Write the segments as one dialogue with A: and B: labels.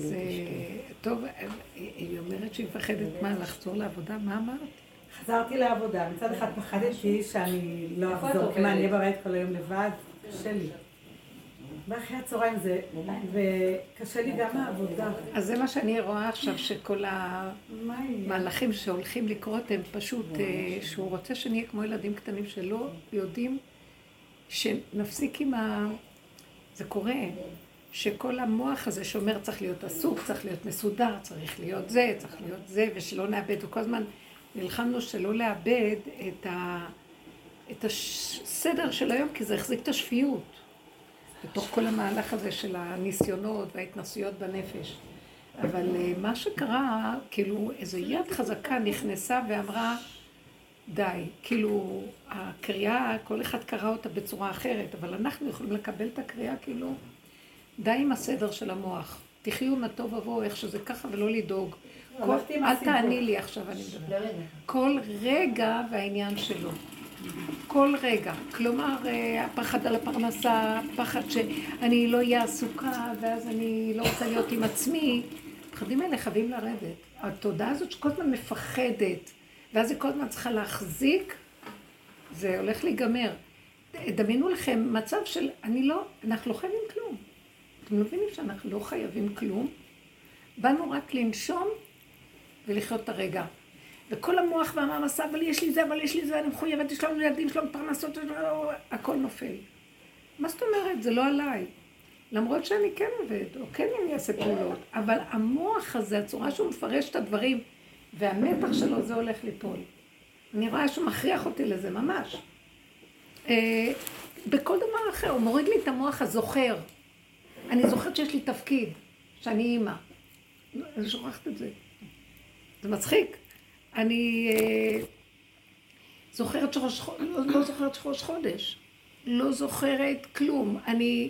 A: אז טוב, היא אומרת שהיא מפחדת מה, לחזור לעבודה? מה אמרת?
B: חזרתי לעבודה, מצד אחד פחדתי שאני לא אחזור, כי מה, אני אהיה בבית כל היום לבד, קשה לי. ואחרי הצהריים זה, וקשה לי גם העבודה.
A: אז זה מה שאני רואה עכשיו, שכל המהלכים שהולכים לקרות הם פשוט, שהוא רוצה שנהיה כמו ילדים קטנים שלא יודעים שנפסיק עם זה קורה, שכל המוח הזה שאומר צריך להיות עסוק, צריך להיות מסודר, צריך להיות זה, צריך להיות זה, ושלא נאבד, וכל הזמן נלחמנו שלא לאבד את הסדר של היום, כי זה החזיק את השפיות. בתוך כל המהלך הזה של הניסיונות וההתנסויות בנפש. אבל מה שקרה, כאילו איזו יד חזקה נכנסה ואמרה, די, כאילו הקריאה, כל אחד קרא אותה בצורה אחרת, אבל אנחנו יכולים לקבל את הקריאה כאילו, די עם הסדר של המוח. תחיו עם הטוב ובואו איך שזה ככה ולא לדאוג. אל תעני לי עכשיו, אני מדבר. כל רגע והעניין שלו. כל רגע. כלומר, הפחד על הפרנסה, פחד שאני לא אהיה עסוקה, ואז אני לא רוצה להיות עם עצמי. הפחדים האלה חייבים לרדת. התודעה הזאת שכל הזמן מפחדת, ואז היא כל הזמן צריכה להחזיק, זה הולך להיגמר. דמיינו לכם מצב של, אנחנו לא חייבים כלום. אתם מבינים שאנחנו לא חייבים כלום? באנו רק לנשום ולחיות את הרגע. וכל המוח והמעמסה, אבל יש לי זה, אני מחויבת, יש לנו ילדים, יש לנו פרנסות, הכל נופל. מה זאת אומרת? זה לא עליי. למרות שאני כן עובד, או כן אני אעשה פעולות, אבל המוח הזה, הצורה שהוא מפרש את הדברים, והמתח שלו זה הולך ליפול. אני רואה שהוא מכריח אותי לזה ממש. בכל דבר אחר, הוא מוריד לי את המוח הזוכר. אני זוכרת שיש לי תפקיד, שאני אימא. אני שוכחת את זה. זה מצחיק. אני זוכרת לא זוכרת שראש חודש. לא זוכרת כלום. אני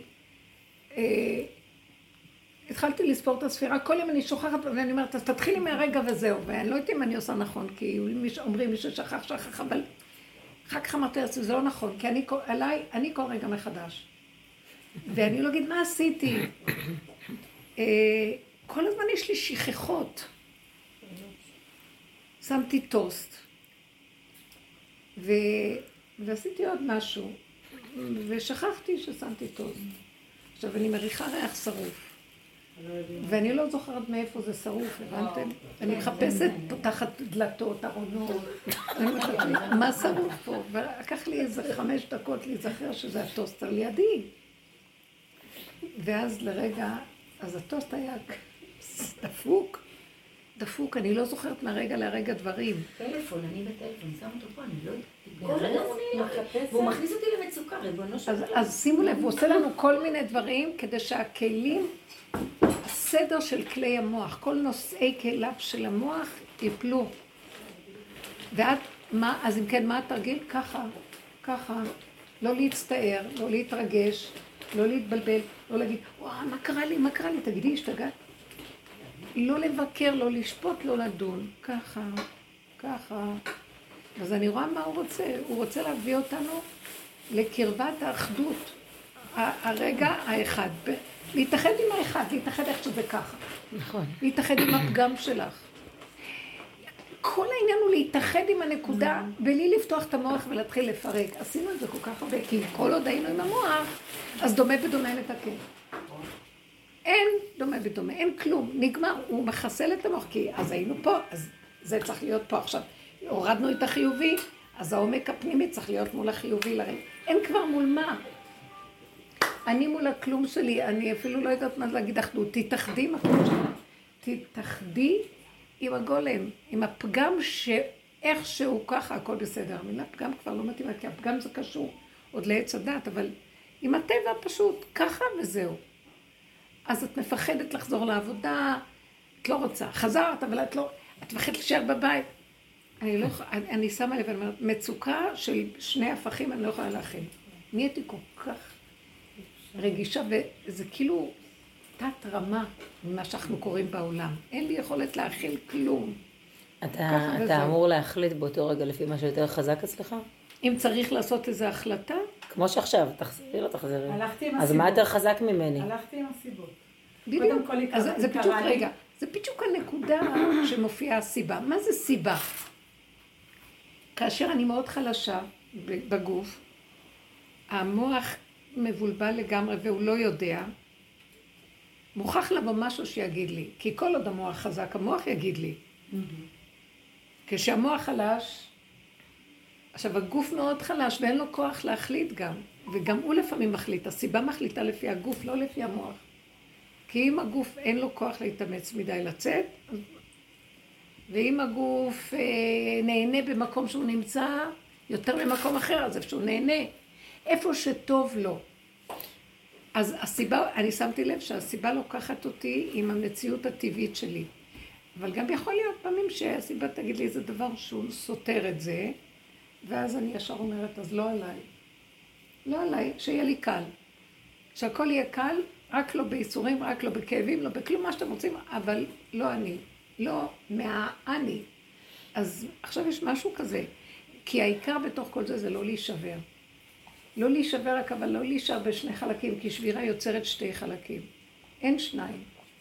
A: התחלתי לספור את הספירה, כל יום אני שוכחת ואני אומרת, אז תתחילי מהרגע וזהו. ואני לא יודעת אם אני עושה נכון, כי אומרים מי ששכח, אבל אחר כך אמרתי, זה לא נכון, כי אני כל רגע מחדש. ואני לא אגיד, מה עשיתי? כל הזמן יש לי שכחות. שמתי טוסט. ועשיתי עוד משהו. ושכחתי ששמתי טוסט. עכשיו, אני מריחה ריח שרוף. ואני לא זוכרת מאיפה זה שרוף, הבנתם? אני מחפשת, פותחת דלתות, ארונות. מה שרוף פה? ולקח לי איזה 5 דקות להיזכר שזה הטוסטר לידי. ואז לרגע, אז הטוסט היה דפוק, אני לא זוכרת מהרגע לרגע דברים.
C: טלפון, אני בטלפון, שם אותו פה, אני לא יודעת. כל היום הוא נראה, והוא מכניס אותי למצוקה, ריבונו של עולם.
A: אז שימו לב, הוא עושה לנו כל מיני דברים כדי שהכלים, הסדר של כלי המוח, כל נושאי כליו של המוח ייפלו. ואת, אז אם כן, מה התרגיל? ככה, לא להצטער, לא להתרגש, לא להתבלבל, לא להגיד, וואו, מה קרה לי, תגידי, השתגעת? לא לבקר, לא לשפוט, לא לדון. ככה. אז אני רואה מה הוא רוצה. הוא רוצה להביא אותנו לקרבת האחדות. הרגע האחד. להתאחד עם האחד, להתאחד איך שזה ככה.
D: נכון.
A: להתאחד עם הפגם שלך. כל העניין הוא להתאחד עם הנקודה, בלי לפתוח את המוח ולהתחיל לפרק. עשינו את זה כל כך הרבה, כי כל עוד היינו עם המוח, אז דומה בדומה לתקן. אין דומה בדומה, אין כלום, נגמר, הוא מחסל את המוח, כי אז היינו פה, אז זה צריך להיות פה עכשיו. הורדנו את החיובי, אז העומק הפנימי צריך להיות מול החיובי לרגע. אין כבר מול מה. אני מול הכלום שלי, אני אפילו לא יודעת מה להגיד אחדות, תתאחדי עם הכלום שלי. תתאחדי עם הגולם, עם הפגם שאיכשהו ככה, הכל בסדר. המילה פגם כבר לא מתאימה, כי הפגם זה קשור עוד לעץ הדת, אבל עם הטבע פשוט, ככה וזהו. אז את מפחדת לחזור לעבודה, את לא רוצה. חזרת, אבל את מפחדת להישאר בבית. אני שמה לב, אני אומרת, מצוקה של 2 הפכים אני לא יכולה להכין. נהייתי כל כך רגישה, וזה כאילו תת רמה ממה שאנחנו קוראים בעולם. אין לי יכולת להכיל כלום.
D: אתה אמור להחליט באותו רגע לפי מה שיותר חזק אצלך?
A: אם צריך לעשות איזו החלטה?
D: כמו שעכשיו, תחזרי.
B: הלכתי עם הסיבות.
D: אז מה יותר חזק ממני?
B: הלכתי עם הסיבות.
A: בדיוק, אז זה בדיוק רגע, זה בדיוק הנקודה שמופיעה הסיבה. מה זה סיבה? כאשר אני מאוד חלשה בגוף, המוח מבולבל לגמרי והוא לא יודע, מוכרח לבוא משהו שיגיד לי, כי כל עוד המוח חזק, המוח יגיד לי. כשהמוח חלש, עכשיו הגוף מאוד חלש ואין לו כוח להחליט גם, וגם הוא לפעמים מחליט, הסיבה מחליטה לפי הגוף, לא לפי המוח. כי אם הגוף אין לו כוח להתאמץ מדי לצאת, ואם הגוף נהנה במקום שהוא נמצא יותר ממקום אחר, אז איפה שהוא נהנה, איפה שטוב לו. אז הסיבה, אני שמתי לב שהסיבה לוקחת אותי עם המציאות הטבעית שלי. אבל גם יכול להיות פעמים שהסיבה תגיד לי איזה דבר שהוא סותר את זה, ואז אני ישר אומרת, אז לא עליי. לא עליי, שיהיה לי קל. שהכל יהיה קל, רק לא בייסורים, רק לא בכאבים, לא בכלום מה שאתם רוצים, אבל לא אני. לא מהאני. אז עכשיו יש משהו כזה, כי העיקר בתוך כל זה זה לא להישבר. לא להישבר רק, אבל לא להישאר בשני חלקים, כי שבירה יוצרת שתי חלקים. אין שניים.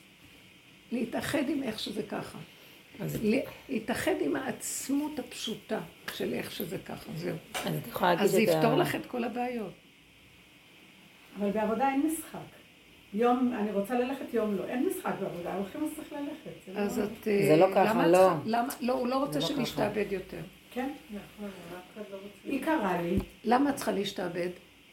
A: להתאחד עם איך שזה ככה. להתאחד עם העצמות הפשוטה של איך שזה ככה, זהו. אז זה יפתור לך את כל הבעיות.
B: אבל בעבודה אין משחק. יום, אני רוצה ללכת, יום לא. אין משחק בעבודה, הולכים אז צריך ללכת.
A: אז את...
D: זה לא ככה, לא.
A: לא, הוא לא רוצה שנשתעבד יותר.
B: כן? היא קרה לי.
A: למה את צריכה להשתעבד?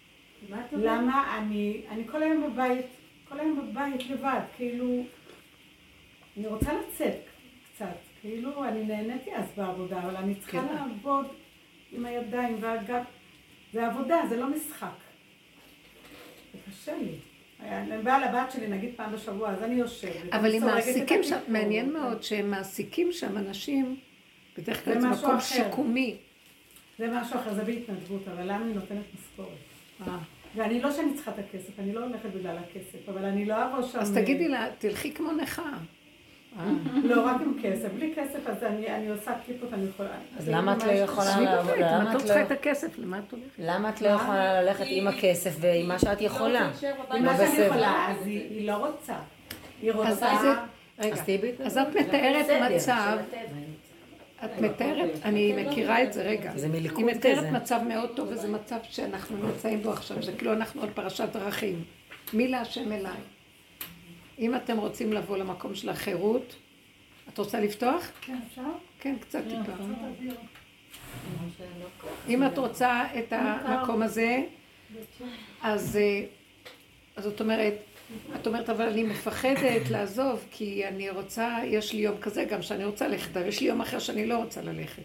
B: למה אני כל היום בבית לבד, כאילו, אני רוצה לצאת קצת, כאילו אני נהניתי אז בעבודה, אבל אני צריכה לעבוד עם הידיים והגב, זה עבודה, זה לא משחק. זה קשה לי. אני באה לבת שלי, נגיד פעם בשבוע, אז אני יושבת.
A: אבל אם מעסיקים שם, מעניין מאוד שהם מעסיקים שם אנשים, בדרך כלל זה מקום שיקומי.
B: זה משהו אחר, זה בהתנדבות, אבל למה אני נותנת משכורת? ואני לא שאני צריכה את הכסף, אני לא הולכת בגלל הכסף, אבל אני לא אבוא שם...
A: אז תגידי לה, תלכי כמו נכה.
B: לא, רק עם כסף. בלי כסף, אז אני עושה כיפות, אני יכולה...
D: אז למה את לא יכולה לעבוד?
A: אם את לא צריכה את הכסף, למה את הולכת?
D: למה את לא יכולה ללכת עם הכסף ועם מה שאת יכולה?
B: עם מה שאני יכולה, אז היא לא רוצה. היא רוצה...
A: אז את מתארת מצב... את מתארת, אני מכירה את זה רגע.
D: זה מלכוד
A: היא מתארת מצב מאוד טוב, וזה מצב שאנחנו נמצאים בו עכשיו. זה כאילו אנחנו על פרשת דרכים. מי להשם אליי. אם אתם רוצים לבוא למקום של החירות, את רוצה לפתוח?
B: כן, אפשר?
A: כן, קצת טיפה. אם את רוצה את המקום הזה, אז זאת אומרת, את אומרת, אבל אני מפחדת לעזוב, כי אני רוצה, יש לי יום כזה גם שאני רוצה ללכת, אבל יש לי יום אחר שאני לא רוצה ללכת.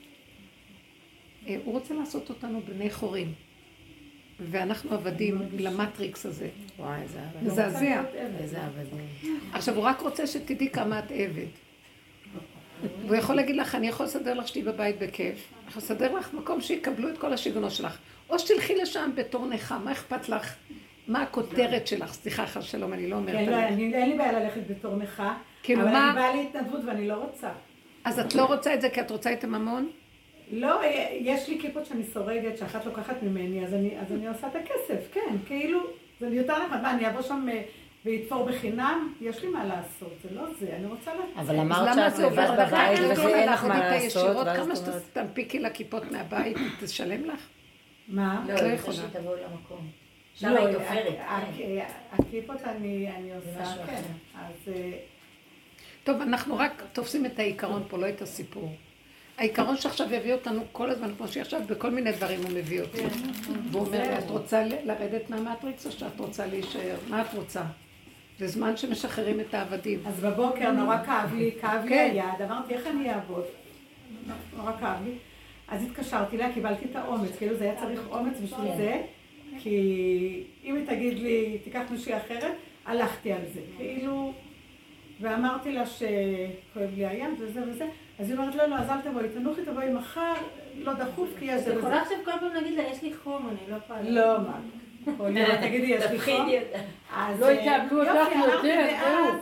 A: הוא רוצה לעשות אותנו בני חורים, ואנחנו עבדים למטריקס הזה.
D: וואי, איזה עבד.
A: מזעזע.
D: איזה עבדים.
A: עכשיו, הוא רק רוצה שתדעי כמה את עבד. הוא יכול להגיד לך, אני יכול לסדר לך שתהי בבית בכיף, אני יכול לסדר לך מקום שיקבלו את כל השיגונות שלך, או שתלכי לשם בתור נכה, מה אכפת לך? מה הכותרת שלך? סליחה, חס שלום, אני לא אומרת.
B: כן, לא, אין לי בעיה ללכת בתור נכה, אבל אני באה להתנדבות ואני לא רוצה.
A: אז את לא רוצה את זה כי את רוצה את הממון?
B: לא, יש לי כיפות שאני סורגת, שאחת לוקחת ממני, אז אני עושה את הכסף, כן, כאילו, זה יותר נחמד, אני אבוא שם ויתפור בחינם, יש לי מה לעשות, זה לא זה, אני רוצה לצאת.
D: אבל אמרת שאת לבד בבית וזה אין לך מה לעשות,
A: כמה שתנפיקי לכיפות מהבית, תשלם לך?
B: מה?
C: לא, אני רוצה שתבואי למקום. שם
B: לא,
C: היא תופרת.
B: הכיפות אני עושה, כן, אז...
A: טוב, אנחנו רק תופסים את העיקרון פה, לא את הסיפור. העיקרון שעכשיו יביא אותנו כל הזמן, כמו שעכשיו בכל מיני דברים הוא מביא אותי. והוא אומר, את רוצה לרדת מהמטריקס או שאת רוצה להישאר? מה את רוצה? זה זמן שמשחררים את העבדים.
B: אז בבוקר נורא כאב לי היד, אמרתי, איך אני אעבוד? נורא כאב לי. אז התקשרתי לה, קיבלתי את האומץ, כאילו זה היה צריך אומץ בשביל זה, כי אם היא תגיד לי, תיקח מישהי אחרת, הלכתי על זה, כאילו, ואמרתי לה שכואב לי היד וזה וזה, אז היא אומרת, לא, אז אל תבואי, תנוחי, תבואי מחר, לא דחוף, כי יש זה וזה.
E: את יכולה עכשיו כל פעם להגיד לה, יש לי חום, אני לא יכולה.
B: לא, מה? תגידי, יש לי חום? אז
E: לא יקבלו אותך יותר, זהו.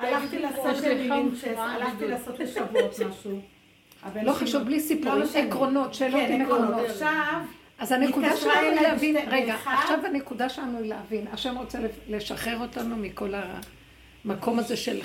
B: הלכתי לעשות לשבועות משהו.
A: לא חשוב, בלי סיפורים, עקרונות, שאלות עם עקרונות.
B: עכשיו,
A: אז הנקודה שלנו היא להבין, רגע, עכשיו הנקודה שלנו היא להבין, השם רוצה לשחרר אותנו מכל המקום הזה של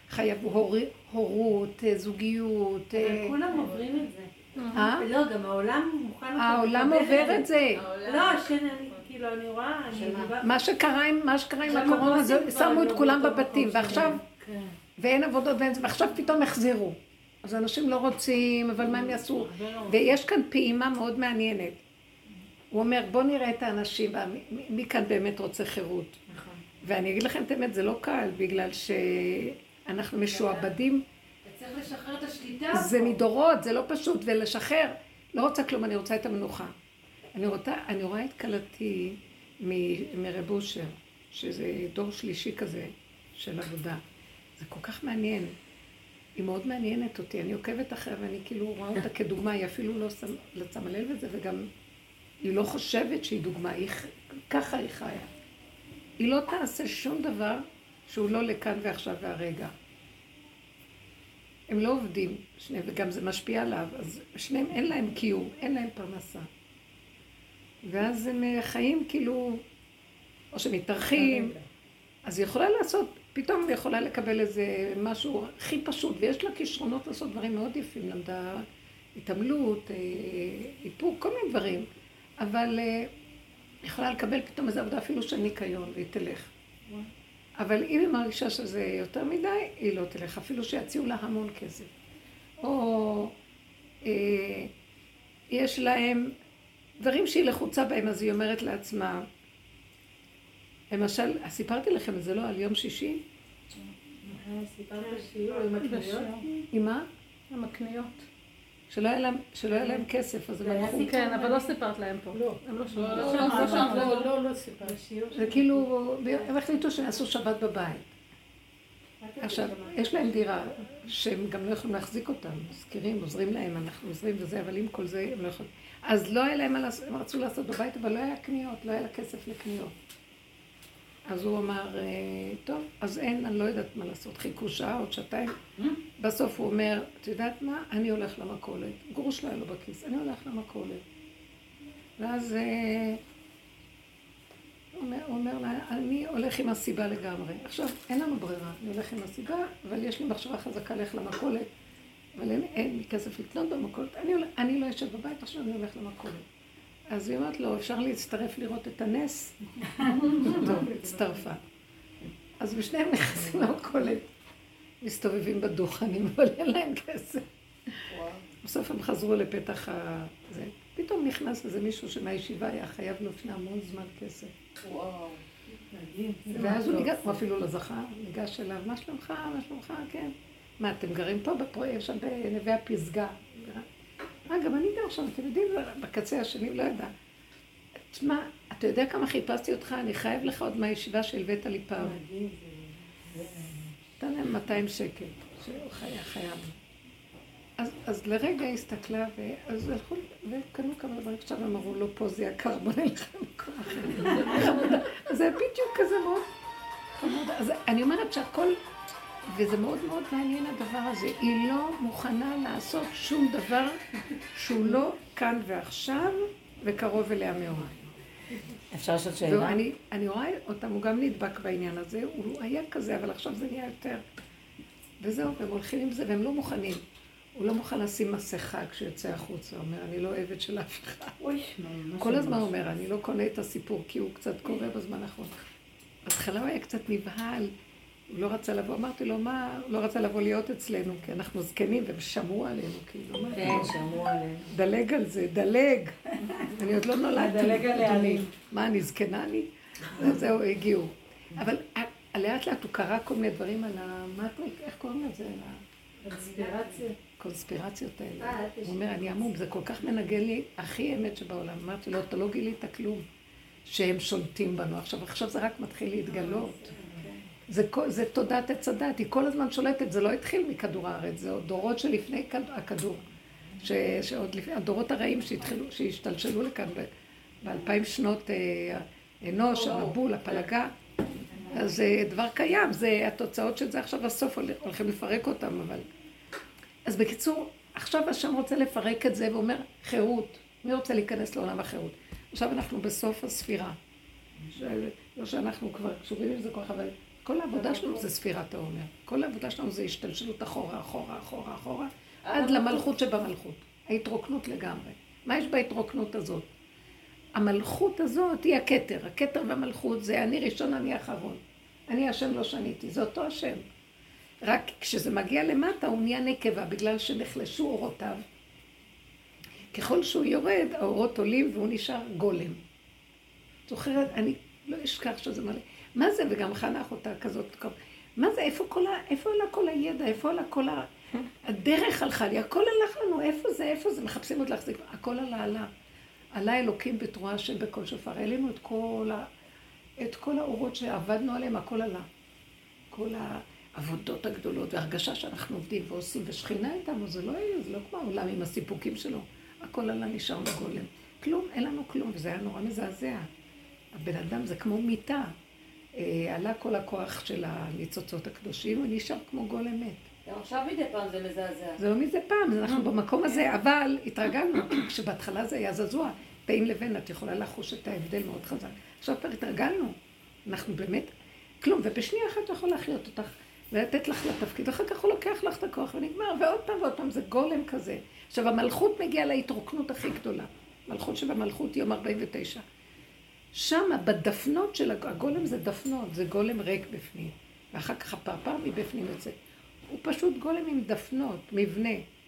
A: הורות, זוגיות.
E: כולם עוברים את זה.
A: אה?
E: לא, גם העולם מוכן...
A: העולם עובר את זה.
E: לא, כאילו, אני רואה...
A: מה שקרה עם הקורונה, שמו את כולם בבתים, ועכשיו, ואין עבודות ואין זה, ועכשיו פתאום החזירו. אז אנשים לא רוצים, אבל מה הם יעשו? ויש כאן פעימה מאוד מעניינת. הוא אומר, בוא נראה את האנשים, מי כאן באמת רוצה חירות. ואני אגיד לכם את האמת, זה לא קל, בגלל שאנחנו משועבדים.
E: צריך לשחרר את השליטה.
A: זה מדורות, זה לא פשוט, ולשחרר. לא רוצה כלום, אני רוצה את המנוחה. אני רואה את קלתי מרב אושר, שזה דור שלישי כזה של עבודה. זה כל כך מעניין. היא מאוד מעניינת אותי, אני עוקבת אחריה ואני כאילו רואה אותה כדוגמה, היא אפילו לא שמה לב את זה, וגם היא לא חושבת שהיא דוגמה, ככה היא חיה. היא לא תעשה שום דבר שהוא לא לכאן ועכשיו והרגע. הם לא עובדים, שניהם, וגם זה משפיע עליו, אז שניהם אין להם קיום, אין להם פרנסה. ואז הם חיים כאילו, או שמתארחים, אז היא יכולה לעשות, פתאום היא יכולה לקבל איזה משהו הכי פשוט, ויש לה כישרונות לעשות דברים מאוד יפים, למדה התעמלות, איפוק, כל מיני דברים, אבל היא יכולה לקבל פתאום איזו עבודה אפילו של ניקיון, והיא תלך. אבל אם היא מרגישה שזה יותר מדי, היא לא תלך, אפילו שיציעו לה המון כסף. או יש להם דברים שהיא לחוצה בהם, אז היא אומרת לעצמה, למשל, סיפרתי לכם את זה לא על יום שישי?
E: סיפרת שיעור עם הקניות?
A: עם מה?
F: עם הקניות.
A: שלא היה להם כסף, אז הם הלכו.
F: כן, אבל לא סיפרת להם פה. לא. הם לא שמעו.
E: לא סיפרת.
A: זה כאילו, הם החליטו שעשו שבת בבית. עכשיו, יש להם דירה שהם גם לא יכולים להחזיק אותם, מזכירים, עוזרים להם, אנחנו עוזרים וזה, אבל עם כל זה הם לא יכולים. אז לא היה להם מה לעשות, הם רצו לעשות בבית, אבל לא היה קניות, לא היה לה כסף לקניות. אז הוא אמר, טוב, אז אין, אני לא יודעת מה לעשות, חיכו שעה, עוד שעתיים. בסוף הוא אומר, את יודעת מה? אני הולך למכולת. גרוש לא היה לו בכיס, אני הולך למכולת. ואז הוא אומר לה, אני הולך עם הסיבה לגמרי. עכשיו, אין לנו ברירה, אני הולך עם הסיבה, אבל יש לי מחשבה חזקה ללכת למכולת, אבל אין לי כסף לקנות במכולת. אני לא יושב בבית, עכשיו אני הולך למכולת. אז היא אומרת לו, אפשר להצטרף לראות את הנס? טוב, הצטרפה. אז בשניהם נכנסים למכולת, מסתובבים בדוכנים, אבל אין להם כסף. בסוף הם חזרו לפתח הזה. פתאום נכנס איזה מישהו שמהישיבה היה חייב לו לפני המון זמן כסף. ואז הוא ניגש, הוא אפילו לא זכה, ניגש אליו, מה שלומך? מה שלומך? כן. מה, אתם גרים פה בפרויקט, שם בנווה הפסגה? גם אני גר שם, אתם יודעים, בקצה השני, לא יודע. תשמע, אתה יודע כמה חיפשתי אותך? אני חייב לך עוד מהישיבה שהלווית לי פעם. נתן להם 200 שקל, שהוא חייב. אז לרגע הסתכלה, אז הלכו וקנו כמה דברים, עכשיו הם אמרו, לא פה זה יקר, בוא נלך למקום אחר. אז זה בדיוק כזה מאוד חמוד. אז אני אומרת שהכל, וזה מאוד מאוד מעניין הדבר הזה, היא לא מוכנה לעשות שום דבר שהוא לא כאן ועכשיו וקרוב אליה מאוד.
D: אפשר לשאול שאלה?
A: אני רואה אותם, הוא גם נדבק בעניין הזה, הוא היה כזה, אבל עכשיו זה נהיה יותר. וזהו, הם הולכים עם זה והם לא מוכנים. הוא לא מוכן לשים מסכה כשיוצא החוצה, הוא אומר, אני לא אוהבת של אף אחד. כל הזמן הוא אומר, אני לא קונה את הסיפור, כי הוא קצת קורא בזמן האחרון. בהתחלה הוא היה קצת נבהל, הוא לא רצה לבוא, אמרתי לו, מה, הוא לא רצה לבוא להיות אצלנו, כי אנחנו זקנים והם שמעו עלינו, כאילו.
D: כן, שמעו עלינו.
A: דלג על זה, דלג. אני עוד לא נולדתי.
B: דלג עליהם.
A: מה, אני זקנה לי? זהו, הגיעו. אבל לאט לאט הוא קרא כל מיני דברים על המטריק, איך קוראים לזה? קונספירציות האלה. הוא אומר, אני עמום, זה כל כך מנגן לי, הכי אמת שבעולם. אמרתי לו, אתה לא גילית כלום, שהם שולטים בנו. עכשיו זה רק מתחיל להתגלות. זה תודעת עץ הדת, היא כל הזמן שולטת, זה לא התחיל מכדור הארץ, זה עוד דורות שלפני הכדור. שעוד לפני, הדורות הרעים שהשתלשלו לכאן ב2000 שנות אנוש, המבול, הפלגה. אז זה דבר קיים, זה התוצאות של זה עכשיו בסוף הולכים לפרק אותם, אבל... אז בקיצור, עכשיו השם רוצה לפרק את זה ואומר, חירות. מי רוצה להיכנס לעולם החירות? עכשיו אנחנו בסוף הספירה. לא שאנחנו כבר קשורים עם זה כל כך, אבל כל העבודה שלנו זה ספירת העומר. כל העבודה שלנו זה השתלשלות אחורה, אחורה, אחורה, אחורה, עד למלכות שבמלכות. ההתרוקנות לגמרי. מה יש בהתרוקנות הזאת? המלכות הזאת היא הכתר. הכתר והמלכות זה אני ראשון, אני אחרון. אני השם לא שניתי, זה אותו השם. רק כשזה מגיע למטה הוא נהיה נקבה, בגלל שנחלשו אורותיו. ככל שהוא יורד, האורות עולים והוא נשאר גולם. זוכרת, אני לא אשכח שזה מלא. מה זה? וגם חנך אותה כזאת. מה זה? איפה עלה כל הידע? איפה עלה כל הדרך הלכה לי? הכל הלך לנו. איפה זה? איפה זה? מחפשים עוד להחזיק. הכל עלה. עלה אלוקים בתרועה השם בכל שופר. העלינו את כל האורות שעבדנו עליהם, הכל עלה. כל העבודות הגדולות והרגשה שאנחנו עובדים ועושים ושכינה איתנו, זה לא כמו העולם עם הסיפוקים שלו. הכל עלה נשאר לגולם. כלום, אין לנו כלום, וזה היה נורא מזעזע. הבן אדם זה כמו מיטה. עלה כל הכוח של הניצוצות הקדושים, הוא נשאר כמו גולם מת.
G: גם עכשיו מדי פעם זה מזעזע.
A: זה לא מדי פעם, אנחנו במקום הזה, אבל התרגלנו, כשבהתחלה זה היה זזוע, בין לבין את יכולה לחוש את ההבדל מאוד חזק. עכשיו כבר התרגלנו, אנחנו באמת, כלום, ובשנייה אחת הוא יכול להחיות אותך, ולתת לך לתפקיד, ואחר כך הוא לוקח לך את הכוח ונגמר, ועוד פעם, זה גולם כזה. עכשיו, המלכות מגיעה להתרוקנות הכי גדולה. מלכות שבמלכות יום 49. שם, בדפנות של הגולם זה דפנות, זה גולם ריק בפנים. ואחר כך הפרפר מבפנים יוצא. הוא פשוט גולם עם דפנות, מבנה.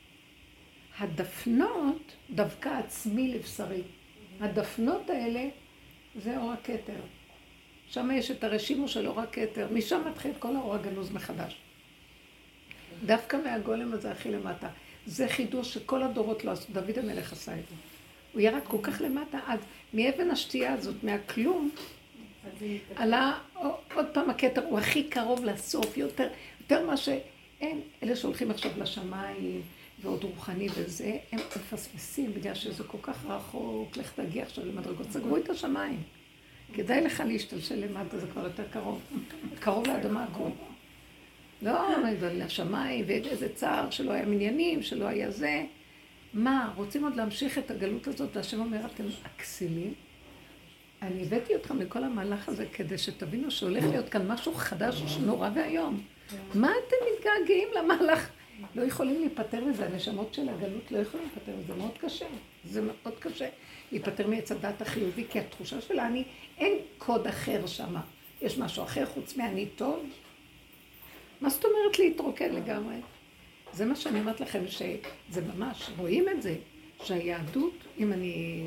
A: הדפנות דווקא עצמי לבשרי. הדפנות האלה זה אור הכתר. שם יש את הרשימו של אור הכתר. משם מתחיל כל האור הגנוז מחדש. דווקא מהגולם הזה הכי למטה. זה חידוש שכל הדורות לא עשו. דוד המלך עשה את זה. הוא ירד כל כך למטה עד מאבן השתייה הזאת, מהכלום, עלה עוד פעם הכתר, הוא הכי קרוב לסוף, יותר מה שאין, אלה שהולכים עכשיו לשמיים ועוד רוחני וזה, הם מפספסים בגלל שזה כל כך רחוק, לך תגיע עכשיו למדרגות, סגרו את השמיים. כדאי לך להשתלשל למטה, זה כבר יותר קרוב, קרוב לאדמה הכל. לא, לשמיים ואיזה צער שלא היה מניינים, שלא היה זה. מה, רוצים עוד להמשיך את הגלות הזאת, והשם אומר, אתם אכסילים? אני הבאתי אתכם לכל המהלך הזה כדי שתבינו שהולך להיות כאן משהו חדש, נורא והיום. מה אתם מתגעגעים למהלך? לא יכולים להיפטר מזה, הנשמות של הגלות לא יכולים להיפטר מזה, זה מאוד קשה. זה מאוד קשה להיפטר מעץ הדת החיובי, כי התחושה שלה, אין קוד אחר שם. יש משהו אחר חוץ מהני טוב? מה זאת אומרת להתרוקן לגמרי? זה מה שאני אומרת לכם, שזה ממש, רואים את זה, שהיהדות, אם אני...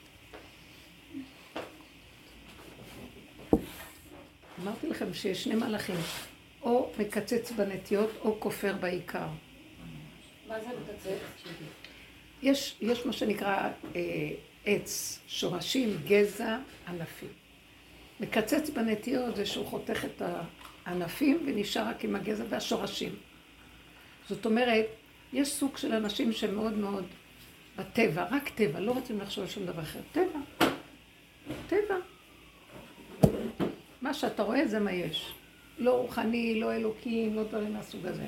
A: אמרתי לכם שיש שני מהלכים, או מקצץ בנטיות או כופר בעיקר.
G: מה זה מקצץ?
A: יש מה שנקרא עץ, שורשים, גזע, ענפים. מקצץ בנטיות זה שהוא חותך את הענפים ונשאר רק עם הגזע והשורשים. זאת אומרת, יש סוג של אנשים שמאוד מאוד בטבע, רק טבע, לא רוצים לחשוב על שום דבר אחר. טבע. מה שאתה רואה זה מה יש. לא רוחני, לא אלוקים, לא דברים מהסוג הזה.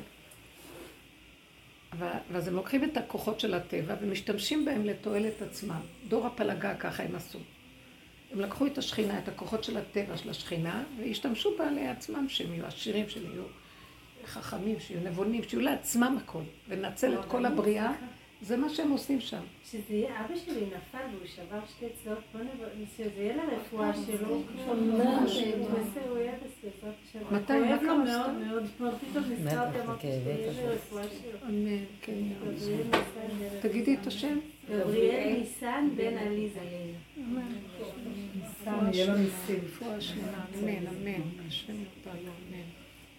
A: ואז הם לוקחים את הכוחות של הטבע ומשתמשים בהם לתועלת עצמם. דור הפלגה ככה הם עשו. הם לקחו את השכינה, את הכוחות של הטבע של השכינה, והשתמשו בה לעצמם, שהם יהיו עשירים, שהם יהיו חכמים, שיהיו נבונים, שיהיו לעצמם הכל, ונצל את כל הבריאה, זה מה שהם עושים שם.
E: שזה יהיה, אבא שלי נפל והוא שבר שתי צלעות, שזה יהיה לרפואה שלו, הוא יהיה בספר שלו.
A: מתי? מה קרה?
E: מאוד מאוד, פתאום נזכרתי אמרתי שיהיה לרפואה שלו.
A: אמן, כן. תגידי את השם.
E: גבריאל ניסן בן עליזה.
B: ניסן, יהיה לו ניסים.
A: רפואה שלמה, אמן. השם ירפא לו, אמן.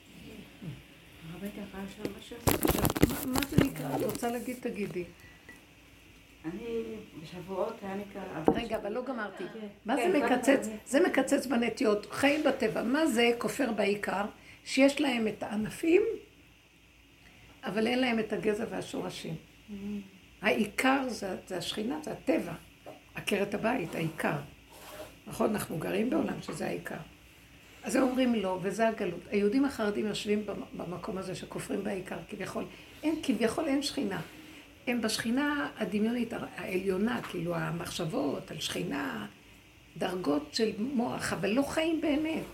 A: מה זה נקרא? את רוצה להגיד, תגידי.
H: אני בשבועות היה נקרא...
A: רגע, אבל לא גמרתי. מה זה מקצץ? זה מקצץ בנטיות, חיים בטבע. מה זה כופר בעיקר? שיש להם את הענפים, אבל אין להם את הגזע והשורשים. העיקר זה השכינה, זה הטבע. עקרת הבית, העיקר. נכון, אנחנו גרים בעולם שזה העיקר. אז הם אומרים לא, וזה הגלות. היהודים החרדים יושבים במקום הזה שכופרים בעיקר, כביכול אין שכינה. הם בשכינה הדמיונית העליונה, כאילו המחשבות על שכינה, דרגות של מוח, אבל לא חיים באמת.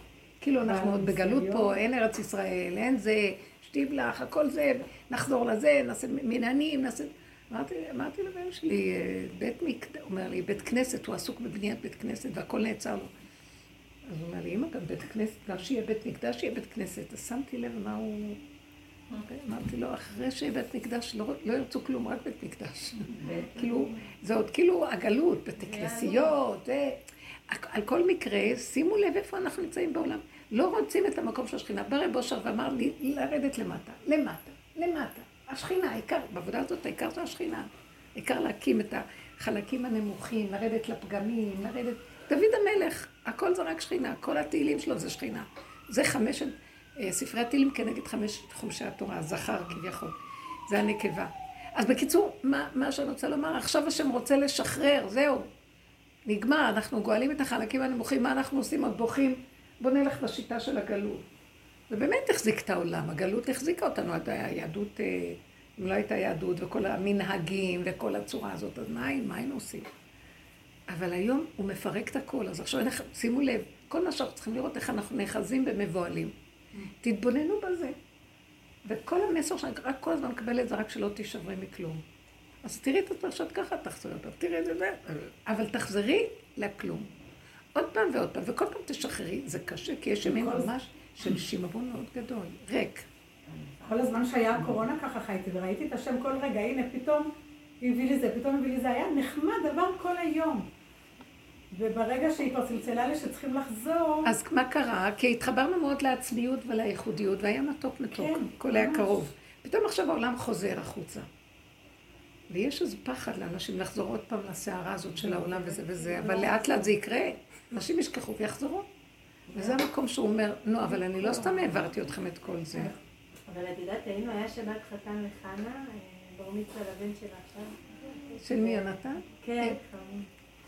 A: כאילו אנחנו עוד בגלות פה, אין ארץ ישראל, אין זה, שתיבלח, הכל זה, נחזור לזה, נעשה מנהנים, נעשה... אמרתי לבן שלי, אומר לי, בית כנסת, הוא עסוק בבניית בית כנסת והכל נעצר לו. אז הוא אומר לי, אמא, גם בית כנסת, גם שיהיה בית מקדש, שיהיה בית כנסת. אז שמתי לב מה הוא... אמרתי לו, אחרי שיהיה בית מקדש, לא ירצו כלום, רק בית מקדש. כאילו, זה עוד כאילו הגלות, בתי כנסיות, על כל מקרה, שימו לב איפה אנחנו נמצאים בעולם. לא רוצים את המקום של השכינה. בא רב אושר ואמר לי, לרדת למטה, למטה, למטה. השכינה, העיקר, בעבודה הזאת, העיקר זה השכינה. העיקר להקים את החלקים הנמוכים, לרדת לפגמים, לרדת... דוד המלך, הכל זה רק שכינה, כל התהילים שלו זה שכינה. זה ספרי התהילים כנגד חומשי התורה, הזכר כביכול. זה הנקבה. אז בקיצור, מה שאני רוצה לומר, עכשיו השם רוצה לשחרר, זהו. נגמר, אנחנו גואלים את החלקים הנמוכים, מה אנחנו עושים? עוד בוכים, בוא נלך לשיטה של הגלות. זה באמת החזיק את העולם, הגלות החזיקה אותנו, היהדות, אם לא הייתה יהדות וכל המנהגים וכל הצורה הזאת, אז מה היינו עושים? אבל היום הוא מפרק את הכל, אז עכשיו שימו לב, כל מה שאנחנו צריכים לראות איך אנחנו נאחזים במבועלים. תתבוננו בזה. וכל המסר שאני רק כל הזמן מקבל את זה, רק שלא תישברי מכלום. אז תראי את הפרשת ככה, תחזרי אותה, תראי את זה, אבל תחזרי לכלום. עוד פעם ועוד פעם, וכל פעם תשחררי, זה קשה, כי יש ימים ממש של שימבון מאוד גדול, ריק.
B: כל הזמן שהיה הקורונה ככה חייתי, וראיתי את השם כל רגע, הנה פתאום הביא לי זה, פתאום הביא לי זה, היה נחמד דבר כל היום. וברגע שהיא כבר צלצלה לי שצריכים לחזור...
A: אז מה קרה? כי התחברנו מאוד לעצמיות ולייחודיות, והיה מתוק,
B: כן,
A: כל היה קרוב. פתאום עכשיו העולם חוזר החוצה. ויש איזה פחד לאנשים לחזור עוד פעם לסערה הזאת של העולם וזה וזה, אבל לאט לאט זה יקרה, אנשים ישכחו ויחזרו. וזה המקום שהוא אומר, לא, אבל אני לא סתם העברתי אתכם את כל זה.
E: אבל את יודעת, היינו, היה שבת חתן לחנה, בר מצווה לבן שלה עכשיו.
A: של מי הנתן?
E: כן, חמוד.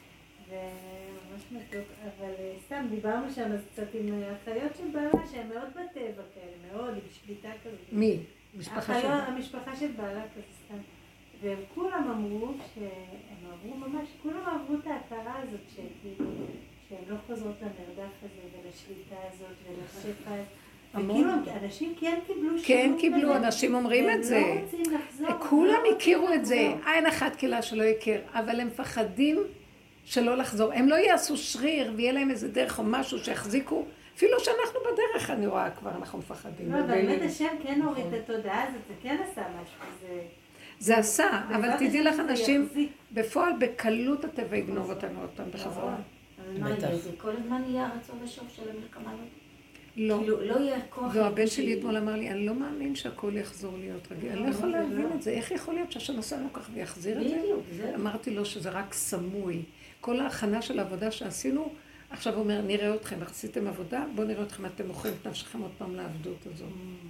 E: וממש מתוק, אבל סתם דיברנו שם אז קצת עם החיות של בעלה שהן מאוד בטבע כאלה, מאוד, עם שליטה כזאת.
A: מי? משפחה של...
E: המשפחה של בעלה כזה סתם. והם כולם אמרו שהם עברו ממש, כולם עברו את ההכרה הזאת שהן לא חוזרות למרדף הזה ולשליטה הזאת ולשפע הזה. וכאילו אנשים כן קיבלו שירות.
A: כן קיבלו, אנשים אומרים את זה.
E: והם לא רוצים לחזור.
A: כולם הכירו את זה, אין אחת קהילה שלא יכיר, אבל הם מפחדים שלא לחזור. הם לא יעשו שריר ויהיה להם איזה דרך או משהו שיחזיקו, אפילו שאנחנו בדרך, אני רואה כבר, אנחנו מפחדים.
E: לא, באמת השם כן הוריד את התודעה הזאת, זה כן עשה משהו.
A: זה עשה, אבל תדעי לך אנשים, בפועל בקלות הטבע יגנוב אותנו עוד פעם בחזרה.
C: זה כל הזמן יהיה הרצון ושוב של המלחמה הזאת?
A: לא.
C: לא יהיה כוח...
A: והבן שלי אתמול אמר לי, אני לא מאמין שהכל יחזור להיות רגיל. אני לא יכולה להבין את זה. איך יכול להיות שהשם עשה לנו כך ויחזיר את זה? אמרתי לו שזה רק סמוי. כל ההכנה של העבודה שעשינו, עכשיו הוא אומר, נראה אתכם, עשיתם עבודה, בואו נראה אתכם, אתם מוכרים את נפשכם עוד פעם לעבדות הזאת.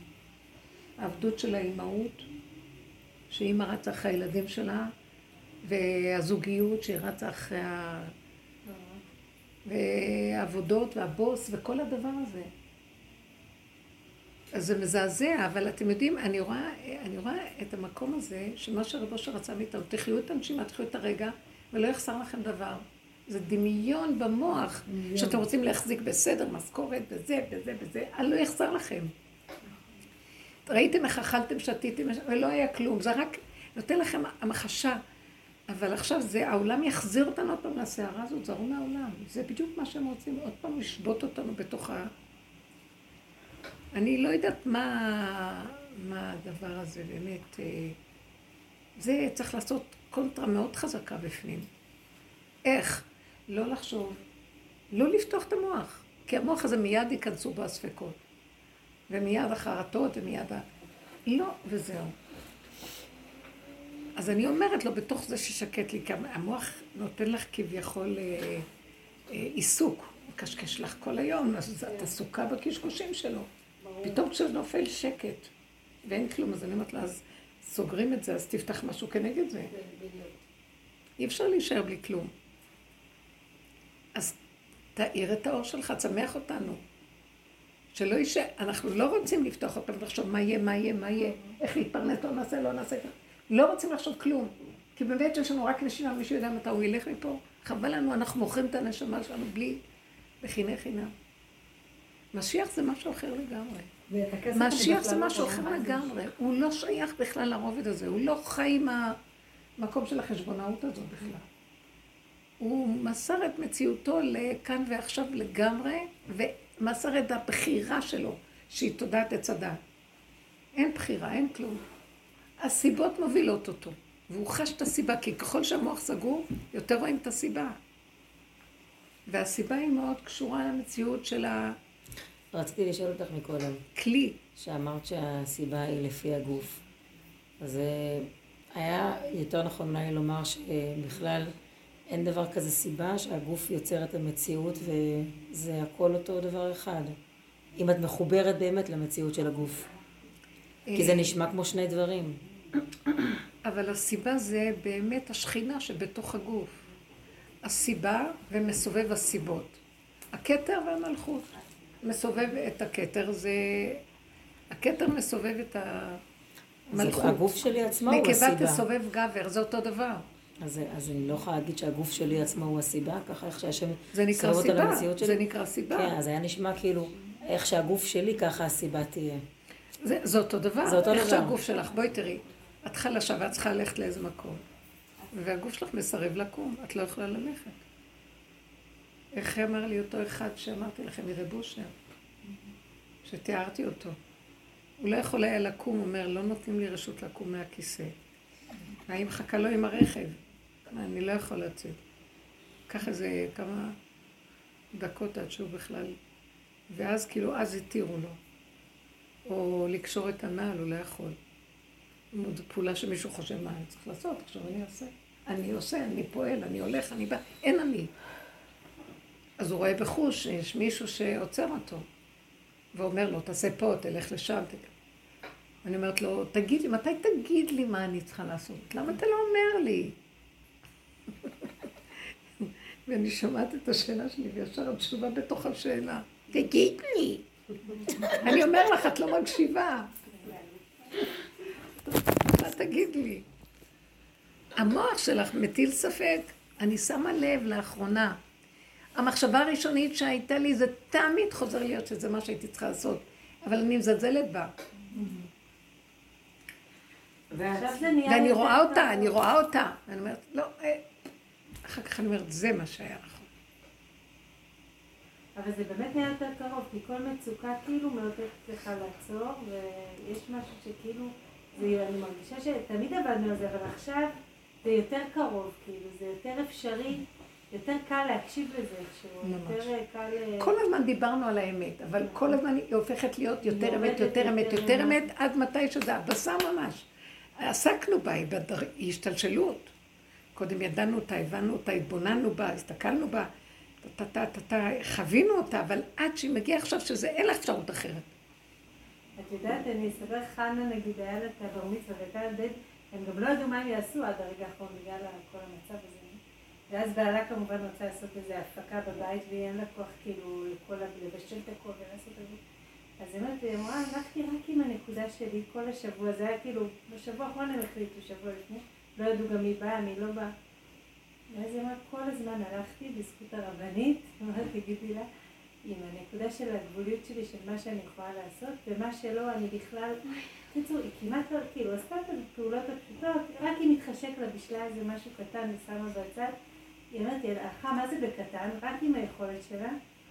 A: העבדות של האימהות, שאימא רצה אחרי הילדים שלה, והזוגיות שהיא רצה אחרי והעבודות והבוס וכל הדבר הזה. אז זה מזעזע, אבל אתם יודעים, אני רואה את המקום הזה, שמה שרב אושר רצה מאיתנו, תחיו את הנשימה, תחיו את הרגע, ולא יחסר לכם דבר. זה דמיון במוח, שאתם רוצים להחזיק בסדר, משכורת, וזה, לא יחסר לכם. ראיתם איך אכלתם, שתיתם, ולא היה כלום, זה רק נותן לכם המחשה. אבל עכשיו העולם יחזיר אותנו עוד פעם לסערה הזאת, זרו מהעולם. זה בדיוק מה שהם רוצים, עוד פעם לשבות אותנו בתוך אני לא יודעת מה הדבר הזה באמת. זה צריך לעשות קונטרה מאוד חזקה בפנים. איך? לא לחשוב, לא לפתוח את המוח. כי המוח הזה מיד ייכנסו בו הספקות. ומיד החרטות ומיד לא, וזהו. אז אני אומרת לו, בתוך זה ששקט לי, כי המוח נותן לך כביכול עיסוק, מקשקש לך כל היום, אז את עסוקה בקשקושים שלו. פתאום כשנופל שקט, ואין כלום, אז אני אומרת לה, אז סוגרים את זה, אז תפתח משהו כנגד זה. אי אפשר להישאר בלי כלום. אז תאיר את האור שלך, צמח אותנו. שלא יישאר, אנחנו לא רוצים לפתוח אותם ולחשוב מה יהיה, איך להתפרנס, לא נעשה. לא רוצים לחשוב כלום. כי באמת יש לנו רק נשימה, מישהו יודע מתי הוא ילך מפה. חבל לנו, אנחנו מוכרים את הנשמה שלנו בלי בחיני חינם. משיח זה משהו אחר לגמרי.
B: ואת הכסף
A: משיח
B: אני
A: זה
B: בכלל לא
A: משהו
B: רואה.
A: אחר לגמרי. הוא לא שייך בכלל לרובד הזה. הוא לא חי עם המקום של החשבונאות הזאת בכלל. הוא מסר את מציאותו לכאן ועכשיו לגמרי, ומסר את הבחירה שלו, שהיא תודעת עץ הדת. אין בחירה, אין כלום. הסיבות מובילות אותו, והוא חש את הסיבה, כי ככל שהמוח סגור, יותר רואים את הסיבה. והסיבה היא מאוד קשורה למציאות של
D: רציתי לשאול אותך מקודם,
A: הכלי.
D: שאמרת שהסיבה היא לפי הגוף. אז היה יותר נכון אולי לומר שבכלל אין דבר כזה סיבה שהגוף יוצר את המציאות וזה הכל אותו דבר אחד. אם את מחוברת באמת למציאות של הגוף. כי זה נשמע כמו שני דברים.
A: אבל הסיבה זה באמת השכינה שבתוך הגוף. הסיבה ומסובב הסיבות. הכתר והמלכות. מסובב את הכתר, זה... הכתר מסובב את המלכות.
D: הגוף שלי עצמו הוא הסיבה.
A: נקבה תסובב גבר, זה אותו דבר.
D: אז אני לא יכולה להגיד שהגוף שלי עצמו הוא הסיבה, ככה איך שהשם
A: זה נקרא
D: סובב אותה
A: סיבה,
D: למציאות שלי.
A: זה נקרא סיבה.
D: כן, אז היה נשמע כאילו איך שהגוף שלי ככה הסיבה תהיה.
A: זה אותו דבר.
D: זה אותו
A: איך
D: דבר.
A: שהגוף שלך, בואי תראי, את חלשה ואת צריכה ללכת לאיזה מקום. והגוף שלך מסרב לקום, את לא יכולה ללכת. איך אמר לי אותו אחד שאמרתי לכם, מרב אושר, שתיארתי אותו. הוא לא יכול היה לקום, הוא אומר, לא נותנים לי רשות לקום מהכיסא. והיא מחכה לו עם הרכב. אני לא יכול לצאת. ככה זה כמה דקות עד שהוא בכלל... ואז כאילו, אז התירו לו. או לקשור את הנעל, הוא לא יכול. זו פעולה שמישהו חושב מה אני צריך לעשות, עכשיו אני אעשה. אני עושה, אני פועל, אני הולך, אני בא, אין אני. אז הוא רואה בחוש שיש מישהו שעוצר אותו, ואומר לו, תעשה פה, תלך לשם. אני אומרת לו, תגיד לי, מתי תגיד לי מה אני צריכה לעשות? למה אתה לא אומר לי? ואני שומעת את השאלה שלי, וישר התשובה בתוך השאלה. תגיד לי. אני אומר לך, את לא מקשיבה. מה תגיד לי? המוח שלך מטיל ספק. אני שמה לב לאחרונה. המחשבה הראשונית שהייתה לי, זה תמיד חוזר להיות שזה מה שהייתי צריכה לעשות. אבל אני מזלזלת בה. ואני רואה אותה, אני רואה אותה. ואני אומרת, לא, אחר כך אני אומרת, זה מה שהיה נכון.
E: אבל זה באמת נהיה יותר קרוב, כי כל מצוקה כאילו מאותת לך לעצור, ויש משהו שכאילו, אני מרגישה שתמיד עבדנו על זה, אבל עכשיו זה יותר קרוב, כאילו, זה יותר אפשרי, יותר קל להקשיב לזה, שהוא יותר קל...
A: כל הזמן דיברנו על האמת, אבל כל הזמן היא הופכת להיות יותר אמת, יותר אמת, יותר אמת, עד מתי שזה הבשר ממש. עסקנו בה, היא השתלשלות. קודם ידענו אותה, הבנו אותה, התבוננו בה, הסתכלנו בה, חווינו אותה, אבל עד שהיא מגיעה עכשיו שזה אין לה אפשרות אחרת.
E: את יודעת, אני אספר חנה נגיד, היה לה את הבר מצווה והייתה ילדת, הם גם לא ידעו מה הם יעשו עד הרגע האחרון בגלל כל המצב הזה. ואז בעלה כמובן רוצה לעשות איזו הפקה בבית והיא אין לה כוח כאילו לבשל את הכל ולעשות את זה. אז היא אמרה, הלכתי רק עם הנקודה שלי כל השבוע, זה היה כאילו, בשבוע האחרון הם החליטו, שבוע לפני, לא ידעו גם מי באה, מי לא באה. ואז היא אמרה, כל הזמן הלכתי בזכות הרבנית, אמרת, תגידי לה, עם הנקודה של הגבוליות שלי, של מה שאני יכולה לעשות, ומה שלא, אני בכלל, תצאו, היא כמעט לא, כאילו, עשתה את הפעולות הפשוטות, רק אם מתחשק לה בשלה איזה משהו קטן ושמה בצד, היא אומרת, הלכה, מה זה בקטן? רק עם היכולת שלה,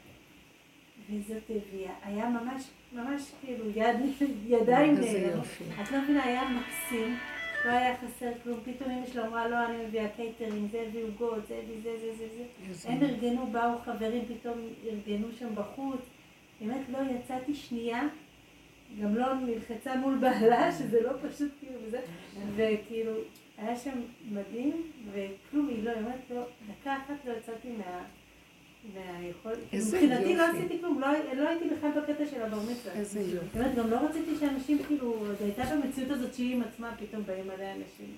E: וזאת הביאה, היה ממש כאילו ידיים נעלם, את לא מבינה, היה מקסים, לא היה חסר כלום, פתאום אמא שלה אמרה, לא, אני מביאה קייטרינג, זה הביא עוגות, זה הביא זה. הם ארגנו, באו חברים, פתאום ארגנו שם בחוץ. באמת לא יצאתי שנייה, גם לא נלחצה מול בעלה, שזה לא פשוט כאילו וזה. וכאילו, היה שם מדהים, וכלום היא לא, היא אומרת לו, דקה אחת לא יצאתי מהיכולת. מבחינתי לא עשיתי כלום, לא הייתי בכלל בקטע של הבר מצווה.
A: איזה יופי.
E: זאת אומרת, גם לא רציתי שאנשים כאילו, זה הייתה במציאות הזאת שהיא עם עצמה, פתאום באים עליה אנשים.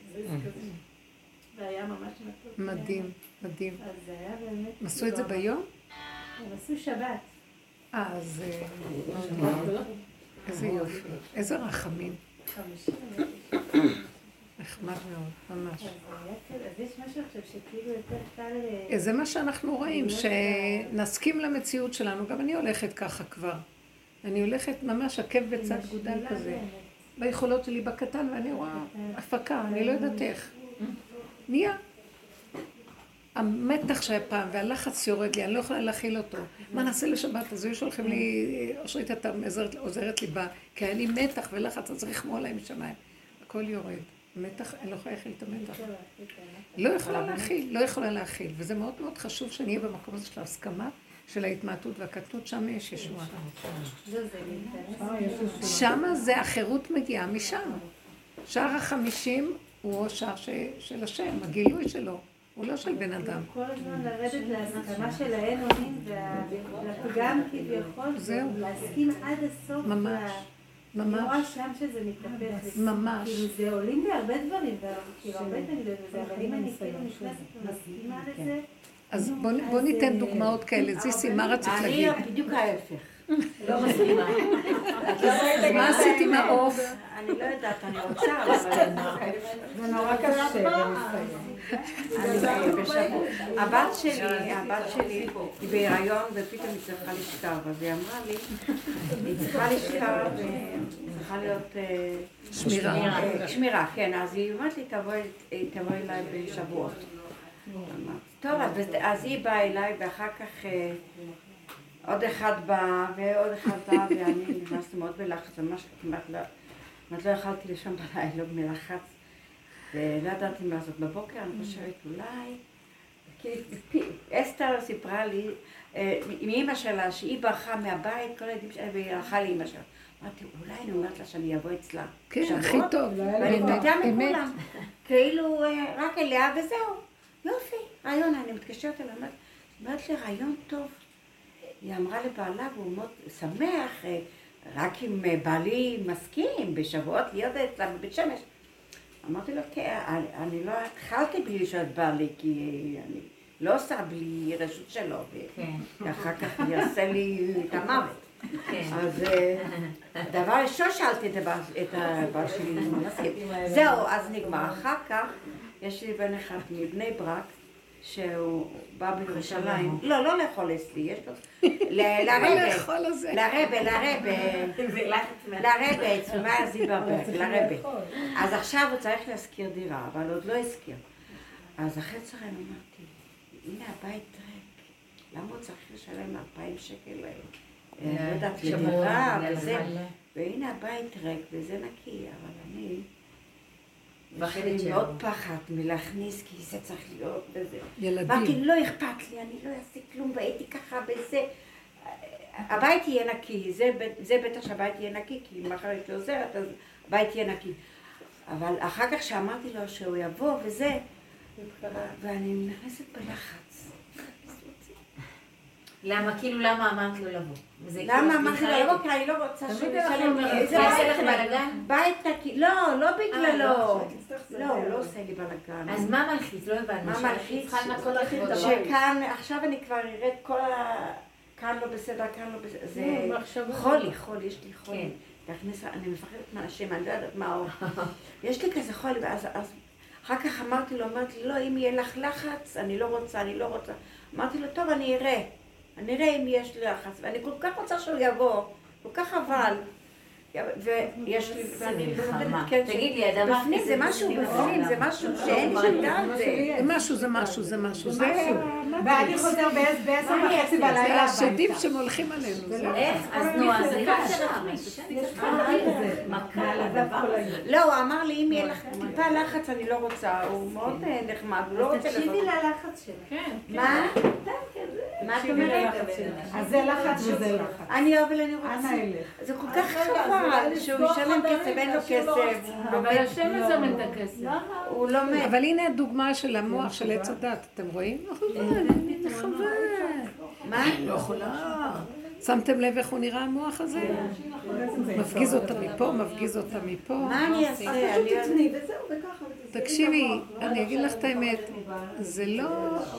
E: זה היה ממש מתוק.
A: מדהים, מדהים.
E: אז זה היה באמת...
A: הם עשו את זה ביום?
E: הם עשו שבת.
A: אז... איזה יופי. איזה רחמים.
E: 50.
A: נחמד מאוד, ממש.
E: אז יש משהו עכשיו שכאילו יותר קל...
A: זה מה שאנחנו רואים, שנסכים למציאות שלנו. גם אני הולכת ככה כבר. אני הולכת ממש עקב בצד גודל כזה. ביכולות שלי בקטן, ואני רואה הפקה, אני לא יודעת איך. נהיה. המתח שהיה פעם, והלחץ יורד לי, אני לא יכולה להכיל אותו. מה נעשה לשבת? אז היו שולחים לי, אושרית, אתה עוזרת לי בה, כי אני מתח ולחץ, אז רחמו עליי משמיים. הכל יורד. מתח, אני לא יכולה להכיל את המתח. לא יכולה להכיל, וזה מאוד מאוד חשוב שאני אהיה במקום הזה של ההסכמה, של ההתמעטות והקטנות, שם יש ישועה. שם זה החירות מגיעה משם. שער 50 הוא שער של השם, הגילוי שלו. הוא לא של בן אדם.
E: כל הזמן לרדת להסכמה של האין אונים והפגם כביכול, להסכים עד הסוף.
A: ממש.
E: ממש. אני רואה שם שזה מתהפך.
A: ממש.
E: כאילו זה עולים לי הרבה דברים, כאילו הרבה תגידות לזה, אבל אם אני כאילו נכנסת ומסכימה לזה...
A: אז בוא ניתן דוגמאות כאלה. זיסי, מה רצית להגיד?
H: אני בדיוק ההפך.
C: לא מסכימה.
A: אז מה עשית עם העוף?
H: אני לא יודעת, אני רוצה, אבל
B: זה נורא קשה.
H: הבת שלי היא בהיריון ופתאום היא צריכה לשכב, אז היא אמרה לי, היא צריכה לשכב וצריכה להיות שמירה, כן, אז היא אומרת לי, תבואי אליי בשבועות. טוב, אז היא באה אליי ואחר כך עוד אחד בא ועוד אחד בא ואני נכנסתי מאוד בלחץ, ממש כמעט לא יכלתי לישון בלילה מלחץ ולא ידעתי מה לעשות. בבוקר אני חושבת אולי, כי אסתר סיפרה לי מאמא שלה שהיא ברחה מהבית, כל הילדים שלה והיא הלכה לאמא שלה. אמרתי, אולי אני אומרת לה שאני אבוא אצלה.
A: כן, הכי טוב.
H: ואני מתאם מכולם, כאילו רק אליה וזהו. יופי, רעיון, אני מתקשרת אליה, אומרת לי רעיון טוב. היא אמרה לבעלה, והוא מאוד שמח, רק אם בעלי מסכים בשבועות להיות אצלה בבית שמש. אמרתי לו, כן, אני לא התחלתי בלי לשאול את בעלי, כי אני לא עושה בלי רשות שלו, ואחר כך הוא יעשה לי את המוות. אז דבר ראשון שאלתי את הבעל שלי, זהו, אז נגמר. אחר כך יש לי בן אחד מבני ברק, שהוא בא בירושלים, לא לאכול אצלי, יש לו, לרבה, צומיה זיברברג, לרבה. אז עכשיו הוא צריך להזכיר דירה, אבל עוד לא הזכיר. אז אחרי צהריים אמרתי, הנה הבית ריק, למה הוא צריך לשלם 2,000 שקל, לא יודעת, לדירה וזה, והנה הבית ריק וזה נקי, אבל אני... אני מאוד פחד מלהכניס, כי זה צריך להיות בזה.
A: ילדים.
H: אמרתי, לא אכפת לי, אני לא אעשה כלום, והייתי ככה בזה. הבית יהיה נקי, זה בטח שהבית יהיה נקי, כי אם אחר יש לו עוזרת, אז הבית יהיה נקי. אבל אחר כך שאמרתי לו שהוא יבוא וזה, ואני נכנסת בלחץ.
C: למה? כאילו למה אמרת לו לבוא?
H: למה אמרתי לו לבוא? כי אני לא רוצה שהוא ישלם לי. זה בית נקי. לא בגללו. לא עושה לי בלגן.
C: אז מה מלחיץ? לא הבנתי.
H: מה מלחיץ? שכאן, עכשיו אני כבר אראה את כל ה... כאן לא בסדר, כאן לא בסדר. זה חולי, יש לי חולי. אני מפחדת מהשם, אני לא יודעת מה הוא. יש לי כזה חולי, ואז אחר כך אמרתי לו, לא, אם יהיה לך לחץ, אני לא רוצה. אמרתי לו, טוב, אני אראה אם יש לחץ, ואני כל כך רוצה שהוא יבוא, כל כך אבל, ויש לי, ואני לא יודעת, כן,
C: תגיד לי, הדבר
H: בפנים, זה משהו בפנים, זה משהו שאין לי שדעת,
A: זה משהו.
B: ואני חוזר ב10:30 בלילה.
A: השדים שמולכים עלינו.
C: איך? אז נו, אז אני מכה על הדבר הזה.
H: לא, הוא אמר לי, אם יהיה לך טיפה לחץ, אני לא רוצה, הוא מאוד נחמד, הוא לא רוצה
E: תקשיבי ללחץ שלך.
H: מה? מה את אומרת?
B: אז זה לחץ וזה לחץ.
H: אני רוצה. זה כל כך חבל שהוא ישלם כסף, אין לו כסף.
F: אבל השם מזמן את הכסף.
H: הוא לא מת.
A: אבל הנה הדוגמה של המוח של עץ הדת, אתם רואים? חבל.
H: מה?
A: לא יכולה. שמתם לב איך הוא נראה המוח הזה? מפגיז אותה מפה,
H: מה אני אעשה?
A: תקשיבי, אני אגיד לך את האמת, זה לא...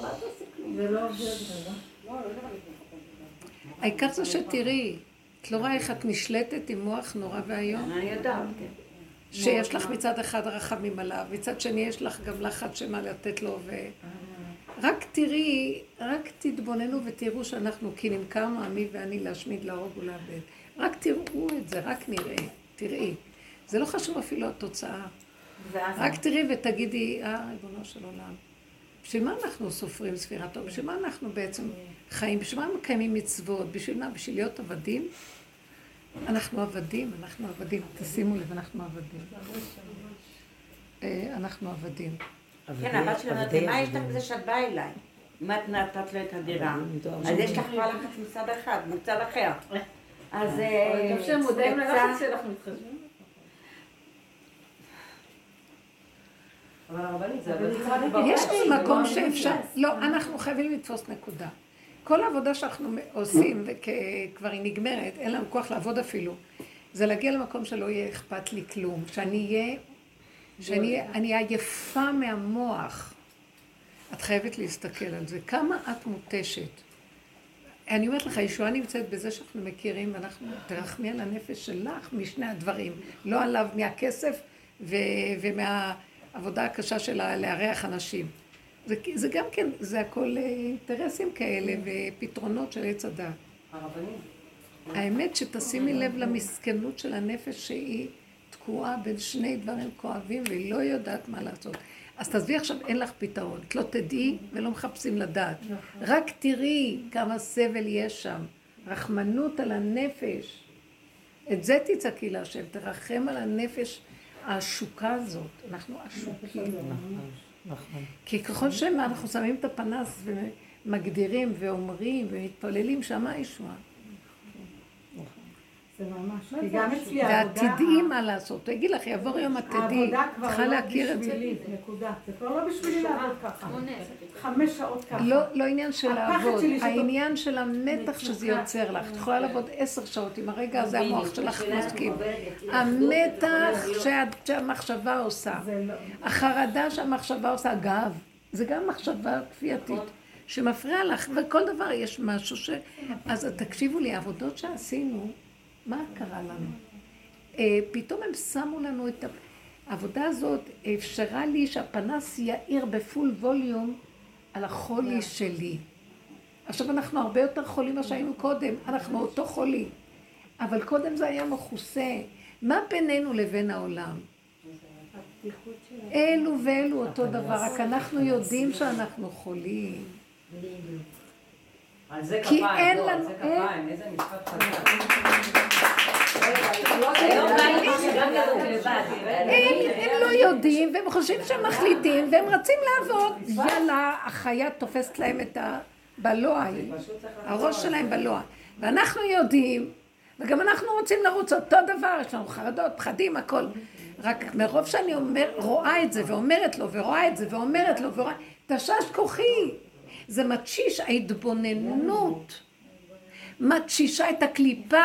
A: העיקר זה שתראי, את לא רואה איך את נשלטת עם מוח נורא והיום?
H: אני יודעת, כן.
A: שיש לך מצד אחד רחמים עליו, מצד שני יש לך גם לחץ שמה לתת לו רק תראי, רק תתבוננו ותראו שאנחנו, כי נמכרנו עמי ואני להשמיד, להרוג ולאבד. רק תראו את זה, רק נראה, תראי. זה לא חשוב אפילו התוצאה. רק תראי ותגידי, ריבונו של עולם. בשביל מה אנחנו סופרים ספירת טוב? בשביל מה אנחנו בעצם חיים? בשביל מה מקיימים מצוות? בשביל מה? בשביל להיות עבדים? אנחנו עבדים. תשימו לב, אנחנו עבדים. אנחנו עבדים.
H: כן, הבת שלי אומרת, מה יש לך בזה שאת באה אליי? אם את נתת לו את הדירה, אז יש לך כבר לחץ מצד אחד, מצד אחר. אז
F: טוב שהם מודעים ללחץ שאנחנו מתחשבים.
A: יש לי מקום שאפשר, לא, אנחנו חייבים לתפוס נקודה. כל העבודה שאנחנו עושים, וכבר היא נגמרת, אין לנו כוח לעבוד אפילו, זה להגיע למקום שלא יהיה אכפת לי כלום, שאני אהיה עייפה מהמוח. את חייבת להסתכל על זה. כמה את מותשת. אני אומרת לך, ישועה נמצאת בזה שאנחנו מכירים, ואנחנו תרחמי על הנפש שלך משני הדברים. לא עליו מהכסף ומהעבודה הקשה שלה לארח אנשים. זה גם כן, זה הכל אינטרסים כאלה ופתרונות של עץ הדת. האמת שתשימי לב למסכנות של הנפש שהיא תקועה בין שני דברים כואבים והיא לא יודעת מה לעשות. אז תעזבי עכשיו, אין לך פתרון. את לא תדעי ולא מחפשים לדעת. רק תראי כמה סבל יש שם. רחמנות על הנפש. את זה תצעקי להשם, תרחם על הנפש העשוקה הזאת. אנחנו עשוקים.
D: נכון.
A: כי ככל שאנחנו שמים את הפנס ומגדירים ואומרים ומתפללים, שמה הישועה.
B: זה ממש, כי גם אצלי העבודה...
A: ואת תדעי מה לעשות, תגיד לך, יעבור יום את תדעי,
B: העבודה כבר
A: צריכה
B: לא
A: להכיר את זה.
B: בשבילי, נקודה. זה כבר לא בשבילי לעבוד ככה. 5 שעות ככה.
A: לא עניין של לעבוד, העניין של המתח שזה יוצר לך. את יכולה לעבוד 10 שעות, אם הרגע הזה המוח שלך מסכים. המתח שהמחשבה עושה, החרדה שהמחשבה עושה, אגב, זה גם מחשבה כפייתית. שמפריע לך, וכל דבר יש משהו ש... אז תקשיבו לי, העבודות שעשינו, מה קרה לנו? פתאום הם שמו לנו את העבודה הזאת, אפשרה לי שהפנס יאיר בפול ווליום על החולי שלי. עכשיו אנחנו הרבה יותר חולים מה שהיינו קודם, אנחנו אותו חולי. אבל קודם זה היה מכוסה. מה בינינו לבין העולם? אלו ואלו אותו דבר, רק אנחנו יודעים שאנחנו חולים. כי אין לנו...
C: איזה משפט חזק.
A: הם לא יודעים והם חושבים שהם מחליטים והם רצים לעבוד. יאללה, החיה תופסת להם את הבלוע, הראש שלהם בלוע. ואנחנו יודעים, וגם אנחנו רוצים לרוץ אותו דבר, יש לנו חרדות, פחדים, הכל. רק מרוב שאני רואה את זה ואומרת לו, ורואה את זה ואומרת לו, תשש כוחי. זה מתשיש, ההתבוננות, מתשישה את הקליפה.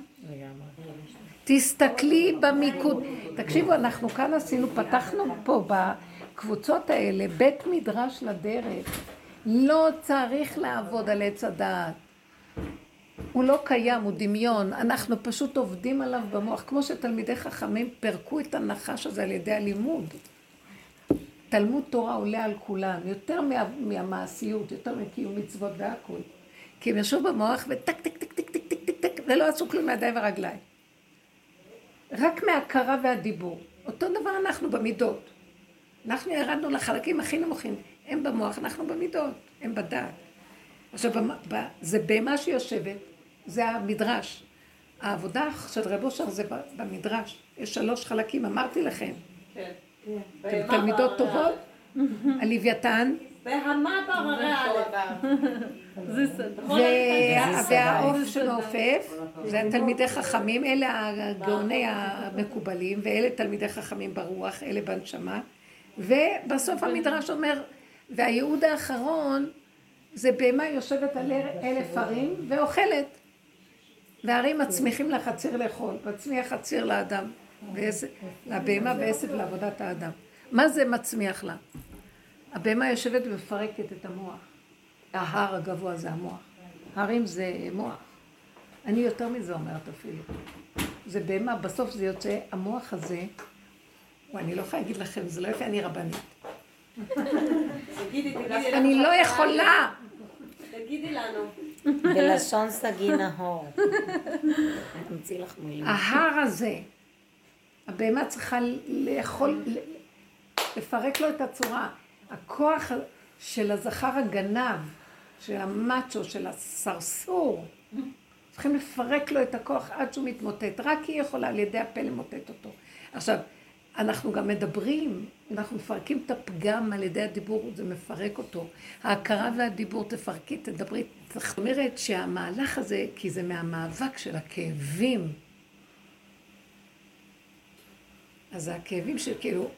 A: תסתכלי במיקוד. תקשיבו, אנחנו כאן עשינו, פתחנו פה בקבוצות האלה, בית מדרש לדרך. לא צריך לעבוד על עץ הדעת. הוא לא קיים, הוא דמיון. אנחנו פשוט עובדים עליו במוח. כמו שתלמידי חכמים פרקו את הנחש הזה על ידי הלימוד. תלמוד תורה עולה על כולם, יותר מהמעשיות, יותר מקיום מצוות והכל. כי הם ישבו במוח וטק, טק, טק, טק, טק, טק, טק, טק, ולא עשו כלום מהידיים והרגליים. רק מההכרה והדיבור. אותו דבר אנחנו במידות. אנחנו ירדנו לחלקים הכי נמוכים. הם במוח, אנחנו במידות, הם בדעת. עכשיו, זה במה שיושבת, זה המדרש. העבודה של רב אושר זה במדרש. יש 3 חלקים, אמרתי לכם.
C: כן.
A: אתם תלמידות טובות? הלוויתן.
C: בהמה בררה.
A: והעוף שמעופף, זה תלמידי חכמים, אלה הגאוני המקובלים, ואלה תלמידי חכמים ברוח, אלה בנשמה. ובסוף המדרש אומר, והייעוד האחרון, זה בהמה יושבת על 1,000 ערים ואוכלת. והערים מצמיחים לחציר לאכול, מצמיח חציר לאדם. לבהמה ועשב לעבודת האדם. מה זה מצמיח לה? הבהמה יושבת ומפרקת את המוח. ההר הגבוה זה המוח. הרים זה מוח. אני יותר מזה אומרת אפילו. זה בהמה, בסוף זה יוצא, המוח הזה, אני לא יכולה להגיד לכם, זה לא יפה, אני רבנית.
C: תגידי.
A: אני לא יכולה.
C: תגידי לנו.
D: בלשון סגי נהור. תמציא לך מילים.
A: ההר הזה, הבהמה צריכה לאכול, לפרק לו את הצורה. הכוח של הזכר הגנב, של המאצ'ו, של הסרסור, צריכים לפרק לו את הכוח עד שהוא מתמוטט. רק היא יכולה על ידי הפה למוטט אותו. עכשיו, אנחנו גם מדברים, אנחנו מפרקים את הפגם על ידי הדיבור, זה מפרק אותו. ההכרה והדיבור תפרקי, תדברי. זאת אומרת שהמהלך הזה, כי זה מהמאבק של הכאבים, אז הכאבים שכאילו,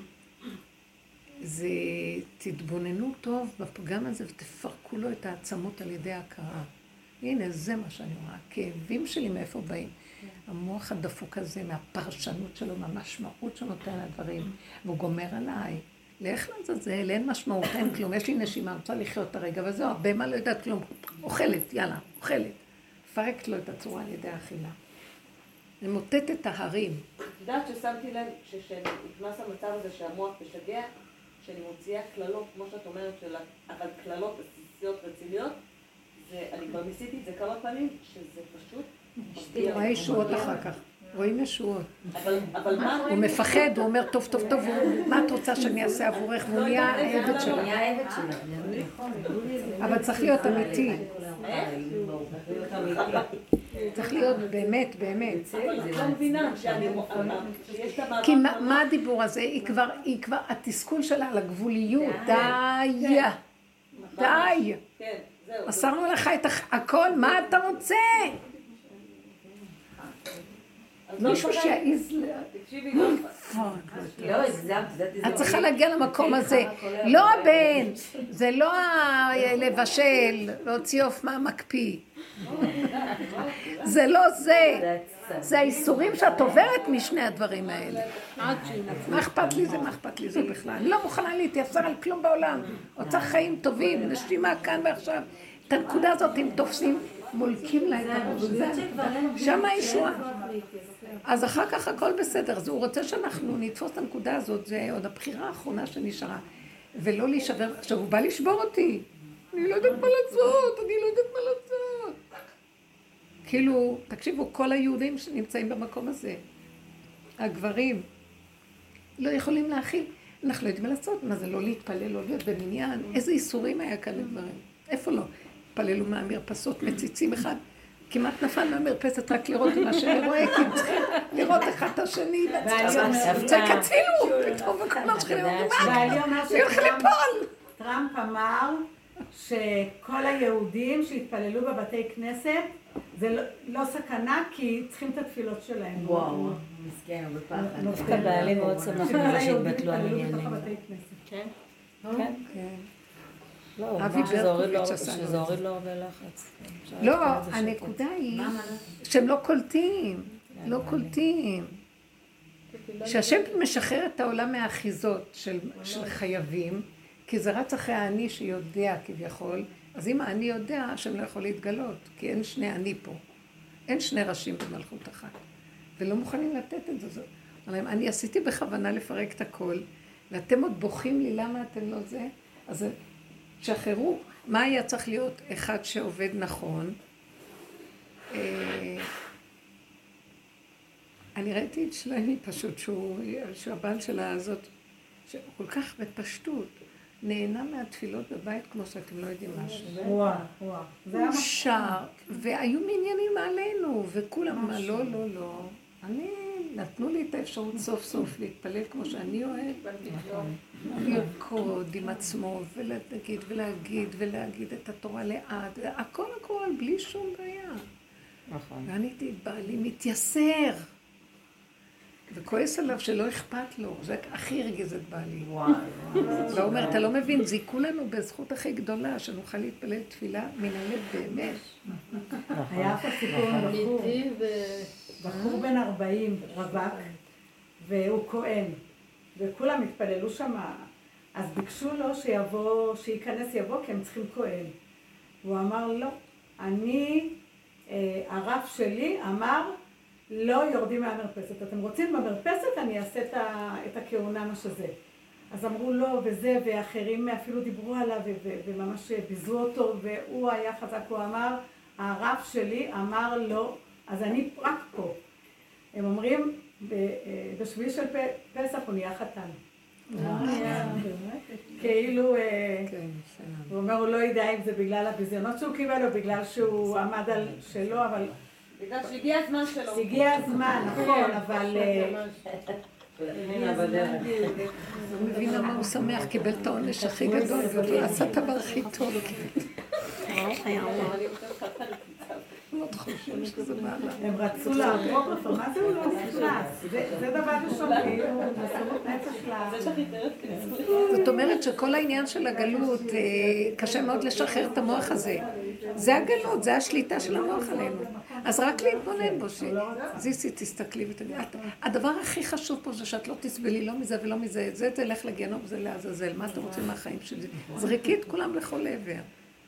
A: זה תתבוננו טוב בפגם הזה ותפרקו לו את העצמות על ידי ההכרה. הנה, זה מה שאני רואה. הכאבים שלי מאיפה באים? המוח הדפוק הזה, מהפרשנות שלו, מהמשמעות שנותן לדברים, והוא גומר עליי. לך לזלזל, אין משמעות, אין כלום, יש לי נשימה, אני רוצה לחיות את הרגע, וזהו, הבהמה לא יודעת כלום. אוכלת, יאללה, אוכלת. פרקת לו את הצורה על ידי האכילה. למוטט את ההרים.
I: את יודעת ששמתי לב שכשנכנס המצב הזה שהמוח משגע, שאני מוציאה כללות, כמו שאת אומרת, אבל כללות בסיסיות רציניות, אני כבר ניסיתי את זה כמה פעמים, שזה פשוט
A: רואה ישועות אחר כך. רואים ישועות.
I: אבל מה?
A: הוא מפחד, הוא אומר טוב, טוב, טוב, מה את רוצה שאני אעשה עבורך? והוא נהיה העבד שלו. אבל צריך להיות אמיתי. צריך להיות באמת, באמת.
I: לא מבינה שיש לה...
A: כי מה הדיבור הזה? היא כבר, התסכול שלה על הגבוליות. די. די. מסרנו לך את הכל, מה אתה רוצה? מישהו שיעיז
I: תקשיבי,
A: את צריכה להגיע למקום הזה. לא הבן, זה לא לבשל, להוציא עוף מהמקפיא. זה לא זה. זה האיסורים שאת עוברת משני הדברים האלה. מה אכפת לי זה? מה אכפת לי זה בכלל? אני לא מוכנה להתייסר על כלום בעולם. רוצה חיים טובים, נשימה כאן ועכשיו. את הנקודה הזאת הם תופסים, מולקים לה את הרוב. שם הישועה. אז אחר כך הכל בסדר. אז הוא רוצה שאנחנו נתפוס את הנקודה הזאת, זה עוד הבחירה האחרונה שנשארה. ולא להישבר. עכשיו הוא בא לשבור אותי. אני לא יודעת מה לעשות, אני לא יודעת מה לעשות. כאילו, תקשיבו, כל היהודים שנמצאים במקום הזה, הגברים, לא יכולים להכיל. אנחנו לא יודעים מה לעשות, מה זה לא להתפלל, לא להיות במניין. איזה איסורים היה כאן לדברים. איפה לא? התפללו מהמרפסות, מציצים אחד. כמעט נפל מהמרפסת רק לראות מה שאני רואה, כי צריכים לראות אחד את השני. צריך קצילו, פתאום וכל השכנים אומרים, מה? אני הולך ליפול.
B: טראמפ אמר שכל היהודים שהתפללו בבתי כנסת, זה לא סכנה, כי צריכים את התפילות שלהם.
H: וואו, מסכן, אבל פחד.
D: דווקא בעלי מאוד שמח בזה שהתבטלו המניינים.
B: כן?
A: כן.
D: לא, שזה הוריד לו הרבה לחץ.
A: לא, הנקודה היא שהם לא קולטים, לא קולטים. שהשם משחרר את העולם מהאחיזות של חייבים, כי זה רץ אחרי האני שיודע כביכול, אז אם האני יודע, השם לא יכול להתגלות, כי אין שני אני פה. אין שני ראשים במלכות אחת. ולא מוכנים לתת את זה. אני עשיתי בכוונה לפרק את הכל, ואתם עוד בוכים לי למה אתם לא זה, אז שחררו. מה היה צריך להיות אחד שעובד נכון? אני ראיתי את שלמי פשוט, שהוא הבעל שלה הזאת, שהוא כל כך בפשטות, נהנה מהתפילות בבית כמו שאתם לא יודעים משהו. הוא שר, והיו מעניינים עלינו, וכולם אמרו, לא, לא, לא. נתנו לי את האפשרות סוף סוף להתפלל כמו שאני אוהב, לרקוד עם עצמו ולהגיד את התורה לאט, הכל בלי שום בעיה. ואני הייתי בעלי מתייסר וכועס עליו שלא אכפת לו, זה הכי הרגיז את בעלי. לא אומר, אתה לא מבין, זיקו לנו בזכות הכי גדולה שנוכל להתפלל תפילה מן הלב באמת.
B: היה פה סיפור בחור בן 40, רווק, והוא כהן, וכולם התפללו שם, אז ביקשו לו שייכנס יבוא, כי הם צריכים כהן. הוא אמר, לא, הרב שלי אמר, לא יורדים מהמרפסת. אתם רוצים במרפסת, אני אעשה את הכהונה מה שזה. אז אמרו לא וזה, ואחרים אפילו דיברו עליו וממש ביזו אותו, והוא היה חזק, הוא אמר, הרב שלי אמר לא, אז אני רק פה. הם אומרים, בשביל של פסח הוא נהיה חתן. כאילו, הוא אומר, הוא לא יודע אם זה בגלל הביזיונות שהוא קיבל, או בגלל שהוא עמד על שלו, אבל...
I: בגלל שהגיע הזמן שלו.
B: הגיע הזמן, נכון, אבל...
A: הוא מבין למה הוא שמח, קיבל את העונש הכי גדול, והוא עשה את הדבר הכי טוב. מאוד חושבים שזה בעלה.
B: הם רצו להרוג אותו, מה זה הוא לא נכנס? זה דבר ראשון, כאילו, מסורת נפש לה...
A: זאת אומרת שכל העניין של הגלות, קשה מאוד לשחרר את המוח הזה. זה הגלות, זה השליטה של המוח עלינו. אז רק להתבונן בו, זיסי, תסתכלי ותגידי. הדבר הכי חשוב פה זה שאת לא תסבלי, לא מזה ולא מזה. זה תלך לגיהנום, זה לעזאזל. מה אתם רוצים מהחיים שלי? זריקי את כולם לכל עבר.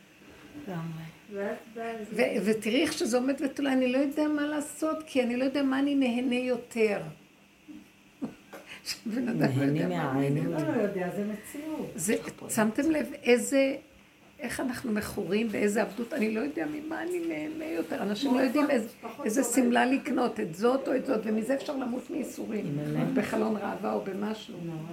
A: ותראי איך שזה עומד ותולה, אני לא יודע מה לעשות, כי אני לא יודע מה אני נהנה יותר.
D: נהנה מהעין.
B: לא יודע, זה מציאות.
A: שמתם לב איך אנחנו מכורים, באיזה עבדות, אני לא יודע ממה אני נהנה יותר. אנשים לא יודעים איזה סמלה לקנות, את זאת או את זאת, ומזה אפשר למות מייסורים, בחלון ראווה או במשהו.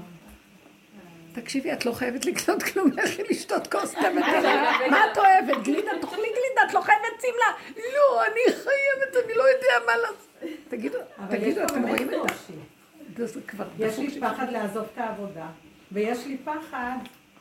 A: תקשיבי, את לא חייבת לקנות כלום, לכי לשתות כוס תה ותלה. מה את אוהבת? גלידה, תאכלי גלידה, את לא חייבת סמלה. לא, אני חייבת, אני לא יודע מה לעשות. תגידו, אתם רואים את זה?
B: יש לי פחד לעזוב את העבודה, ויש לי פחד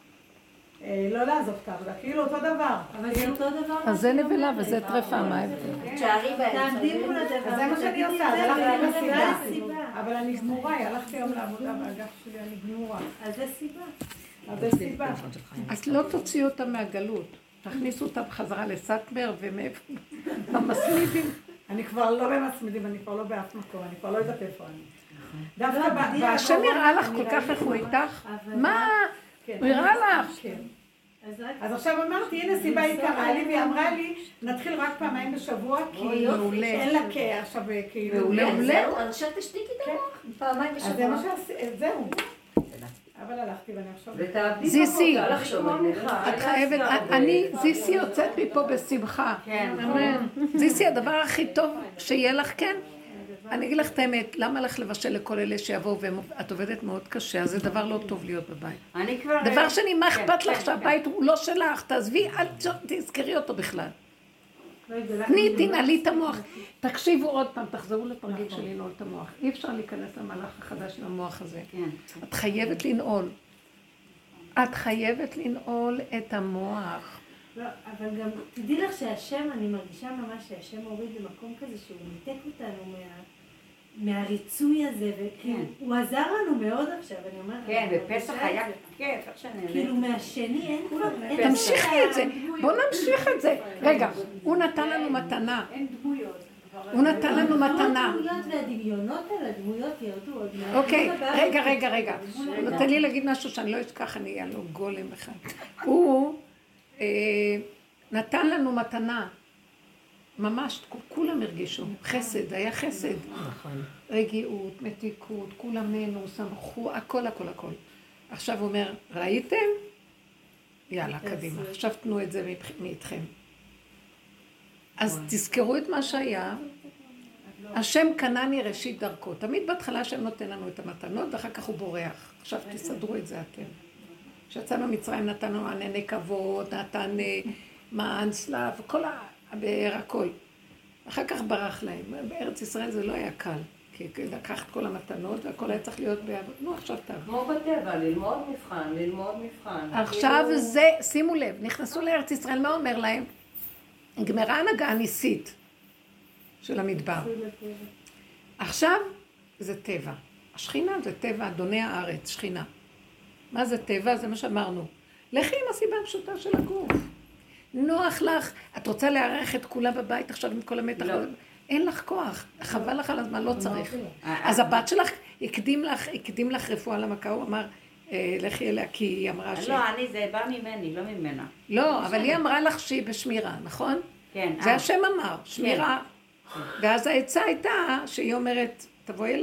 B: לא לעזוב את העבודה, כאילו אותו דבר.
E: אבל זה אותו דבר.
A: אז זה נבלה וזה טרפה, מה ההבדל?
E: תעמדי מול הדבר.
B: אז זה מה שאני עושה, אז הלכתי לסיבה. אבל אני גמורה, הלכתי היום לעבודה באגף שלי, אני גמורה.
E: אז זה סיבה.
B: אז זה סיבה.
A: אז לא תוציאו אותם מהגלות, תכניסו אותם בחזרה לסאטמר ומאיפה, במסמידים.
B: אני כבר לא במסמידים, אני כבר לא באף מקום, אני כבר לא יודעת איפה אני. דווקא
A: השם יראה לך כל כך איך הוא איתך? מה? הוא יראה לך.
B: אז עכשיו אמרתי, הנה סיבה היא קרה לי, והיא אמרה לי, נתחיל רק פעמיים בשבוע, כי אין לה עכשיו כאילו...
C: זהו, עכשיו תשתיקי את המוח, פעמיים בשבוע.
B: אז זה מה שעשיתי, זהו. אבל הלכתי ואני עכשיו...
A: זיסי, את חייבת, זיסי יוצאת מפה בשמחה. זיסי, הדבר הכי טוב שיהיה לך, כן? אני אגיד לך את האמת, למה לך לבשל לכל אלה שיבואו ואת עובדת מאוד קשה, אז זה דבר לא טוב להיות בבית. דבר שני, מה אכפת לך שהבית הוא לא שלך, תעזבי, אל תזכרי אותו בכלל. תנעלי את המוח. תקשיבו עוד פעם, תחזרו לתרגיל של לנעול את המוח. אי אפשר להיכנס למהלך החדש של המוח הזה. את חייבת לנעול. את חייבת לנעול את המוח.
E: לא, אבל גם תדעי לך שהשם, אני מרגישה ממש שהשם הוריד למקום כזה שהוא ניתק אותנו מהריצוי הזה, והוא עזר לנו מאוד עכשיו, אני אומרת.
H: כן, בפסח היה כיף, איך שנהנה.
E: כאילו מהשני אין כלום.
A: תמשיכי את זה, בוא נמשיך את זה. רגע, הוא נתן לנו מתנה.
E: אין דמויות.
A: הוא נתן לנו מתנה.
E: הדמויות והדמיונות על הדמויות ירדו עוד מעט.
A: אוקיי, רגע. תן לי להגיד משהו שאני לא אשכח, אני אהיה לו גולם אחד. הוא נתן לנו מתנה. ממש, כולם הרגישו. חסד, היה חסד. רגיעות, מתיקות, כולם נהנו, שמחו, הכל. עכשיו הוא אומר, ראיתם? יאללה, קדימה. עכשיו תנו את זה מאיתכם. אז תזכרו את מה שהיה. השם קנני ראשית דרכו. תמיד בהתחלה השם נותן לנו את המתנות, ואחר כך הוא בורח. עכשיו תסדרו את זה אתם. כשיצאנו ממצרים נתן לנו ענני כבוד, נתן מען סלב, כל הבאר, הכל. אחר כך ברח להם. בארץ ישראל זה לא היה קל, כי לקחת כל המתנות והכל היה צריך להיות בעבוד. נו, עכשיו תעבוד.
I: כמו בטבע, ללמוד מבחן.
A: עכשיו זה, שימו לב, נכנסו לארץ ישראל, מה אומר להם? נגמרה הנהגה הניסית של המדבר. עכשיו זה טבע. השכינה זה טבע, אדוני הארץ, שכינה. מה זה טבע? זה מה שאמרנו. לכי עם הסיבה הפשוטה של הגוף. נוח לך, את רוצה להערך את כולה בבית עכשיו עם כל המתח? לא. אין לך כוח, חבל לך על הזמן, לא צריך. אז הבת שלך הקדים לך רפואה למכה, הוא אמר, לכי אליה, כי היא אמרה ש...
H: לא, זה בא ממני, לא ממנה.
A: לא, אבל היא אמרה לך שהיא בשמירה, נכון?
H: כן.
A: זה השם אמר, שמירה. ואז העצה הייתה שהיא אומרת, תבואי אליי,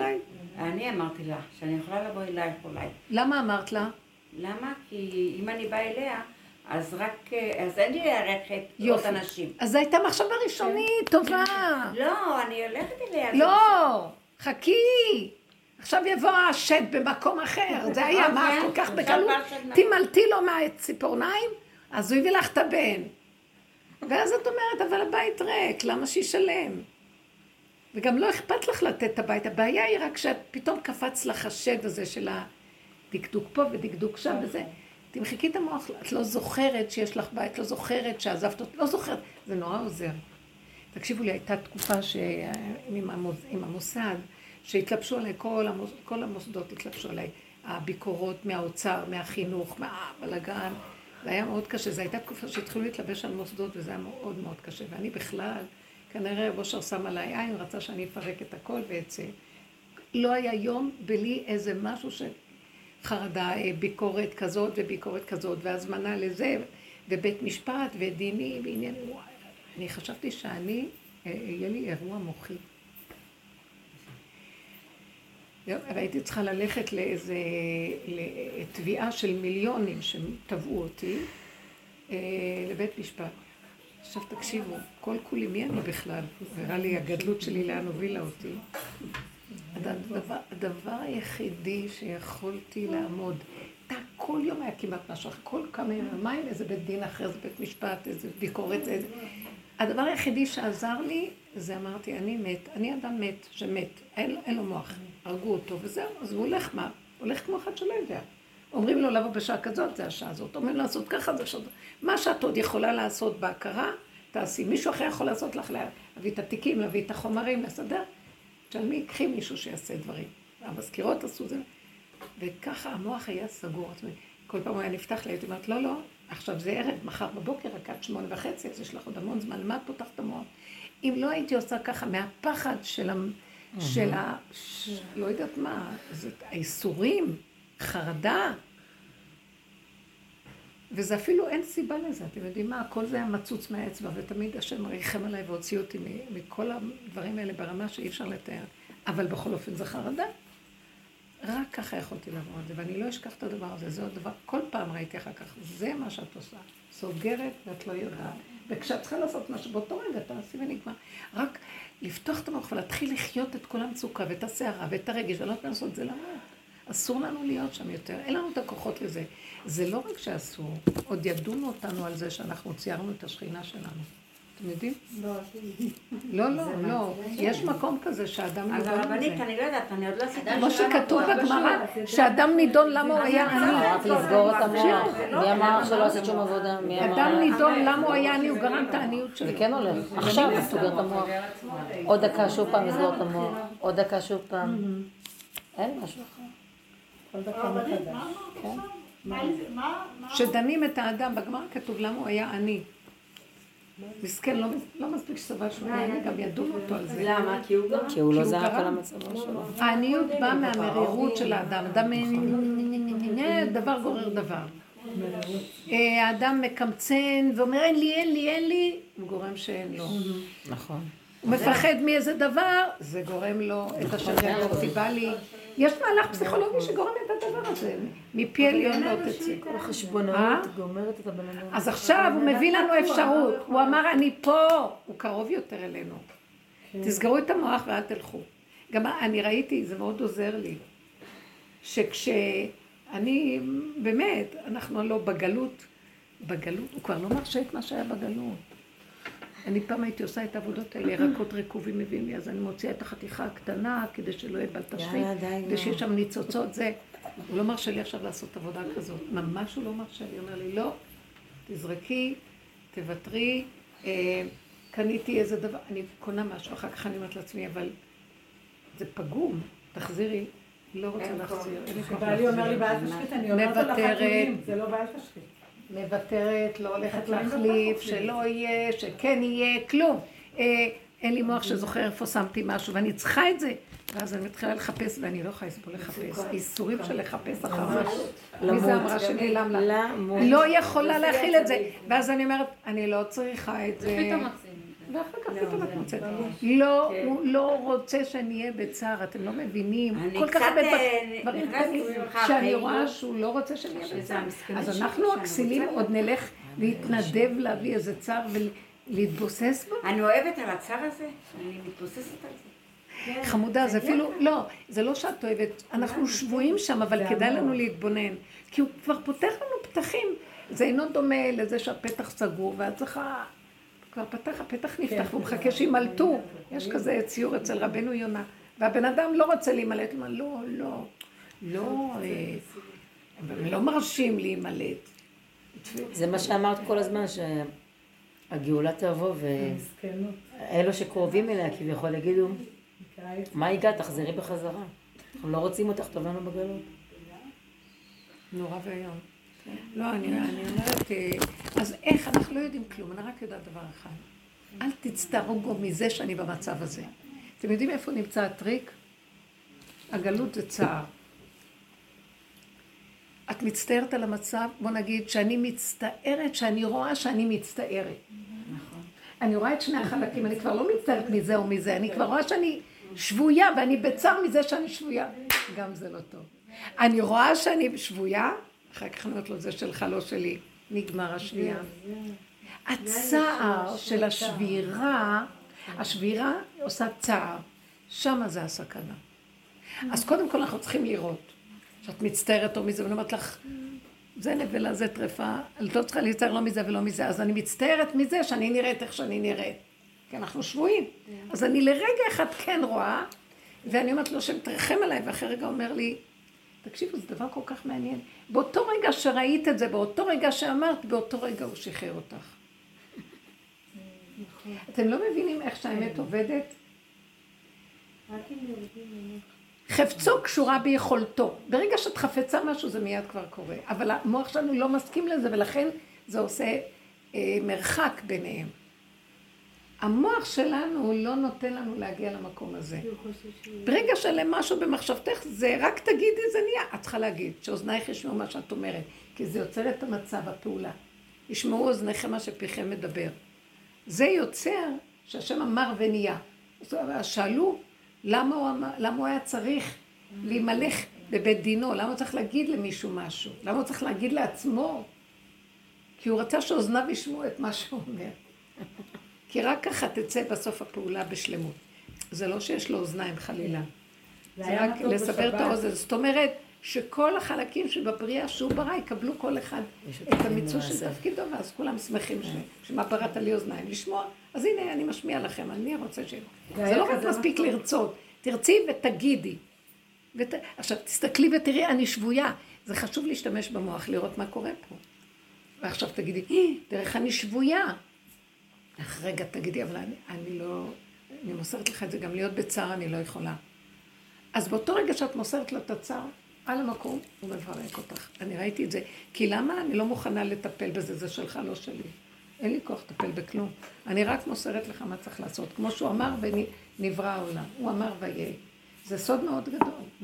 H: אני אמרתי לה שאני יכולה לבוא אלייך אולי.
A: למה אמרת לה?
H: למה? כי אם אני באה אליה, אז אין לי להערכת עוד אנשים.
A: אז זו הייתה מחשבה ראשונית, טובה.
H: לא, אני הולכת אליה.
A: לא, חכי. עכשיו יבוא השד במקום אחר, זה היה מה כל כך בקלות. תמלתי לו מהציפורניים, אז הוא הביא לך את הבן. ואז את אומרת, אבל הבית ריק, למה שישלם? וגם לא אכפת לך לתת את הבית. הבעיה היא רק שפתאום קפץ לך השד הזה של הדקדוק פה ודקדוק שם וזה. תמחיקי את המוח, את לא זוכרת שיש לך בית, לא זוכרת שעזבת אותי, לא זוכרת. זה נורא עוזר. תקשיבו לי, הייתה תקופה עם המוסד, שהתלבשו עליי, כל המוסדות התלבשו עליי. הביקורות מהאוצר, מהחינוך, מהבלגן. זה היה מאוד קשה. זו הייתה תקופה שהתחילו להתלבש על מוסדות, וזה היה מאוד מאוד קשה. ואני בכלל, כנראה בושר שם עליי עין, רצה שאני אפרק את הכל ואצא. לא היה יום בלי איזה משהו שחרדה, ביקורת כזאת וביקורת כזאת, והזמנה לזה, ובית משפט ודיני ועניין. אני חשבתי שאני, יהיה לי אירוע מוחי. והייתי צריכה ללכת לאיזה תביעה של מיליונים שטבעו אותי לבית משפט. עכשיו תקשיבו, כל כולי מי אני בכלל? הראה לי הגדלות שלי לאן הובילה אותי. הדבר היחידי שיכולתי לעמוד, כל יום היה כמעט משהו, כל כמה ימים, איזה בית דין אחר, איזה בית משפט, איזה ביקורת, איזה... הדבר היחידי שעזר לי, זה אמרתי, אני מת, אני אדם מת, שמת, אין לו מוח, הרגו אותו, וזהו, אז הוא הולך מה? הולך כמו אחד שלא יודע. אומרים לו לבוא בשעה כזאת, זה השעה הזאת, אומרים לעשות ככה, זה שעות. מה שאת עוד יכולה לעשות בהכרה, תעשי. מישהו אחר יכול לעשות לך, להביא את התיקים, להביא את החומרים, לסדר. תשלמי, קחי מישהו שיעשה דברים. המזכירות עשו זה. וככה המוח היה סגור. כל פעם הוא היה נפתח לי, הייתי אומרת, לא, לא, עכשיו זה ערב, מחר בבוקר, רק עד 8:30, אז יש לך עוד המון זמן, למה את פותחת את המוח? אם לא הייתי עושה ככה, מהפחד לא יודעת מה, זה האיסורים, חרדה, וזה אפילו אין סיבה לזה, אתם יודעים מה, הכל זה היה מצוץ מהאצבע, ותמיד השם ריחם עליי והוציא אותי מכל הדברים האלה ברמה שאי אפשר לתאר, אבל בכל אופן זה חרדה. רק ככה יכולתי לעבור את זה, ואני לא אשכח את הדבר הזה, זה עוד דבר, כל פעם ראיתי אחר כך, זה מה שאת עושה, סוגרת ואת לא יודעת, וכשאת צריכה לעשות משהו, באותו רגע תעשי ונגמר, רק לפתוח את המוח ולהתחיל לחיות את כל המצוקה ואת הסערה ואת הרגש, ולא לעשות זה למות. אסור לנו להיות שם יותר, אין לנו את הכוחות לזה. זה לא רק שאסור, עוד ידונו אותנו על זה שאנחנו ציירנו את השכינה שלנו. אתם יודעים? לא, יש מקום כזה שאדם נידון על זה.
H: הרבנית, אני לא יודעת, אני עוד לא עשיתי...
A: כמו שכתוב בגמרא, שאדם נידון למה הוא היה עני.
D: רק לסגור את המוח. מי אמר שלא עשית שום עבודה?
A: אדם נידון למה הוא היה עני, הוא גרם את העניות שלו.
D: זה כן הולך. עכשיו סוגר את המוח. עוד דקה שוב פעם לסגור את המוח. עוד דקה שוב פעם. אין משהו אחר.
A: שדנים את האדם, בגמרא כתוב למה הוא היה עני. מסכן, לא מספיק שסבל שהוא היה עני, גם ידעו אותו על זה.
H: למה?
D: כי הוא לא זהה כל המצבו שלו.
A: העניות באה מהמרירות של האדם. דבר גורר דבר. האדם מקמצן ואומר אין לי, הוא גורם שאין לו.
D: נכון.
A: הוא מפחד מאיזה דבר, זה גורם לו את השגע האורטיבלי. יש מהלך פסיכולוגי שגורם את הדבר הזה. מפי עליון לא תצא.
D: כל החשבונאות גומרת את הבן אדם.
A: אז עכשיו הוא מביא לנו אפשרות. הוא אמר אני פה, הוא קרוב יותר אלינו. תסגרו את המוח ואל תלכו. גם אני ראיתי, זה מאוד עוזר לי. שכשאני, באמת, אנחנו לא בגלות, הוא כבר לא מרשה את מה שהיה בגלות. אני פעם הייתי עושה את העבודות האלה, ירקות רקובים מביאים לי, אז אני מוציאה את החתיכה הקטנה, כדי שלא יהיה בל תשחית, כדי שיש שם ניצוצות, זה. הוא לא מרשה לי עכשיו לעשות עבודה כזאת, ממש הוא לא מרשה לי, הוא אומר לי, לא, תזרקי, תוותרי, קניתי איזה דבר, אני קונה משהו, אחר כך אני אומרת לעצמי, אבל זה פגום, תחזירי, לא רוצה להחזיר, אין לי כוח להחזיר.
B: בעלי אומר לי, בעל תשחית, אני אומרת לו לחתולים, זה לא בעל תשחית.
A: מוותרת, לא הולכת להחליף, שלא יהיה, שכן יהיה, כלום. אין לי מוח שזוכר איפה שמתי משהו, ואני צריכה את זה. ואז אני מתחילה לחפש, ואני לא יכולה לסבול לחפש. איסורים של לחפש אחר משהו. מי זה אמרה שנעלם לה? לא יכולה להכיל את זה. ואז אני אומרת, אני לא צריכה את זה. ואחר כך פתאום את מוצאת. לא, הוא לא רוצה שאני אהיה בצער, אתם לא מבינים. כל כך הרבה דברים קטנים שאני רואה שהוא לא רוצה שאני אהיה בצער. אז אנחנו הכסילים עוד נלך להתנדב להביא איזה צער ולהתבוסס בו.
H: אני אוהבת על הצער הזה, אני מתבוססת על זה.
A: חמודה, זה אפילו, לא, זה לא שאת אוהבת, אנחנו שבועים שם, אבל כדאי לנו להתבונן. כי הוא כבר פותח לנו פתחים. זה אינו דומה לזה שהפתח סגור, ואת צריכה... כבר פתח, הפתח נפתח, והוא מחכה שימלטו. יש כזה ציור אצל רבנו יונה. והבן אדם לא רוצה להימלט, הוא אומר, לא, הם לא מרשים להימלט.
D: זה מה שאמרת כל הזמן, שהגאולה תבוא, ואלו שקרובים אליה כביכול יגידו, מה הגעת? תחזרי בחזרה. אנחנו לא רוצים אותך, טוב לנו בגלות.
A: נורא והיום. לא, אני אומרת, אז איך? אנחנו לא יודעים כלום, אני רק יודעת דבר אחד. אל תצטערו מזה שאני במצב הזה. אתם יודעים איפה נמצא הטריק? הגלות זה צער. את מצטערת על המצב, בוא נגיד שאני מצטערת, שאני רואה שאני מצטערת. אני רואה את שני החלקים, אני כבר לא מצטערת מזה או מזה, אני כבר רואה שאני שבויה, ואני בצער מזה שאני שבויה. גם זה לא טוב. אני רואה שאני שבויה, אחר כך אני אומרת לו, זה שלך, לא שלי. נגמר השביעה. הצער של השבירה עושה צער. שמה זה הסכנה. אז קודם כל אנחנו צריכים לראות שאת מצטערת או מזה, ואני אומרת לך, זה נבלה, זה טרפה, אני לא צריכה להצטער לא מזה ולא מזה, אז אני מצטערת מזה שאני נראית איך שאני נראית. כי אנחנו שבועים. אז אני לרגע אחד כן רואה, ואני אומרת לו שמתרחם עליי, ואחרי רגע אומר לי, תקשיבו, זה דבר כל כך מעניין. באותו רגע שראית את זה, באותו רגע שאמרת, באותו רגע הוא שחרר אותך. אתם לא מבינים איך שהאמת עובדת? חפצו קשורה ביכולתו. ברגע שאת חפצה משהו, זה מיד כבר קורה. אבל המוח שלנו לא מסכים לזה, ולכן זה עושה מרחק ביניהם. המוח שלנו לא נותן לנו להגיע למקום הזה. ברגע שלמשהו במחשבתך, זה רק תגידי, זה נהיה. את צריכה להגיד, שאוזנייך ישמעו מה שאת אומרת, כי זה יוצר את המצב, הפעולה. ישמעו אוזניכם מה שפיכם מדבר. זה יוצר שהשם אמר ונהיה. שאלו, למה הוא היה צריך להימלך בבית דינו? למה הוא צריך להגיד למישהו משהו? למה הוא צריך להגיד לעצמו? כי הוא רצה שאוזניו ישמעו את מה שהוא אומר. כי רק ככה תצא בסוף הפעולה בשלמות. זה לא שיש לו אוזניים חלילה. זה רק לסבר את האוזן. זאת אומרת שכל החלקים שבבריאה שהוא ברא יקבלו כל אחד את המיצוי של תפקידו, ואז כולם שמחים שמה בראת לי אוזניים לשמוע. אז הנה אני משמיע לכם, אני רוצה ש... זה לא רק מספיק לרצות. תרצי ותגידי. עכשיו תסתכלי ותראי, אני שבויה. זה חשוב להשתמש במוח, לראות מה קורה פה. ועכשיו תגידי, דרך אני שבויה. אך רגע תגידי, אבל אני לא, אני מוסרת לך את זה, גם להיות בצער אני לא יכולה. אז באותו רגע שאת מוסרת לו את הצער, על המקום הוא מברק אותך. אני ראיתי את זה. כי למה אני לא מוכנה לטפל בזה? זה שלך, לא שלי. אין לי כוח לטפל בכלום. אני רק מוסרת לך מה צריך לעשות. כמו שהוא אמר ונברא העולם. הוא אמר ויהיה. זה סוד מאוד גדול.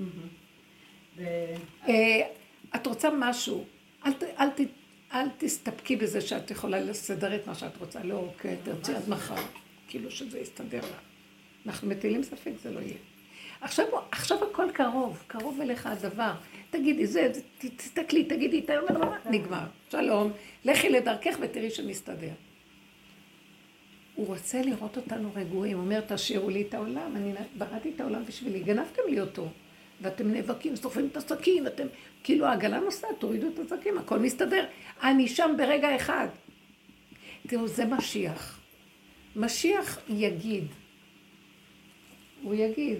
A: את רוצה משהו, אל תסתפקי בזה שאת יכולה לסדר את מה שאת רוצה. לא, אוקיי, תרצי עד מחר. כאילו שזה יסתדר לך. אנחנו מטילים ספק, זה לא יהיה. עכשיו הכל קרוב אליך הדבר. תגידי, תסתכלי, תגידי, נגמר. שלום, לכי לדרכך ותראי שמסתדר. הוא רוצה לראות אותנו רגועים, הוא אומר, תשאירו לי את העולם, אני בראתי את העולם בשבילי, גנבתם לי אותו, ואתם נאבקים, שורפים את הסכין, אתם, כאילו העגלה נוסעת, תורידו את הסכין, הכל מסתדר, אני שם ברגע אחד. תראו, זה משיח. משיח יגיד, הוא יגיד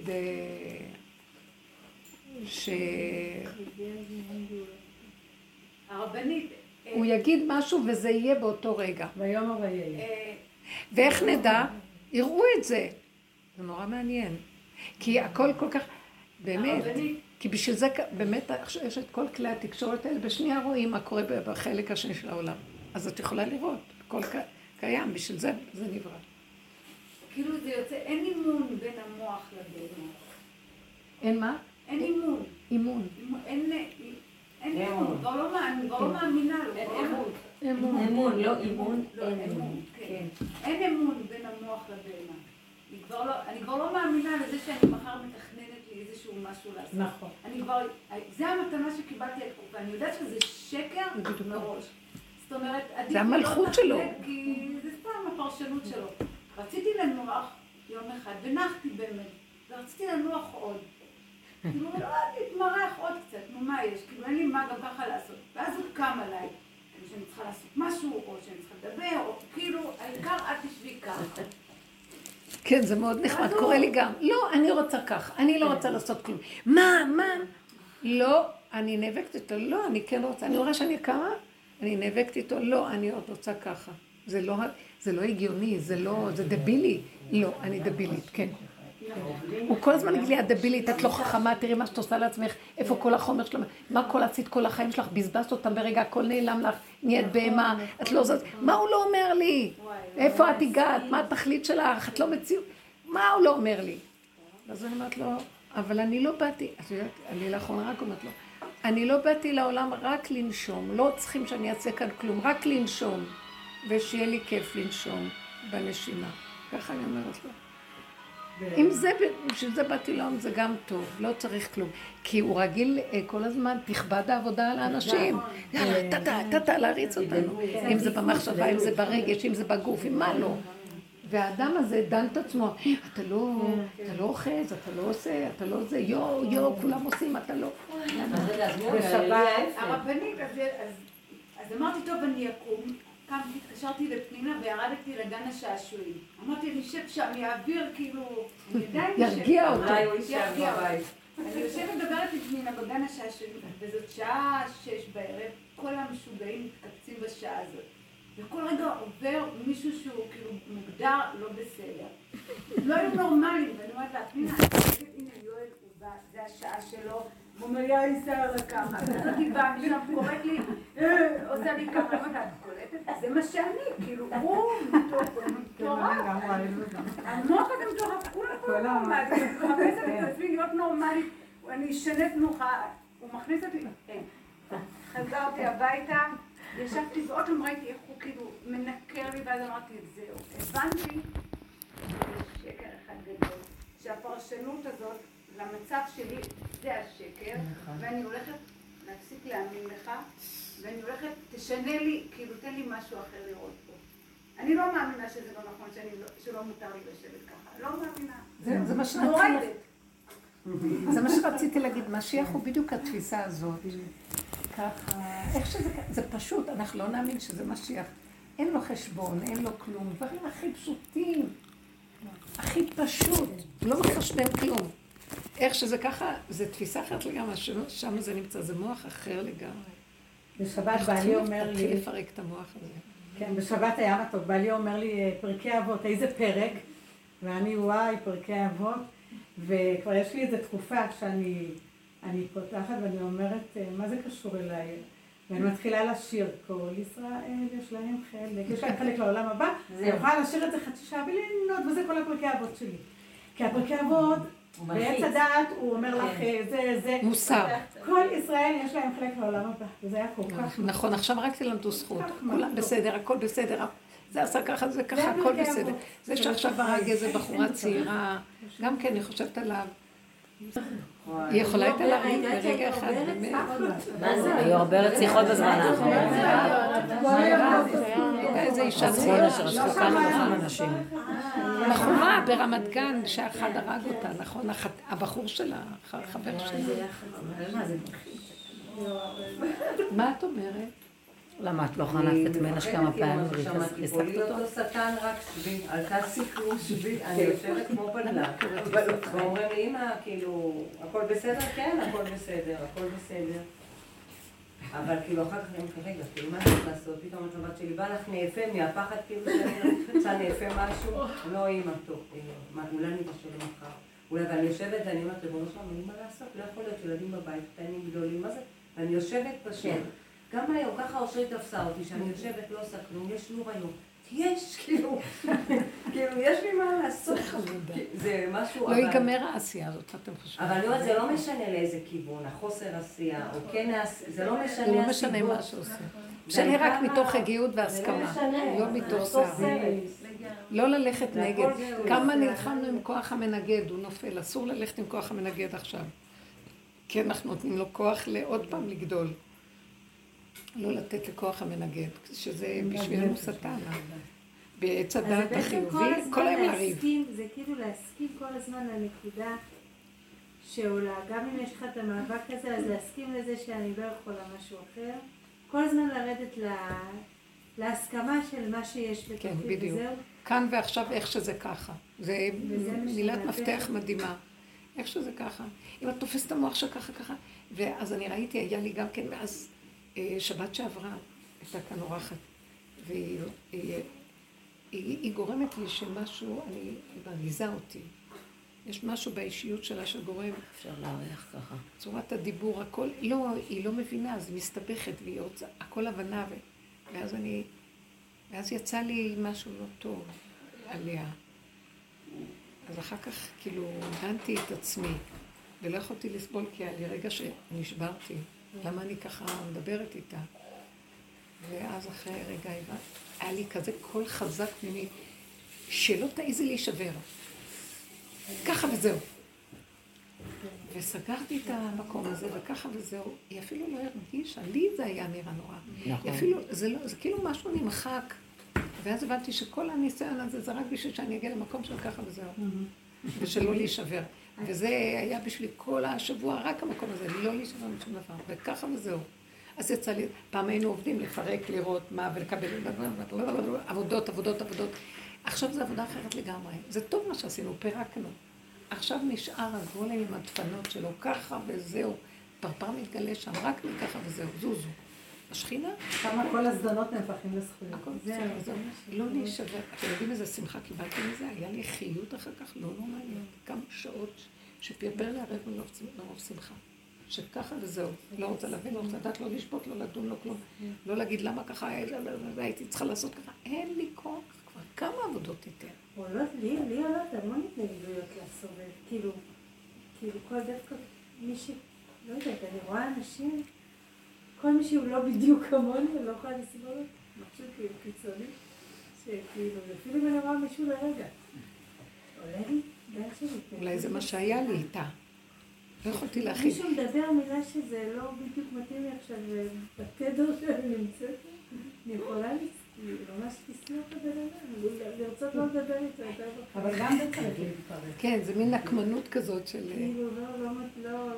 B: הרבנית,
A: הוא יגיד משהו וזה יהיה באותו רגע.
B: ביום הוויה.
A: ואיך נדע? יראו את זה. זה נורא מעניין. כי הכל כל כך, באמת, כי בשביל זה באמת יש את כל כלי התקשורת האלה, בשנייה רואים מה קורה בחלק השני של העולם. אז את יכולה לראות, הכל קיים, בשביל זה נברא.
B: כאילו זה יוצא, אין אימון בין המוח לדרך.
A: אין מה?
B: אין אימון.
A: אימון.
B: אין אימון, כבר לא מאמינה לו.
C: אמון, לא אימון, אין אמון.
B: אין אמון בין המוח
J: לבהמה. אני כבר לא מאמינה לזה שאני מחר מתכננת לי איזשהו משהו לעשות.
B: נכון.
J: זה המתנה שקיבלתי על תקופה, אני יודעת שזה שקר מראש. זאת אומרת,
A: זה המלכות שלו.
J: כי זה סתם הפרשנות שלו. רציתי לנוח יום אחד, ונחתי באמת, ורציתי לנוח עוד. כאילו, לא להתמרח עוד קצת, נו מה יש? כאילו, אין לי מה גם ככה לעשות. ואז הוא קם עליי, כאילו שאני צריכה לעשות משהו, או שאני צריכה לדבר, או כאילו, העיקר את תשבי ככה.
A: כן, זה מאוד נחמד, קורא לי גם. לא, אני רוצה כך, אני לא רוצה לעשות כלום. מה? לא, אני נאבקת איתו, לא, אני כן רוצה. אני רואה שאני קמה, אני נאבקת איתו, לא, אני עוד רוצה ככה. זה לא הגיוני, זה דבילי. לא, אני דבילית, כן. הוא כל הזמן יגיד לי, את דבילית, את לא חכמה, תראי מה שאת עושה לעצמך, איפה כל החומר שלך, מה כל עשית כל החיים שלך, בזבזת אותם ברגע, הכל נעלם לך, נהיית בהמה, את לא זאת, מה הוא לא אומר לי? איפה את הגעת? מה התכלית שלך? את לא מציאות? מה הוא לא אומר לי? אז אני אומרת לו, אבל אני לא באתי, את יודעת, אני לאחרונה רק אומרת לו, אני לא באתי לעולם רק לנשום, לא צריכים שאני אעשה כאן כלום, רק לנשום, ושיהיה לי כיף לנשום בנשימה. ככה אני אומרת לו. אם זה, בשביל זה באתי לעולם, זה גם טוב, לא צריך כלום. כי הוא רגיל כל הזמן, תכבד העבודה על האנשים. יאללה, להריץ אותנו. אם זה במחשבה, אם זה ברגש, אם זה בגוף, אם מה לא. והאדם הזה דן את עצמו, אתה לא אוחז, אתה לא עושה, אתה לא זה, כולם עושים, אתה לא.
J: הרבנית, אז אמרתי, טוב, אני אקום. קמתי, התקשרתי לפנינה וירדתי לגן השעשועים. אמרתי, אני יושב שם, יעביר כאילו...
A: ירגיע אותו.
J: אני יושבת מדברת עם פנינה בגן השעשועים, וזאת שעה 6 בערב, כל המשוגעים מתקבצים בשעה הזאת. וכל רגע עובר מישהו שהוא כאילו מוגדר לא בסדר. לא היו נורמליים, ואני אומרת לה, פנינה, הנה יואל, הוא בא, זה השעה שלו, הוא אומר, יא ישראל ככה, אני באה משם, קוראת לי, עושה לי ככה, אני אומרת, את קולטת? זה מה שאני, כאילו, הוא מטורף. המוח הזה מטורף, כולם נורמלי, אני מחפשת את עצמי להיות נורמלית, אני אשנה תנוחה, הוא מכניס אותי, חזרתי הביתה, ישבתי ועוד לא ראיתי איך הוא כאילו מנקר לי, ואז אמרתי, זהו, הבנתי, שקר אחד גדול, שהפרשנות הזאת למצב שלי זה השקר, ואני הולכת להפסיק להאמין לך, ואני הולכת, תשנה לי, כאילו תן לי משהו אחר לראות פה. אני לא מאמינה שזה לא נכון, שלא מותר לי לשבת ככה, לא מאמינה.
A: זה מה שרציתי. זה מה שרציתי להגיד, משיח הוא בדיוק התפיסה הזאת. ככה, איך שזה, זה פשוט, אנחנו לא נאמין שזה משיח. אין לו חשבון, אין לו כלום, דברים הכי פשוטים, הכי פשוט, לא מחשבן כלום. איך שזה ככה, זה תפיסה אחרת לגמרי, שם זה נמצא, זה מוח אחר לגמרי.
B: בשבת בעלי אומר לי...
A: תתחיל לפרק את המוח הזה.
B: כן, בשבת היה מתוק, בעלי אומר לי, פרקי אבות, איזה פרק? ואני, וואי, פרקי אבות, וכבר יש לי איזו תקופה שאני פותחת ואני אומרת, מה זה קשור אליי? ואני מתחילה לשיר, כל ישראל יש להם חלק, יש להם חלק לעולם הבא, אני יכולה לשיר את זה חצי שעה וליהנות, וזה כל הפרקי אבות שלי. כי הפרקי אבות, בעץ הדעת, הוא אומר לך, זה...
A: מוסר.
B: כל ישראל יש להם חלק לעולם הבא, וזה היה כל כך...
A: נכון, עכשיו רק תלמדו זכות, כולם בסדר, הכל בסדר, זה עשה ככה, זה ככה, הכל בסדר. זה שעכשיו הרג איזה בחורה צעירה, גם כן, אני חושבת עליו. היא יכולה הייתה להריד ברגע אחד, באמת.
D: מה זה? היו הרבה רציחות בזמן האחרון.
A: איזה אישה
D: צעירה שרצחו כמה וכמה אנשים.
A: בחורה ברמת גן שאחד הרג אותה, נכון? הבחור שלה, החבר שלה. מה את אומרת?
D: למה את לא חנפת מנש כמה פעמים
K: ריסקת אותו? אותו שטן רק שבי, אל תעשי כלום שבי, אני יושבת כמו בדלה. ואומרים לי, אמא, כאילו, הכל בסדר? כן, הכל בסדר, הכל בסדר. אבל כאילו אחר כך אני מתרגע, כאילו מה צריך לעשות? פתאום את הבת שלי, בא לך נאפה מהפחד, כאילו שאני נאפה משהו, לא אמא, טוב, אולי אני בשביל מחר. אולי, ואני יושבת ואני אומרת, בואו נשמע, אין מה לעשות, לא יכול להיות ילדים בבית, קטנים גדולים, מה זה? ואני יושבת פשוט. גם היום, ככה אושרית תפסה אותי, שאני יושבת, לא עושה כלום, יש נור היום. יש, כאילו, יש לי מה לעשות. זה משהו...
A: לא ייגמר העשייה הזאת, אתם חושבים.
K: אבל אני אומרת, זה לא משנה לאיזה כיוון, החוסר עשייה, או כן העשייה, זה לא משנה הסיבות.
A: זה לא משנה מה שעושה. משנה רק מתוך הגיעות והסכמה, לא מתוך שער. לא ללכת נגד. כמה נלחמנו עם כוח המנגד, הוא נופל. אסור ללכת עם כוח המנגד עכשיו. כי אנחנו נותנים לו כוח לעוד פעם לגדול. לא לתת לכוח המנגד, שזה בשבילנו שטן. בעץ הדעת החיובי, כל היום לריב.
E: זה כאילו להסכים כל הזמן לנקודה שעולה. גם אם יש לך את המאבק הזה, אז להסכים לזה שאני לא יכולה משהו אחר. כל הזמן לרדת להסכמה של מה שיש בתוכי.
A: כן, בדיוק. כאן ועכשיו איך שזה ככה. זה מילת מפתח מדהימה. איך שזה ככה. אם את תופסת את המוח שככה ככה. ואז אני ראיתי, היה לי גם כן, ואז שבת שעברה הייתה כאן אורחת. והיא גורמת לי שמשהו, היא מרגיזה אותי. יש משהו באישיות שלה שגורם.
D: אפשר להריח ככה.
A: צורת הדיבור, הכל, לא, היא לא מבינה, אז היא מסתבכת, והיא רוצה, הכל הבנה, ואז יצא לי משהו לא טוב עליה. אז אחר כך, כאילו, דנתי את עצמי, ולא יכולתי לסבול, כי היה לי רגע שנשברתי. למה אני ככה מדברת איתה? ואז אחרי רגע, היה לי כזה קול חזק ממני, שלא תעיזי להישבר. ככה וזהו. וסגרתי את המקום הזה, וככה וזהו. היא אפילו לא הרגישה, לי זה היה נראה נורא. נכון. אפילו, זה כאילו משהו נמחק. ואז הבנתי שכל הניסיון הזה זה רק בשביל שאני אגיע למקום של ככה וזהו. ושלא להישבר. וזה היה בשביל כל השבוע, רק המקום הזה, לא להישבר משום דבר. וככה וזהו. אז יצא לי, פעם היינו עובדים לפרק, לראות מה ולקבל עבודות. עכשיו זה עבודה אחרת לגמרי. זה טוב מה שעשינו, פירקנו. עכשיו נשאר הגולם עם הדפנות שלו, ככה וזהו. פרפר מתגלה שם, רק מככה וזהו, זוזו. השכינה?
B: כמה כל הזדונות נהפכים לזכויות.
A: זהו. לא להישבר. אתם יודעים איזה שמחה קיבלתי מזה? היה לי חיות אחר כך לא מעניין. כמה שעות שפרפר לערב מרוב שמחה. שככה וזהו. לא רוצה להבין, לא רוצה לדעת, לא לשפוט, לא לדון, לא כלום. לא להגיד למה ככה, הייתי צריכה לעשות ככה. אין לי כוח. כמה עבודות תיתן?
E: עולות לי עולות המון התנגדויות לסובב, כאילו כל דווקא מי לא יודעת, אני רואה אנשים, כל מי שהוא לא בדיוק כמוני, לא יכולה לסבול אותו, משהו כאילו קיצוני, שכאילו, אפילו אם אני רואה מישהו לרגע, עולה לי, דרך שלי.
A: אולי זה מה שהיה לי איתה. לא יכולתי להכין.
E: מישהו מדבר מילה שזה לא בדיוק מתאים לי עכשיו, בתדר שאני נמצאת, אני יכולה ממש תסלוח את הבן אדם, לרצות לא לדבר איתו.
B: אבל גם זה צריך להתפרק.
A: כן, זה מין נקמנות כזאת של...
E: כאילו, לא...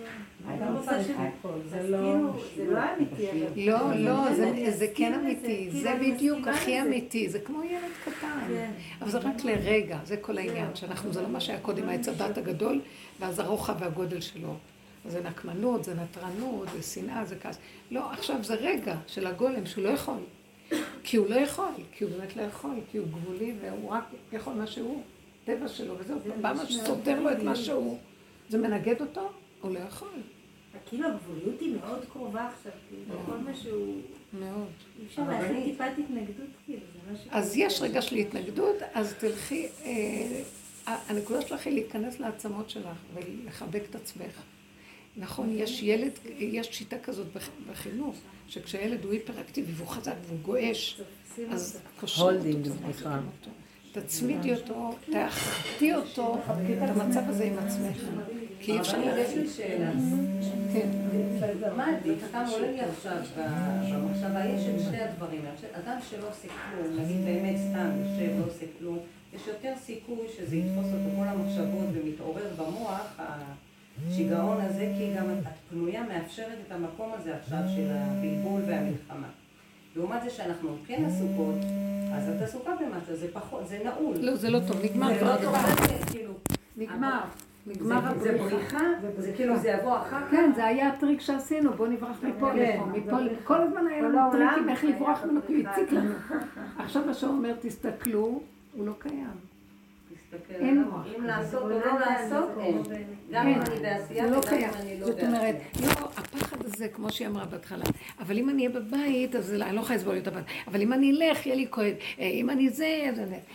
B: זה לא
E: אמיתי.
A: לא, זה כן אמיתי, זה בדיוק הכי אמיתי, זה כמו ילד קטן. אבל זה רק לרגע, זה כל העניין, זה לא מה שהיה קודם, העץ הדת הגדול, ואז הרוחב והגודל שלו. זה נקמנות, זה נטרנות, זה שנאה, זה כעס. לא, עכשיו זה רגע של הגולם שהוא לא יכול. כי הוא לא יכול, כי הוא באמת לא יכול, כי הוא גבולי והוא רק יכול מה שהוא, טבע שלו, וזהו, מה שסותר לו את מה שהוא, זה מנגד אותו, הוא לא יכול.
E: כאילו הגבוליות היא מאוד קרובה עכשיו, כל מה שהוא...
A: מאוד.
E: אפשר לעשות טיפת התנגדות, כאילו, זה משהו...
A: אז יש רגע של התנגדות, אז תלכי, הנקודה שלך היא להיכנס לעצמות שלך ולחבק את עצמך. נכון, יש שיטה כזאת בחינוך, שכשהילד הוא היפראקטיבי והוא חזק והוא גואש, אז קושרים אותו, תצמידי אותו, תאחתי אותו, את המצב הזה עם עצמך. כי אי אפשר
K: אבל יש לי שאלה.
A: כן.
K: מה עדיף? אתה עולה לי עכשיו במחשבה, יש את שני הדברים. אדם שלא עושה כלום, נגיד באמת סתם יושב לא עושה כלום, יש יותר סיכוי שזה יתפוס אותו כל המחשבות ומתעורר במוח, השיגעון הזה, כי גם את פנויה מאפשרת את המקום הזה עכשיו של הבלבול והמלחמה. לעומת זה שאנחנו כן עסוקות, אז את עסוקה במשהו, זה פחות, זה נעול.
A: לא, זה לא טוב, נגמר.
K: זה לא טוב, כאילו...
A: נגמר.
K: זה בריחה, זה כאילו זה יבוא אחר כך.
A: כן, זה היה הטריק שעשינו, בוא נברח מפה לפה. כל הזמן היה לנו טריקים איך לברוח ממנו, כי הוא הציק לנו. עכשיו השם אומר, תסתכלו, הוא לא קיים. אין מוח.
K: אם לעשות או לא לעשות, אין. גם אם אני בעשייה וגם אם אני לא בעשייה.
A: זאת אומרת, לא, הפחד הזה, כמו שהיא אמרה בהתחלה, אבל אם אני אהיה בבית, אז אני לא יכולה לסבול יותר בבית. אבל אם אני אלך, יהיה לי כואב. אם אני זה,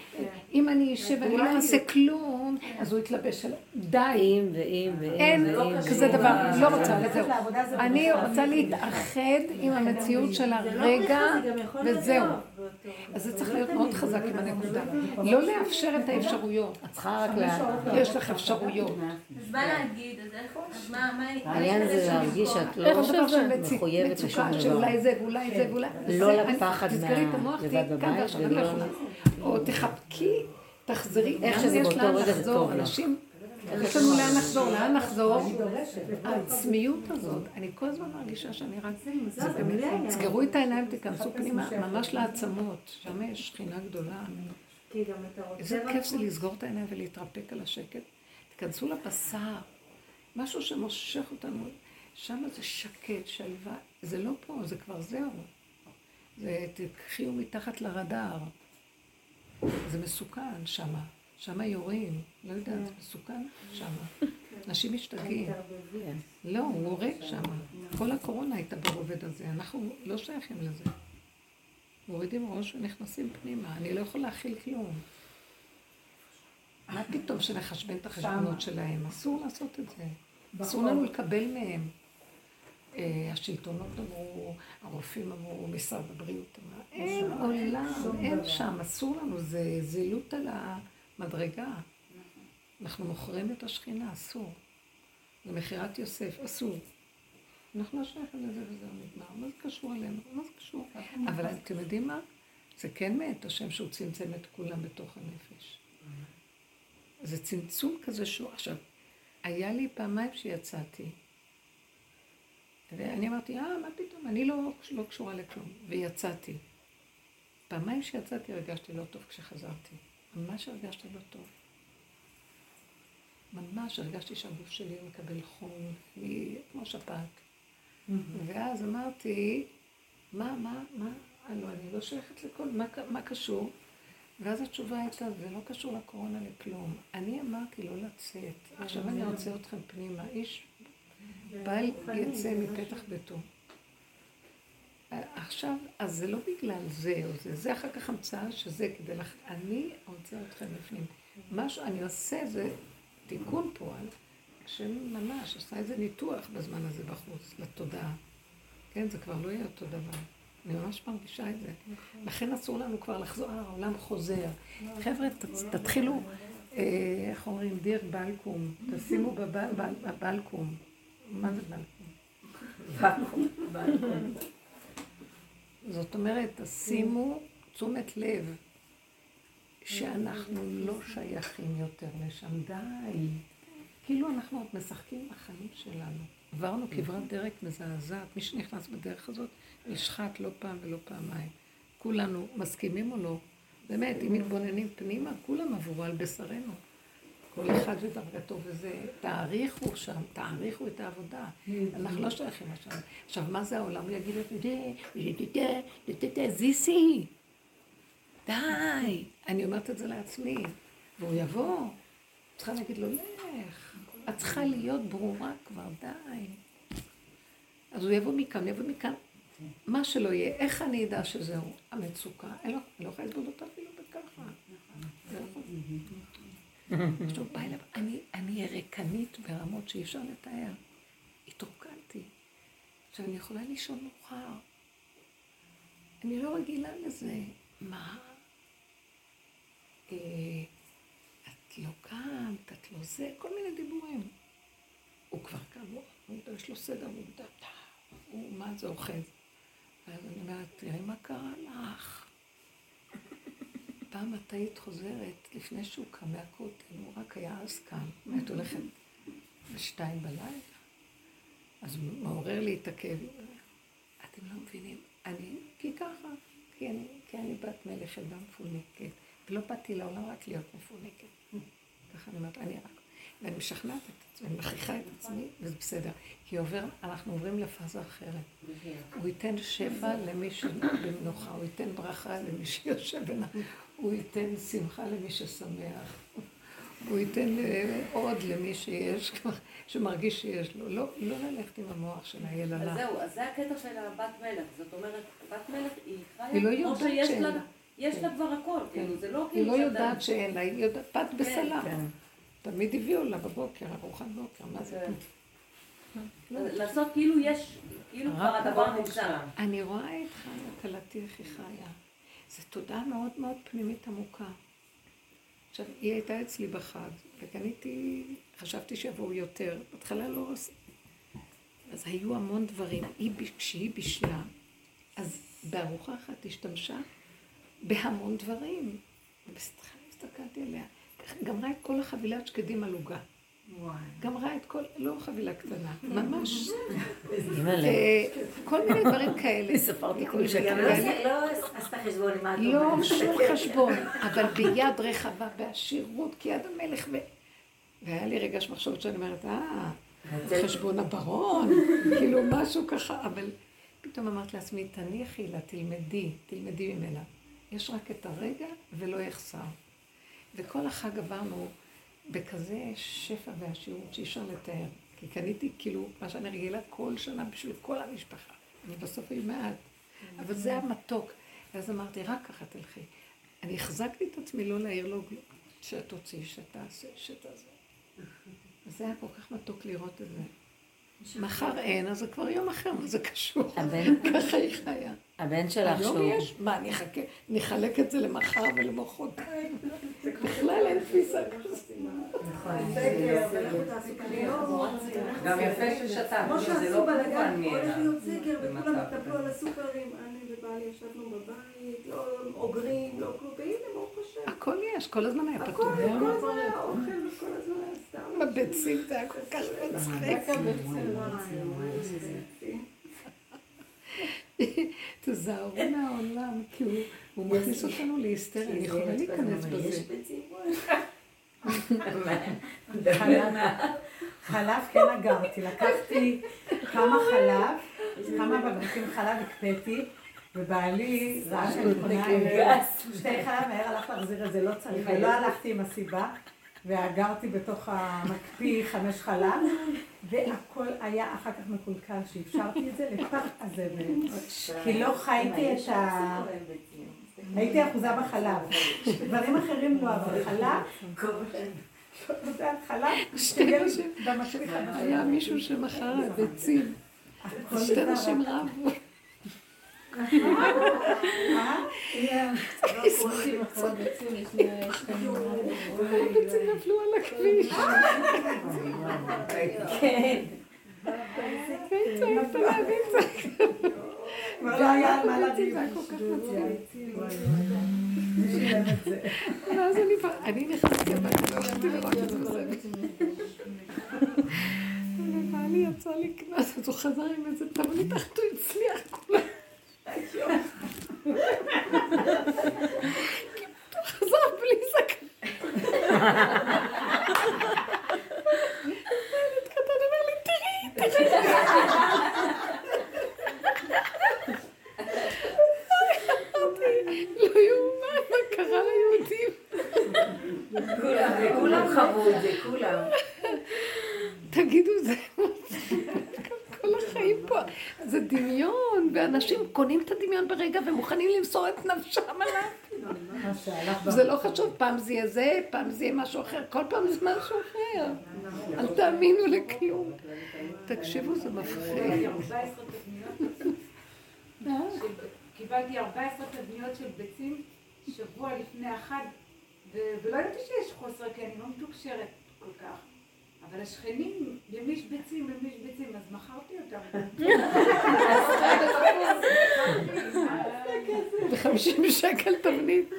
A: אם אני אשב ואני לא אעשה כלום, אז הוא יתלבש עליי. די. אין כזה דבר, לא רוצה, וזהו. אני רוצה להתאחד עם המציאות של הרגע, וזהו. אז זה צריך להיות מאוד חזק עם הנקודה. לא לאפשר את האפשרויות. את צריכה רק יש לך אפשרויות.
C: אז מה להגיד? אז מה...
D: העניין זה להרגיש שאת לא מחויבת לשום דבר.
A: שאולי זה ואולי זה ואולי...
D: לא לפחד
A: תסגרי את המוח, תהיי כאן ועכשיו אני לא יכולה. או תחבקי, תחזרי.
D: איך שזה באותו רגע זה טוב לך.
A: יש לנו לאן נחזור. העצמיות הזאת, אני כל הזמן מרגישה שאני רק... תסגרו את העיניים, תיכנסו פנימה, ממש לעצמות. שם יש שכינה גדולה. איזה כיף זה לסגור את העיניים ולהתרפק על השקט. תיכנסו לבשר, משהו שמושך אותנו. שם זה שקט, שלווה. זה לא פה, זה כבר זהו. תקחיו מתחת לרדאר. זה מסוכן שמה. שמה יורים. לא יודעת, זה מסוכן שמה. אנשים משתגעים. לא, הוא הורג שמה. כל הקורונה הייתה ברובד הזה. אנחנו לא שייכים לזה. מורידים ראש ונכנסים פנימה. אני לא יכול להכיל כלום. מה פתאום שנחשבן את החשבונות שלהם? אסור לעשות את זה. אסור לנו לקבל מהם. השלטונות אמרו, הרופאים אמרו, משרד הבריאות אמרו, אין עולם, אין שם, אסור לנו, זה זילות על המדרגה. אנחנו מוכרים את השכינה, אסור. זה מכירת יוסף, אסור. אנחנו לא שייכים לזה וזה נגמר, מה זה קשור אלינו? מה זה קשור? אבל אתם יודעים מה? זה כן מאת השם שהוא צמצם את כולם בתוך הנפש. זה צמצום כזה שהוא, עכשיו, היה לי פעמיים שיצאתי, ואני אמרתי, מה פתאום, אני לא קשורה לכלום, ויצאתי. פעמיים שיצאתי הרגשתי לא טוב כשחזרתי. ממש הרגשתי לא טוב. ממש הרגשתי שהגוף שלי מקבל חום, כמו שפעת. ואז אמרתי, מה, אני לא שייכת לכל, מה קשור? ואז התשובה הייתה, זה לא קשור לקורונה לכלום. אני אמרתי לא לצאת. עכשיו אני רוצה אתכם פנימה. איש בעל יצא מפתח ביתו. עכשיו, אז זה לא בגלל זה או זה. זה אחר כך המצאה שזה כדי לך. אני רוצה אתכם בפנים. מה שאני עושה זה תיקון פועל, שממש עושה איזה ניתוח בזמן הזה בחוץ, לתודעה. כן, זה כבר לא יהיה אותו דבר. אני ממש מרגישה את זה. לכן אסור לנו כבר לחזור, העולם חוזר. חבר'ה, תתחילו, איך אומרים, דיר בלקום, תשימו בבלקום. מה זה בלקום? בלקום. זאת אומרת, תשימו תשומת לב שאנחנו לא שייכים יותר לשם. די. כאילו אנחנו עוד משחקים בחיים שלנו. עברנו כברת דרך מזעזעת. מי שנכנס בדרך הזאת נשחט לא פעם ולא פעמיים. כולנו מסכימים או לא? באמת, אם מתבוננים פנימה, כולם עברו על בשרנו. כל אחד ודרגתו וזה. תאריכו שם, תאריכו את העבודה. אנחנו לא שייכים לשם. עכשיו, מה זה העולם? הוא יגיד את זיסי. די. אני אומרת את זה לעצמי. והוא יבוא. צריכה להגיד לו, לך. את צריכה להיות ברורה כבר, די. אז הוא יבוא מכאן, מה שלא יהיה, איך אני אדע שזהו המצוקה? אני לא יכולה לדוד אותה אפילו בככה. עכשיו בא אליו, אני ריקנית ברמות שאי אפשר לתאר. התרוקנתי. עכשיו אני יכולה לישון מאוחר. אני לא רגילה לזה. מה? את לא קמת, את לא זה, כל מיני דיבורים. הוא כבר קם, יש לו סדר מוגדר. מה זה אוחז? ואז אני אומרת, תראי מה קרה לך. פעם את היית חוזרת, לפני שהוא קם מהכותל, הוא רק היה אז קם, היית הולכת ב2 בלילה. אז הוא מעורר לי את הכאב. אתם לא מבינים, כי ככה, כי אני בת מלך ילדה מפונקת. ולא באתי לעולם רק להיות מפונקת. ככה אני אומרת, ואני משכנעת את עצמי, אני מכריחה את עצמי, וזה בסדר. כי אנחנו עוברים לפאזה אחרת. הוא ייתן שפע למי שבמנוחה, הוא ייתן ברכה למי שיושב בנה, הוא ייתן שמחה למי ששמח, הוא ייתן עוד למי שיש, שמרגיש שיש לו. לא ללכת עם המוח של היללה.
I: אז זהו, אז זה הקטע של הבת מלך. זאת אומרת, בת מלך היא
A: היא לא
I: חיה כמו שיש לה.
C: יש לה כבר הכל, כאילו, זה לא
A: היא לא יודעת שאין לה, היא יודעת פת בסלם. תמיד הביאו לה בבוקר, ארוחת בוקר, מה זה?
C: לעשות כאילו יש, כאילו כבר הדבר נמצא.
A: אני רואה את חיה, כלתי איך היא חיה. זו תודה מאוד מאוד פנימית עמוקה. עכשיו, היא הייתה אצלי בחג, וקניתי, חשבתי שיבואו יותר, בהתחלה לא עושה. אז היו המון דברים. כשהיא בישלה, אז בארוחה אחת השתמשה בהמון דברים. הסתכלתי עליה. גמרה את כל החבילת שקדים על עוגה. גמרה את כל, לא חבילה קטנה, ממש. כל מיני דברים כאלה.
C: ספרתי כל שקדים. לא עשתה חשבון עם האדומה.
A: לא, שום חשבון, אבל ביד רחבה, בעשירות, כי יד המלך והיה לי רגש מחשבות שאני אומרת, חשבון הברון, כאילו משהו ככה, אבל פתאום אמרת לעצמי, תניחי לה, תלמדי ממנה. יש רק את הרגע ולא יחסר. וכל החג עברנו בכזה שפע והשירות שאי אפשר לתאר. כי קניתי כאילו מה שאני רגילה כל שנה בשביל כל המשפחה. ובסוף היו מעט. אבל זה המתוק. ואז אמרתי, רק ככה תלכי. אני החזקתי את עצמי לא להעיר לו שתוציא, שתעשה, שתעשה. זה היה כל כך מתוק לראות את זה. מחר אין, אז זה כבר יום אחר, מה זה קשור? ככה היא חיה.
D: הבן שלך שהוא...
A: היום יש, מה, אני אחלק את זה למחר ולמחרתיים. בכלל אין תפיסה כזאת.
K: גם יפה ששתה,
B: כמו
K: שעשו
B: בלגן, הולך להיות סגר וכולם התנפלו על הסופרים, אני ובעלי ישבנו בבית, לא אוגרים, לא כלום, והנה ברוך השם.
A: הכל יש, כל הזמן היה פתוח.
B: כל הזמן היה אוכל וכל הזמן היה סתם.
A: בביצים זה היה כל כך מצחיק. תזהרו מהעולם, כי הוא מכניס אותנו להיסטריה, אני יכולה להיכנס בזה.
B: חלב כן אגרתי, לקחתי כמה בקבוקים חלב הקפאתי, ובעלי ראה שאני קונה שתי חלב, מהר הלך להחזיר את זה, לא צריך, ולא הלכתי עם הסיבה, ואגרתי בתוך המקפיא 5 חלב, והכל היה אחר כך מקולקל שאפשרתי את זה לפח הזבל, כי לא חייתי את ה... הייתי אחוזה בחלב, דברים אחרים לא, אבל חלב,
A: היה מישהו שמכר ביצים, שתי נשים רבו. ביצים נפלו על הכביש.
B: כן.
A: כבר לא היה מה להגיד. זה היה כל כך מצחיק. ואז אני נכנסתי הבית, לא יכולתי לראות את זה. ובעלי יצא לי כנס, אז הוא חזר עם איזה תבנית, איך הוא הצליח כולה. הוא חזר בלי זקן. ילד קטן אומר לי, תראי. לא יאומן, מה קרה ליהודים?
C: כולם חוו את זה, כולם.
A: תגידו, זה כל החיים פה, זה דמיון, ואנשים קונים את הדמיון ברגע ומוכנים למסור את נפשם עליו. זה לא חשוב, פעם זה יהיה זה, פעם זה יהיה משהו אחר, כל פעם זה משהו אחר. אל תאמינו לכלום. תקשיבו, זה מפחיד.
J: קיבלתי 14 תבניות של ביצים שבוע לפני החג, ולא ידעתי שיש חוסר, כי אני לא מתוקשרת כל כך. אבל השכנים, ימיש ביצים, אז מכרתי אותם.
A: ב50 שקל תבנית.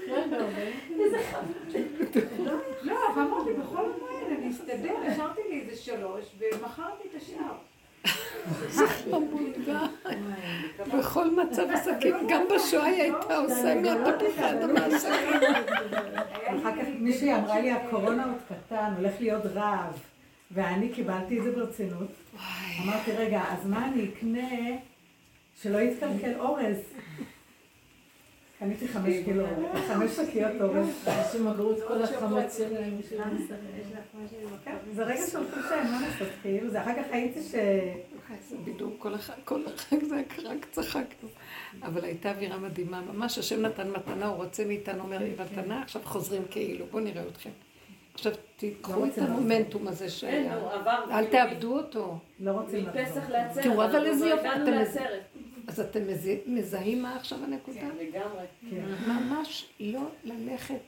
J: לא, אבל אמרתי, בכל המועד אני אסתדר, השארתי לי איזה 3 ומכרתי את השאר.
A: זה חמודה. בכל מצב עסקים, גם בשואה היא הייתה עושה מהתפוחי אדמה עסקים.
B: אחר כך מישהי אמרה לי, הקורונה עוד קטן, הולך להיות רעב. ואני קיבלתי את זה ברצינות. אמרתי, רגע, אז מה אני אקנה שלא יתקלקל אורז? קניתי 5 קילו, 5 שקיות אורז.
F: אנשים אגרו את כל החמץ שלהם.
B: זה רגע של חושן, מה לעשות? כאילו, זה אחר כך הייתי
A: זה בדיוק, כל החג זה רק צחקנו. אבל הייתה אווירה מדהימה, ממש השם נתן מתנה, הוא רוצה מאיתנו, אומר לי מתנה, עכשיו חוזרים כאילו, בואו נראה אתכם. עכשיו תיקחו את המומנטום הזה שהיה, אל תאבדו אותו.
B: לא רוצים
I: מפסח לעצרת.
A: תראו, אבל איזה יופי, אז אתם מזהים מה עכשיו הנקודה?
I: לגמרי.
A: ממש לא ללכת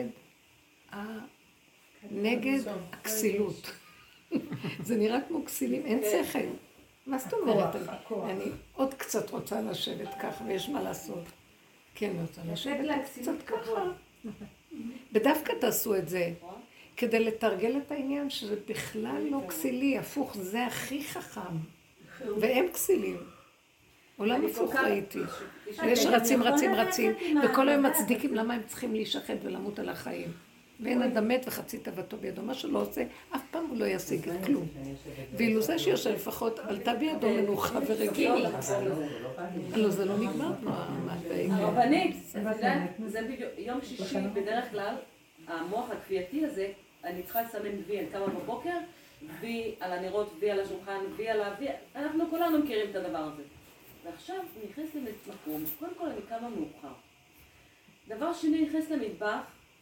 A: נגד הכסילות. זה נראה כמו כסילים, אין שכל. מה זאת אומרת? אני עוד קצת רוצה לשבת ככה, ויש מה לעשות. כן, אני רוצה לשבת קצת ככה. בדווקא תעשו את זה, כדי לתרגל את העניין שזה בכלל לא כסילי, הפוך, זה הכי חכם. והם כסילים. עולם הפוך ראיתי. יש רצים, וכל היום מצדיקים למה הם צריכים להישחט ולמות על החיים. ואין אדם מת וחצי תאוותו בידו. מה שלא עושה, אף פעם הוא לא ישיג את כלום. ואילו זה שיושב לפחות, עלתה בידו מנוחה ורגיל. לא, זה לא נגמר פה.
I: רבנית, זה בדיוק, יום שישי בדרך כלל, המוח הכפייתי הזה, אני צריכה לסמן וי, אני קמה בבוקר, וי על הנרות, וי על השולחן, וי על ה... אנחנו כולנו מכירים את הדבר הזה. ועכשיו אני נכנסת למקום, קודם כל אני קמה מאוחר. דבר שני, נכנסת למטבח,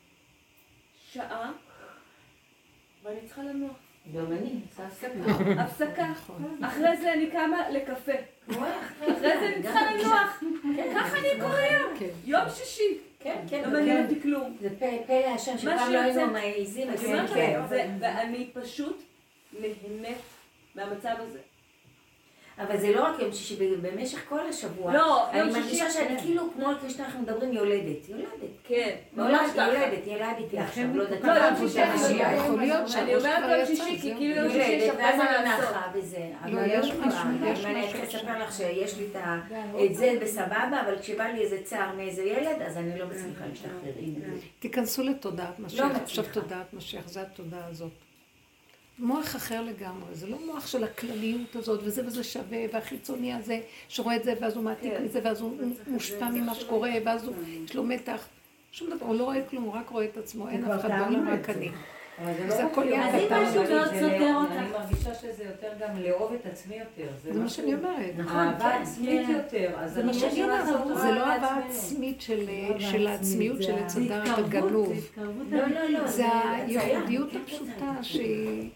I: שעה, ואני צריכה לנוח.
C: גם אני,
I: הפסקה. אחרי זה אני קמה לקפה. אחרי זה אני צריכה לנוח. ככה אני קורא יום. יום שישי. לא מעניין אותי כלום.
C: זה פלא השם שפעם לא היינו מעיזים.
I: ואני פשוט נהנית מהמצב הזה.
C: אבל זה לא רק יום שישי, במשך כל השבוע.
I: לא,
C: אני מרגישה שאני כאילו, כמו כשאנחנו מדברים, יולדת.
I: כן.
C: ממש ילדתי עכשיו, לא יודעת.
I: לא, יום שישי.
A: יכול להיות
I: אני אומרת יום שישי, כי כאילו יום שישי יש הרבה מה לעשות.
C: אבל יש משהו. אני אתחיל לספר לך שיש לי את זה בסבבה, אבל כשבא לי איזה צער מאיזה ילד, אז אני לא מצליחה להשתחרר עם זה.
A: תיכנסו לתודעת משיח. עכשיו תודעת משיח, זה התודעה הזאת. מוח אחר לגמרי, זה לא מוח של הכלליות הזאת, וזה שווה, והחיצוני הזה שרואה את זה, ואז הוא מעתיק מזה, ואז הוא מושפע ממה שקורה, ואז יש לו מתח. שום דבר, הוא לא רואה כלום, הוא רק רואה את עצמו, אין אף אחד בעולם, רק אני. זה הכל יום קטן.
E: אז אם משהו מאוד סותר אותך.
K: אני מרגישה שזה יותר גם לאהוב את עצמי יותר.
A: זה מה שאני אומרת.
K: אהבה עצמית יותר.
A: זה מה שאני אומרת. זה לא אהבה עצמית של העצמיות של עץ הדעת הגנוב. זה הייחודיות הפשוטה שהיא...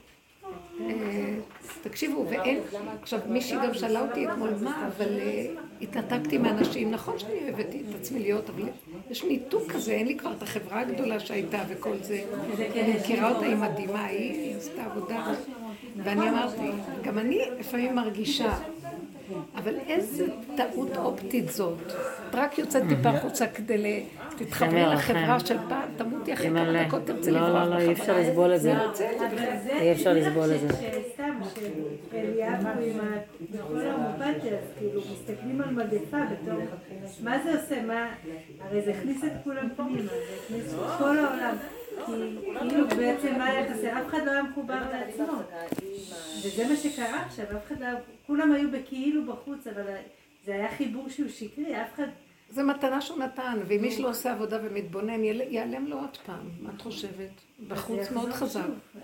A: תקשיבו, ואין, עכשיו מישהי גם שאלה אותי אתמול מה, אבל התנתקתי מאנשים, נכון שאני אוהבת את עצמי להיות, אבל יש ניתוק כזה, אין לי כבר את החברה הגדולה שהייתה וכל זה, אני מכירה אותה, היא מדהימה, היא עשתה עבודה, ואני אמרתי, גם אני לפעמים מרגישה, אבל איזה טעות אופטית זאת, רק יוצאת טיפה חוצה כדי תתחברי לחברה של פעם, תמותי אחרי כמה דקות תרצה לברוח.
D: לא, אי אפשר לסבול את זה. אי אפשר לסבול את זה.
E: סתם, שאליאב בכל ההומופתיה, אז כאילו מסתכלים על מגפה בתור, מה זה עושה? הרי זה הכניס את כולם פנימה, זה הכניס את כל העולם. כי כאילו בעצם מה היה חסר? אף אחד לא היה מחובר לעצמו. וזה מה שקרה עכשיו, אף אחד לא... כולם היו בכאילו בחוץ, אבל זה היה חיבור שהוא שקרי, אף אחד...
A: זה מתנה שהוא נתן, ואם מישהו לא עושה עבודה ומתבונן, ייעלם לו עוד פעם. מה את חושבת? בחוץ מאוד חזק.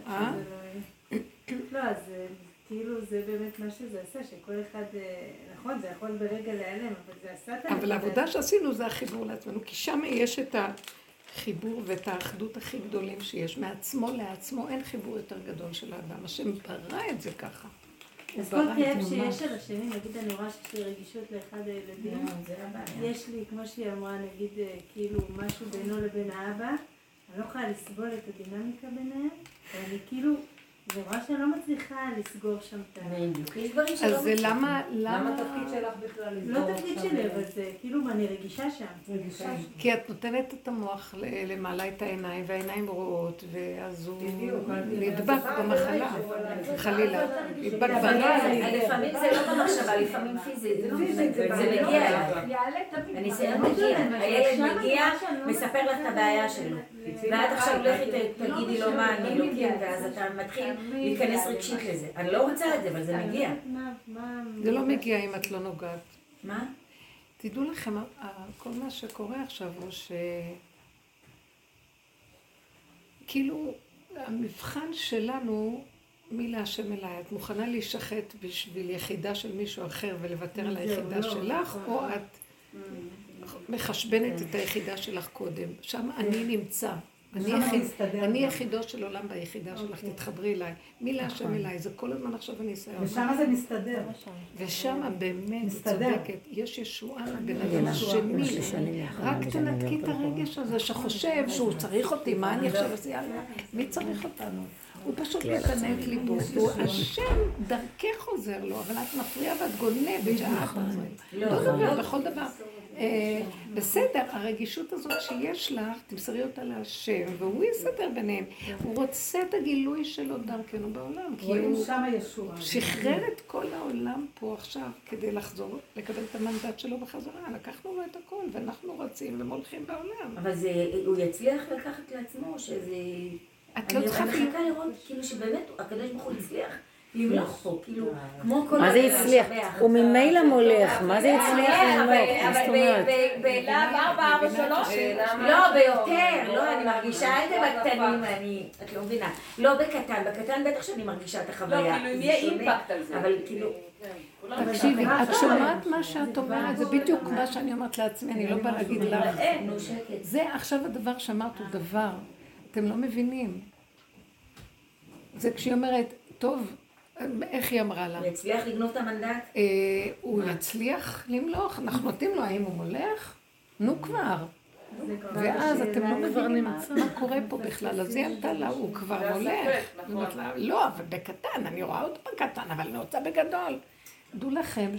E: לא, אז כאילו זה באמת מה שזה עשה, שכל אחד... נכון, זה יכול ברגע להיעלם, אבל זה עשה את...
A: אבל העבודה שעשינו זה החיבור לעצמנו, כי שם יש את החיבור ואת האחדות הכי גדולים שיש. מעצמו לעצמו אין חיבור יותר גדול של האדם. השם ברא את זה ככה.
E: אז כל כאב שיש על השני, נגיד אני רואה שיש לי רגישות לאחד הילדים, יש לי, כמו שהיא אמרה, נגיד כאילו משהו בינו לבין האבא, אני לא יכולה לסבול את הדינמיקה ביניהם, ואני כאילו, זה אמרה שאני לא מצליחה לסגור שם את ה...
A: אז זה למה...
K: למה התפקיד שלך בכלל לסגור?
E: לא תפקיד שלי, אבל זה כאילו אני רגישה שם.
A: כי את נותנת את המוח למעלה את העיניים, והעיניים רואות, ואז הוא נדבק במחלה, חלילה. נדבק ברע.
C: לפעמים זה לא במחשבה, לפעמים פיזית. זה מגיע אליי. הניסיון מגיע. הילד מגיע, מספר לך את הבעיה שלו. ועד עכשיו תגידי לו מה אני לוקחים, ואז אתה מתחיל להיכנס רגשית לזה. אני לא רוצה את זה, אבל זה מגיע.
A: זה לא מגיע אם את לא נוגעת.
C: מה?
A: תדעו לכם, כל מה שקורה עכשיו הוא כאילו המבחן שלנו, מי להשם אליי, את מוכנה להישחט בשביל יחידה של מישהו אחר ולוותר על היחידה שלך, או את מחשבנת את היחידה שלך קודם. שם אני נמצא. אני יחידו של עולם ביחידה שלך, תתחברי אליי. מי להשם אליי, זה כל הזמן עכשיו אני אסיים.
B: ושם זה מסתדר.
A: ושם באמת צודקת, יש ישועה לבן אדם השני. רק תנתקי את הרגש הזה שחושב שהוא צריך אותי, מה אני עכשיו עושה? יאללה, מי צריך אותנו? הוא פשוט מתנה את ליבו, והוא השם דרכך עוזר לו, אבל את מפריעה ואת גונבת שאת עוזרת. לא דבר, בכל דבר. בסדר, הרגישות הזאת שיש לך, תמסרי אותה להשם, והוא יסדר ביניהם. הוא רוצה את הגילוי שלו דרכנו בעולם, כי הוא שחרר את כל העולם פה עכשיו כדי לחזור, לקבל את המנדט שלו בחזרה. לקחנו לו את הכל, ואנחנו רצים ומולכים בעולם.
C: אבל הוא יצליח לקחת לעצמו שזה... אני מחכה לראות כאילו שבאמת הקדוש ברוך הוא הצליח למלוך פה, כאילו, כמו כל...
D: מה זה הצליח? הוא ממילא מולך, מה זה הצליח למלוך? מה זאת אומרת?
C: בלהב 443? לא, ביותר, לא, אני מרגישה את זה בקטנים, את לא מבינה. לא בקטן, בקטן בטח שאני מרגישה את החוויה.
G: לא, כאילו אם יהיה אימפקט על זה.
C: אבל כאילו...
A: תקשיבי, את שומעת מה שאת אומרת, זה בדיוק מה שאני אומרת לעצמי, אני לא באה להגיד לך. זה עכשיו הדבר שאמרת הוא דבר, אתם לא מבינים. זה כשהיא אומרת, טוב, איך היא אמרה לה?
C: הוא יצליח לגנוב את המנדט?
A: הוא יצליח למלוך, אנחנו נותנים לו, האם הוא מולך? נו כבר. ואז אתם לא מבינים מה קורה פה בכלל, אז היא ענתה לה, הוא כבר מולך. לא, אבל בקטן, אני רואה אותו בקטן, אבל אני רוצה בגדול. דעו לכם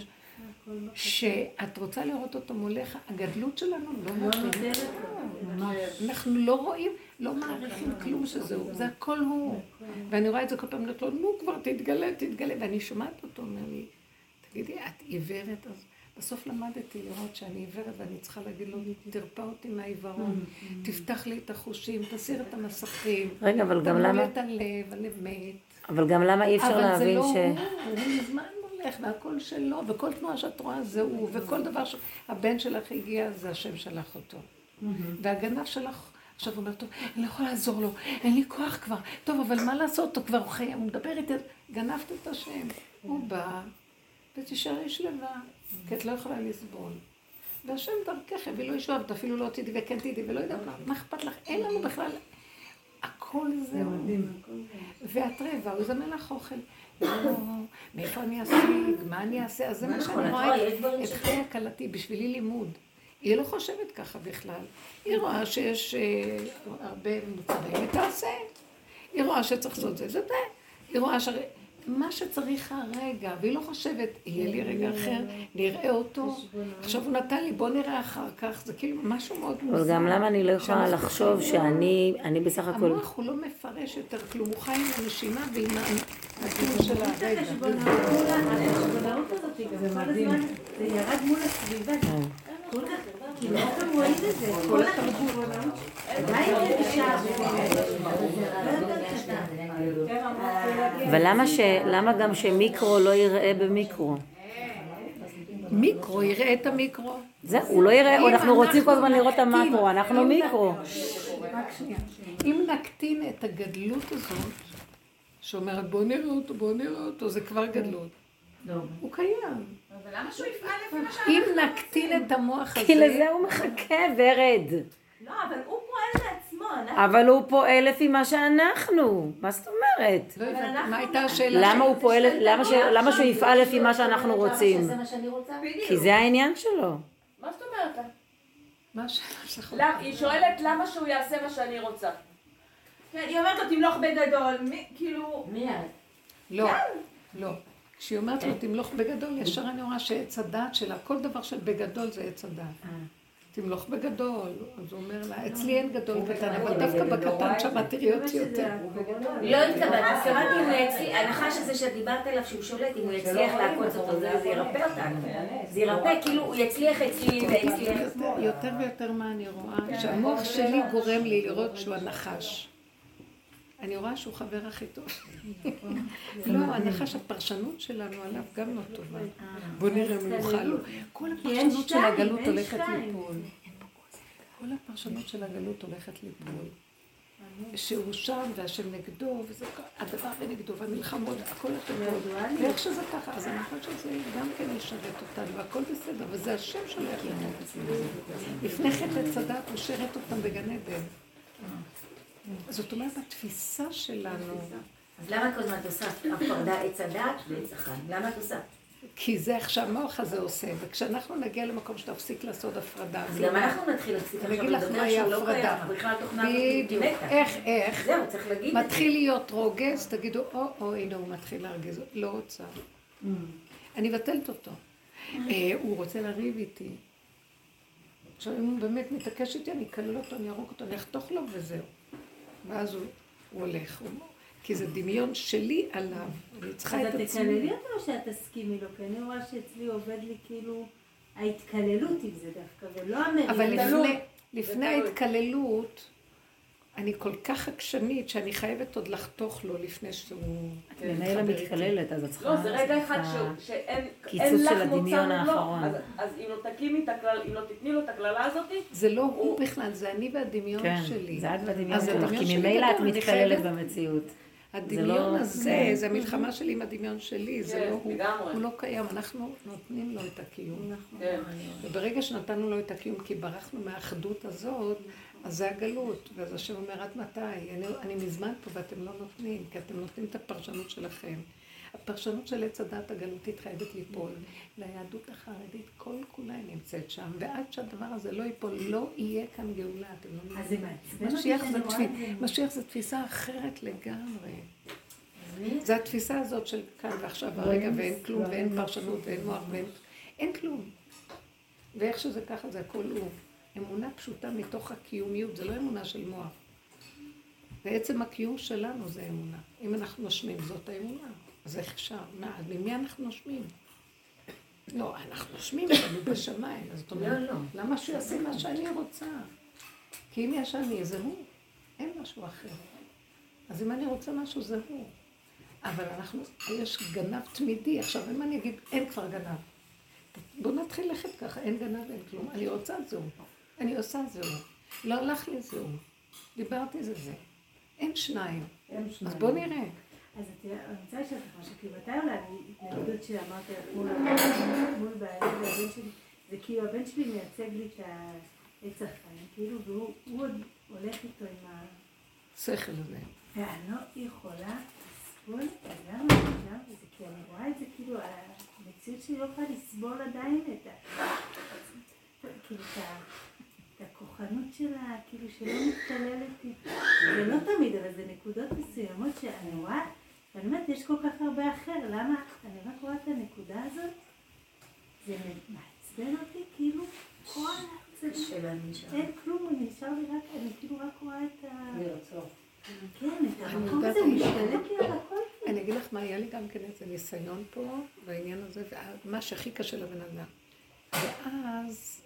A: שאת רוצה לראות אותו מולך, הגדלות שלנו לא מותרת. אנחנו לא רואים, לא מעריכים כלום שזהו, זה הכל הוא. ואני רואה את זה כל פעם, אומרת לו, נו כבר תתגלה, ואני שומעת אותו, אומר לי, תגידי, את עיוורת? אז בסוף למדתי לראות שאני עיוורת, ואני צריכה להגיד לו, תרפא אותי מהעיוורון, תפתח לי את החושים, תסיר את המסכים.
D: רגע, אבל גם למה...
A: תמלא את הלב, הלב מת.
D: אבל גם למה אי אפשר להבין ש...
A: אבל זה לא הוא מזמן מולך, והכל שלו, וכל תנועה שאת רואה זה הוא, וכל דבר שהבן שלך הגיע, זה השם שלח אותו. והגנב שלך, עכשיו הוא אומר, טוב, אני לא יכולה לעזור לו, אין לי כוח כבר, טוב, אבל מה לעשות? הוא כבר חיים, הוא מדבר איתי, גנבת את השם. הוא בא, ותשארי שלווה, כי את לא יכולה לסבול. והשם דרכך, הביא לו ישועה, אפילו לא תדעי וכן תדעי, ולא יודעת מה אכפת לך, אין לנו בכלל, הכל זה מדהים. ואת רבע, הוא זמן לך אוכל. מאיפה אני אשיג, מה אני אעשה? אז זה מה שאני רואה את חיי הקלתי, בשבילי לימוד. היא לא חושבת ככה בכלל. היא רואה שיש הרבה מוצרים, היא תעשה. היא רואה שצריך לעשות זה, זה. היא רואה מה שצריך הרגע, והיא לא חושבת, יהיה לי רגע אחר, נראה אותו. עכשיו הוא נתן לי, בוא נראה אחר כך, זה כאילו משהו מאוד מוזר.
D: אבל גם למה אני לא יכולה לחשוב שאני בסך הכל...
A: המוח הוא לא מפרש יותר כלום, הוא חי עם הנשימה ועם הקיום של הרגע.
E: החשבונאות הזאת, זה מדהים. זה ירד מול הסביבה. כל כך, כאילו, אתם רואים את זה, כל התרבות. די אישה,
D: ולמה גם שמיקרו לא יראה במיקרו?
A: מיקרו יראה את המיקרו.
D: זהו, הוא לא יראה, אנחנו רוצים כל הזמן לראות את המקרו, אנחנו מיקרו.
A: רק שנייה. אם נקטין את הגדלות הזאת, שאומרת בוא נראה אותו, זה כבר גדלות. הוא קיים.
J: אבל למה שהוא יפעל לפי מה שאנחנו...
A: אם נקטין את המוח הזה...
D: כי לזה הוא מחכה, ורד.
C: לא, אבל הוא פועל לעצמו.
D: אבל הוא פועל לפי מה שאנחנו. מה זאת אומרת?
A: מה הייתה השאלה?
D: למה הוא פועל, למה שהוא יפעל לפי מה שאנחנו רוצים?
C: זה מה שאני רוצה?
D: כי זה העניין שלו.
J: מה זאת אומרת?
A: מה השאלה שלך?
J: היא שואלת למה שהוא יעשה מה שאני רוצה. כן, היא אומרת לו תמלוך בגדול, כאילו...
C: מי את?
A: לא. כשהיא אומרת לו תמלוך בגדול, ישר אני רואה שעץ הדעת שלה, כל דבר של בגדול זה עץ הדעת. תמלוך בגדול, אז הוא אומר לה, אצלי אין גדול קטן, אבל דווקא בקטן שמה תראי אותי יותר.
C: לא התכוונת, התכוונתי אם הוא יצליח, הנחש הזה שאת דיברת עליו שהוא שולט, אם הוא יצליח לעקוץ אותו, זה ירפא אותנו. זה ירפא, כאילו הוא יצליח אצלי ויצליח.
A: יותר ויותר מה אני רואה, שהמוח שלי גורם לי לראות שהוא הנחש. אני רואה שהוא חבר הכי טוב. לא, הנחש הפרשנות שלנו עליו גם לא טובה. בוא נראה אם נוכל לו. כל הפרשנות של הגלות הולכת ליפול. כל הפרשנות של הגלות הולכת ליפול. שהוא שם והשם נגדו, וזה הדבר ונגדו, והמלחמות, הכל הטובות. ואיך שזה ככה, אז אני חושבת שזה גם כן ישרת אותנו, והכל בסדר, וזה השם שולח לנו. לפני חטא עץ הדת הוא שרת אותם בגן עדן. זאת אומרת, התפיסה שלנו...
C: אז למה כל הזמן את עושה הפרדה עץ הדת ועץ החיים? למה את עושה?
A: כי זה עכשיו המוח הזה עושה, וכשאנחנו נגיע למקום שתפסיק לעשות הפרדה...
C: אז גם אנחנו נתחיל להפסיק עכשיו לדבר שהוא לא קיים, בכלל תוכנה הזאת מתה.
A: איך?
C: זהו, צריך להגיד.
A: מתחיל להיות רוגז, תגידו, הנה הוא מתחיל להרגיז, לא רוצה. אני מבטלת אותו. הוא רוצה לריב איתי. עכשיו, אם הוא באמת מתעקש איתי, אני אקלל אותו, אני ארוג אותו, אני אחתוך לו וזהו. ואז הוא הולך. כי זה דמיון שלי עליו, אני צריכה את עצמי.
E: אז את תקללי אותו או שאת תסכימי לו? כי אני רואה שאצלי עובד לי כאילו ההתקללות עם זה דווקא, ולא המריבה.
A: אבל לפני ההתקללות, אני כל כך עקשנית שאני חייבת עוד לחתוך לו לפני שהוא...
D: את מנהל המתקללת, אז את צריכה...
I: לא, זה רגע אחד שאין לך מוצא מולו. אז אם לא תתני לו את הכללה הזאת...
A: זה לא הוא בכלל, זה אני והדמיון שלי.
D: כן, זה את והדמיון שלך, כי ממילא את מתקללת במציאות.
A: הדמיון הזה, זה המלחמה שלי עם הדמיון שלי, זה לא הוא, הוא לא קיים, אנחנו נותנים לו את הקיום. וברגע שנתנו לו את הקיום, כי ברחנו מהאחדות הזאת, אז זה הגלות, ואז השם אומר, עד מתי? אני מזמן פה ואתם לא נותנים, כי אתם נותנים את הפרשנות שלכם. הפרשנות של עץ הדת הגלותית חייבת ליפול. ליהדות החרדית כל כולה נמצאת שם, ועד שהדבר הזה לא ייפול, לא יהיה כאן גאולה. אתם לא מבינים. משיח זה תפיסה אחרת לגמרי. זה התפיסה הזאת של כאן ועכשיו הרגע, ואין כלום, ואין פרשנות, ואין מוח, ואין כלום. ואיך שזה ככה, זה הכל הוא. אמונה פשוטה מתוך הקיומיות, זה לא אמונה של מוח. בעצם הקיום שלנו זה אמונה. אם אנחנו נושמים, זאת האמונה. אז איך אפשר? ממי אנחנו נושמים? לא, אנחנו נושמים, אנחנו בשמיים. אז זאת אומרת, למה שהוא יעשה מה שאני רוצה? כי אם יש אני, זה הוא. אין משהו אחר. אז אם אני רוצה משהו, זה הוא. אבל יש גנב תמידי. עכשיו, אם אני אגיד, אין כבר גנב. בואו נתחיל לכת ככה, אין גנב, אין כלום. אני רוצה זהו. אני עושה זהו. לא הלך לי זהו. דיברתי זה. אין שניים. אז בואו נראה.
E: אז אני רוצה לשאול לך משהו, כי מתי אולי התנגדות שאמרתי מול הבן שלי, זה כאילו הבן שלי מייצג לי את העץ החיים, כאילו, והוא עוד הולך איתו עם
A: השכל הזה.
E: ואני לא יכולה לסבול, למה עכשיו? זה כי אני רואה את זה כאילו, המציאות שלי לא יכולה לסבול עדיין כאילו את הכוחנות שלה, כאילו שלא מתקללת איתה. זה לא תמיד, אבל זה נקודות מסוימות שאני רואה, ואני אומרת, יש כל כך הרבה אחר, למה? אני רק רואה את הנקודה הזאת, זה מעצבן אותי, כאילו, כל העצבן, אין כלום, אני נשאר לי רק, אני כאילו רק רואה את ה... כן, את המקום הזה, הוא משתלט לי על הכל.
A: אני אגיד לך מה, היה לי גם כן איזה ניסיון פה, בעניין הזה, ומה שהכי קשה לבן אדם. ואז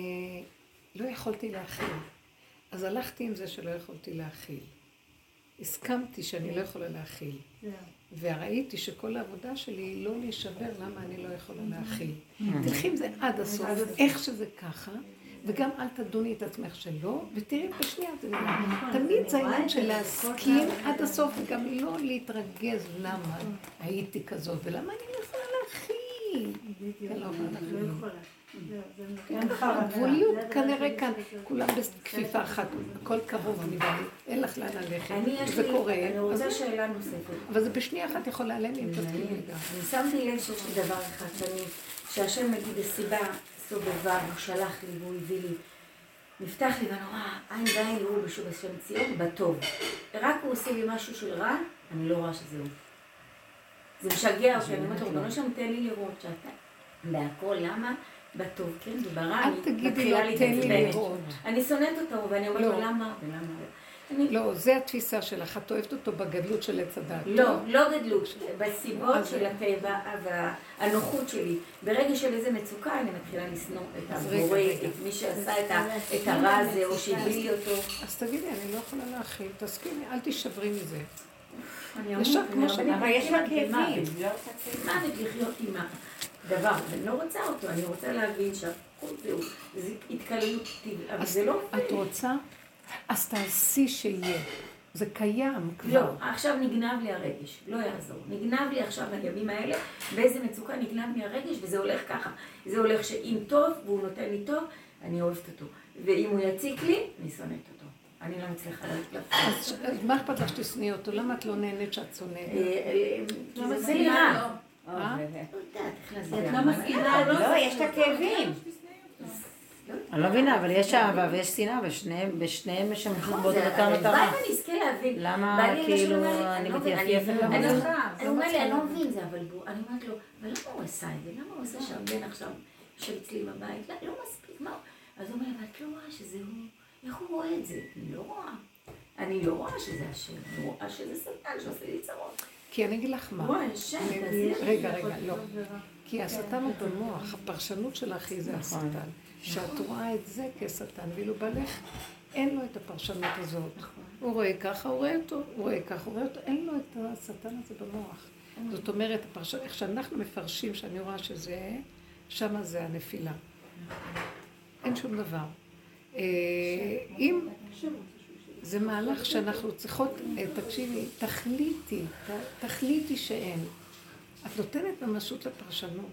A: לא יכולתי להכיל. אז הלכתי עם זה שלא יכולתי להכיל. הסכמתי שאני לא יכולה להכיל. וראיתי שכל העבודה שלי היא לא להישבר למה אני לא יכולה להכיל. תלכי עם זה עד הסוף, איך שזה ככה, וגם אל תדוני את עצמך שלא, ותראי בשנייה, תמיד זה העניין של להסכים עד הסוף, וגם לא להתרגז למה הייתי כזאת, ולמה אני לא יכולה להכיל.
E: לא יכולה.
A: הגבוליות כנראה כאן, כולם בכפיפה אחת, הכל קרוב מדי, אין לך לאן ללכת, זה קורה.
C: אני רוצה שאלה נוספת.
A: אבל זה בשנייה אחת יכול להיעלם אם תתחילי לגמרי.
C: אני שמתי לב שיש לי דבר אחד, שהשם נגיד הסיבה סובבה, הוא שלח לי והוא הביא לי, נפתח לי ואני רואה, עין ועין הוא בשוב השם ציון, בטוב. רק הוא עושה לי משהו של רע, אני לא רואה שזה הוא. זה משגע אותי, אני אומרת לו, לא שם תן לי לראות שאתה, בהכל, למה? בטוב, כן, וברע,
A: אל תגידי לו, תן לי לראות.
C: אני שונאת אותו, ואני אומרת לו, למה?
A: לא, זה התפיסה שלך, את אוהבת אותו בגדלות של עץ הדת.
C: לא גדלות, בסיבות של הטבע והנוחות שלי. ברגע של איזה מצוקה אני מתחילה לשנוא את הבורא, את מי שעשה את הרע הזה או שהביא לי אותו.
A: אז תגידי, אני לא יכולה להכיל, תסכימי, אל תשברי מזה.
H: אבל יש לה כאבים.
C: מה לחיות עם הדבר, אני לא רוצה אותו, אני רוצה להבין שהכל זה התקללות, אבל זה לא...
A: את רוצה? אז תעשי שיהיה. זה קיים כבר.
C: לא, עכשיו נגנב לי הרגש, לא יעזור. נגנב לי עכשיו הימים האלה, באיזה מצוקה נגנב לי הרגש, וזה הולך ככה. זה הולך שאם טוב, והוא נותן לי טוב, אני אוהבת אותו. ואם הוא יציק לי, אני שונאת אותו. אני לא מצליחה להפעיל.
A: אז מה אכפת לך שתשנאי אותו? למה את לא נהנית שאת שונאת?
C: זה לי רע.
H: את לא מסכימה? לא, יש לה כאבים. אני לא מבינה, אבל יש אהבה ויש שנאה, ושניהם משמשים באותה מטרה.
C: אני אזכה להבין.
H: למה כאילו אני מתייפייפת?
C: הוא אומר לי, אני לא מבין זה, אבל אני אומרת לו, אבל למה הוא עשה את זה? למה הוא עושה שהבן עכשיו יושב אצלי בבית? לא מספיק, מה? אז הוא אומר לי, ואת לא רואה שזה הוא, איך הוא רואה את זה? אני לא רואה. אני לא רואה שזה השם, אני רואה שזה שטן שעושה לי צרות.
A: כי אני אגיד לך מה.
C: רואה, השם,
A: רגע, לא. כי השטן הוא במוח, הפרשנות שלך היא זה השטן. שאת רואה את זה כשטן, ואילו בעלך אין לו את הפרשנות הזאת. הוא רואה ככה, הוא רואה אותו, הוא רואה ככה, הוא רואה אותו, אין לו את השטן הזה במוח. זאת אומרת, איך שאנחנו מפרשים, שאני רואה שזה, שמה זה הנפילה. אין שום דבר. אם זה מהלך שאנחנו צריכות, תקשיבי, תחליטי שאין. את נותנת ממשות לפרשנות.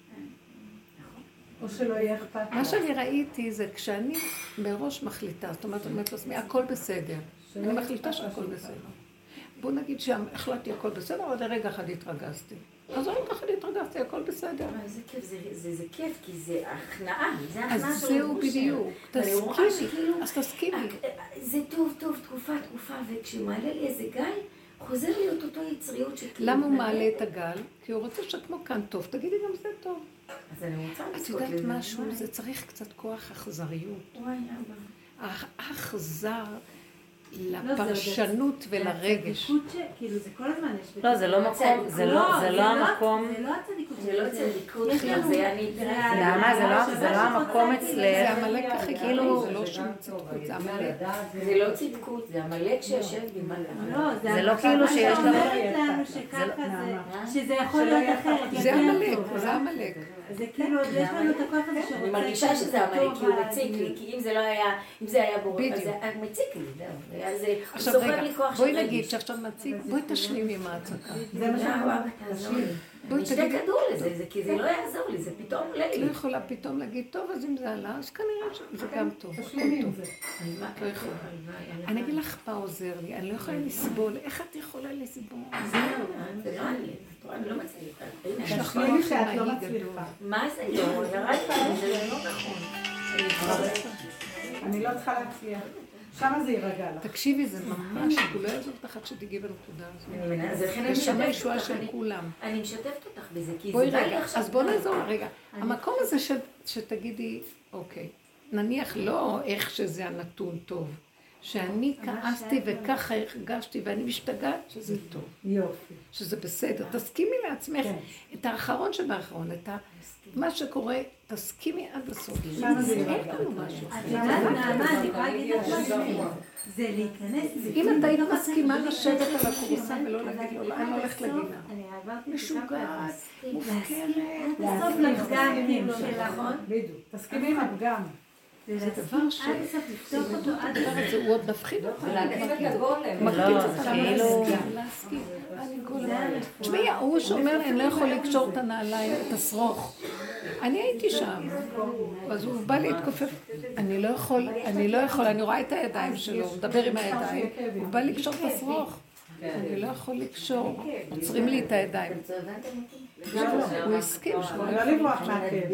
B: או שלא יהיה אכפת.
A: מה שאני ראיתי זה כשאני מראש מחליטה, זאת אומרת לעצמי, הכל בסדר. אני מחליטה שהכל בסדר. בואו נגיד שהחלטתי הכל בסדר, אבל לרגע אחד התרגזתי. אז רגע אחד התרגזתי, הכל בסדר.
C: זה כיף, זה כיף, כי זה הכנעה, זה הכנעה
A: אז זהו בדיוק, תסכימי, אז תסכימי.
C: זה טוב, תקופה, וכשמעלה לי איזה גל, חוזר להיות אותו יצריות שכאילו...
A: למה הוא מעלה את הגל? כי הוא רוצה שכמו כאן טוב, תגידי גם זה טוב.
C: אז אני רוצה
A: את יודעת משהו, זה צריך קצת כוח אכזריות. אכזר לפרשנות ולרגש.
E: כאילו זה כל הזמן יש...
H: לא, זה לא מקום, זה לא המקום.
E: זה לא הצדיקות.
C: זה לא צדיקות, זה אני...
H: למה? זה לא המקום אצלך.
A: זה המלאק הכי כאילו, זה לא שום צדקות, זה המלאק.
C: זה לא צדקות, זה המלאק שיושב במלאק.
H: זה לא כאילו שיש
E: לנו שככה זה, שזה יכול להיות אחרת.
A: זה המלאק, זה המלאק.
E: זה כאילו, יש לנו את הכוח הזה שרוצה...
C: אני מרגישה שזה המלאק, כי הוא מציק לי, כי אם זה היה בורא, אז זה מציק לי, זהו.
A: עכשיו רגע, בואי נגיד שעכשיו מציג, בואי תשלימי עם ההצקה.
C: זה מה שאני אני שתי כדור לזה, כי זה לא יעזור לי, זה פתאום עולה לי.
A: לא יכולה פתאום להגיד, טוב, אז אם זה עלה, אז כנראה שזה גם טוב.
B: תשלימי עם זה.
A: לא יכולה. אני אגיד לך מה עוזר לי, אני לא יכולה לסבול. איך את יכולה לסבול?
C: זה לא אני לא מצליחה.
B: תשלימי שאת לא מצליחה.
C: מה זה? לא, ירד פעם, זה לא נכון.
B: אני לא צריכה להצליח. שמה זה יירגע לך.
A: תקשיבי, זה ממש, הוא לא יעזור אותך עד שתגיעי בנקודה הזאת.
C: אז לכן אני
A: ושם
C: משתפת
A: הישועה
C: אותך.
A: של כולם.
C: אני משתפת אותך בזה, כי
A: בואי
C: זה בא לי
A: רגע,
C: עכשיו.
A: אז בוא נעזור רגע. המקום הזה שתגידי, אוקיי, נניח לא איך שזה הנתון טוב, שאני כעסתי וככה הרגשתי ואני משתגעת, שזה טוב.
B: יופי.
A: שזה בסדר. תסכימי לעצמך את האחרון שבאחרון, את מה שקורה, תסכימי עד הסוף.
B: שם זה
A: אין לנו משהו.
E: נעמה, אני יכולה להגיד לך זה להיכנס.
A: אם את היית מסכימה לשבת על הכורסה ולא להגיד לו, אני הולכת לגינה. משוגעת, מופקרת.
E: בסוף לפגמים שלך.
B: בדיוק. תסכימי עם הפגם.
A: זה דבר ש...
E: עד הסוף לפתוח אותו עד הסוף.
A: הוא עוד מפחיד אותך.
K: להגיד את הגולם.
A: מקפיץ אותך להסכים. תשמעי, הוא שאומר לי, אני לא יכול לקשור את הנעליים, את השרוך. אני הייתי שם. אז הוא בא להתכופף. אני לא יכול, אני רואה את הידיים שלו, הוא מדבר עם הידיים. הוא בא לקשור את השרוך. אני לא יכול לקשור. עוצרים לי את הידיים. הוא הסכים שהוא
B: לא לברוח מהכאב.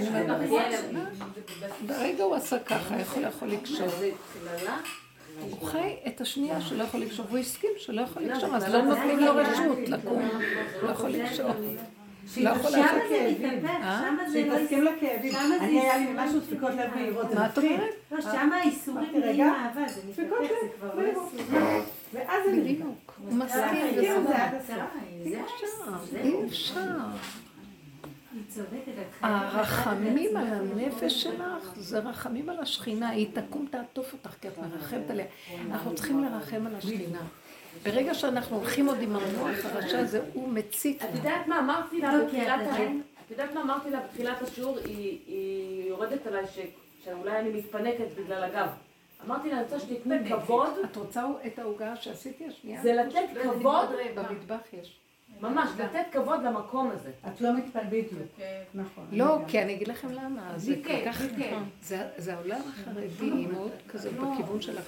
A: ברגע הוא עשה ככה, יכול לקשור. הוא חי את השנייה שלא יכול לקשור, והוא הסכים שלא יכול לקשור, אז לא נותנים לו רשות לקום. לא יכול לקשור. לא יכול
H: שמה
A: לעשות
H: זה מתהפך, שמה זה לא...
B: שיתסכים לכאבים. אני היה לי משהו דפיקות לב מהירות.
A: מה את אומרת?
H: לא, שמה האיסורים נהיים אהבה, זה מתהפך, זה כבר לא איסורים.
B: ואז זה
A: בדיוק. הוא מסכים,
B: זה עד הסוף.
A: אי אפשר. הרחמים על הנפש שלך, זה רחמים על השכינה, היא תקום תעטוף אותך כי את מרחמת עליה. אנחנו צריכים לרחם על השכינה. ברגע שאנחנו הולכים עוד עם המוח הרשע הזה, הוא מצית.
I: את יודעת מה אמרתי לה בתחילת השיעור? היא יורדת עליי שאולי אני מתפנקת בגלל הגב. אמרתי לה, אני רוצה שתתנו כבוד.
A: את רוצה את העוגה שעשיתי השנייה?
I: זה לתת כבוד.
A: במטבח יש.
I: ממש, לתת כבוד למקום הזה.
B: את לא מתפלבית. נכון.
A: לא, כי אני אגיד לכם למה. זה כל כך נכון. זה העולם החרדי, מאוד כזה בכיוון שלך.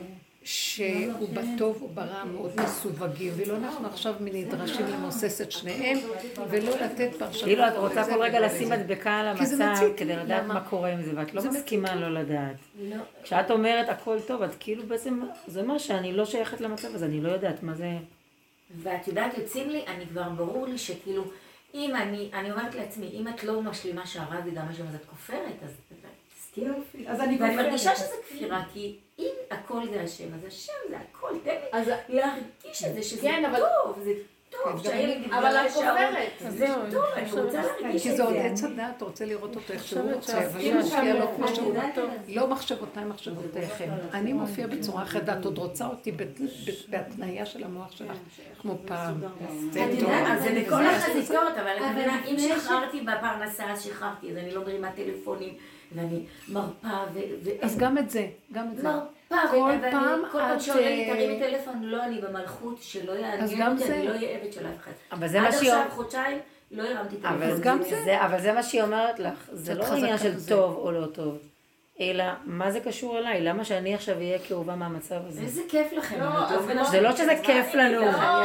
A: שהוא בטוב וברע מאוד מסווגים, ולא אנחנו עכשיו נדרשים למוסס את שניהם, ולא לתת פרשנות.
D: כאילו את רוצה כל רגע לשים מדבקה על המצב כדי לדעת מה קורה עם זה, ואת לא מסכימה לא לדעת. כשאת אומרת הכל טוב, את כאילו בעצם, זה אומר שאני לא שייכת למצב הזה, אני לא יודעת מה זה...
C: ואת יודעת, יוצאים לי, אני כבר ברור לי שכאילו, אם אני אומרת לעצמי, אם את לא משלימה שהרב ידע משהו, אז את כופרת, אז תסתירו. ואני מרגישה שזה כפירה, כי אם הכל זה השם, אז השם זה הכל, תן לי להרגיש את זה, שזה טוב, זה טוב, שהילד יתגלה
I: אבל את כופרת.
C: זה טוב, אני רוצה להרגיש את זה.
A: כי זה עוד עץ הדעת, אתה רוצה לראות אותו איך שהוא רוצה, אבל לא מופיע לו כמו שהוא לא מחשבותיי, מחשבותיכם. אני מופיע בצורה אחרת, את עוד רוצה אותי בהתניה של המוח שלך, כמו פעם.
C: אז זה בכל החזיתות, אבל אם שחררתי בפרנסה, אז שחררתי, אז אני לא מרימה טלפונים, ואני מרפה
A: אז גם את זה,
C: מרפה, כל פעם שעולה לי תרימי טלפון, לא, אני במלכות, שלא יעניין אותי, אני לא אהיה עבד של אף אחד. עד עכשיו חודשיים לא הרמתי טלפון.
D: אבל זה מה שהיא אומרת לך, זה לא עניין של טוב או לא טוב, אלא מה זה קשור אליי? למה שאני עכשיו אהיה כאובה מהמצב הזה?
C: איזה כיף לכם.
D: זה לא שזה כיף לנו.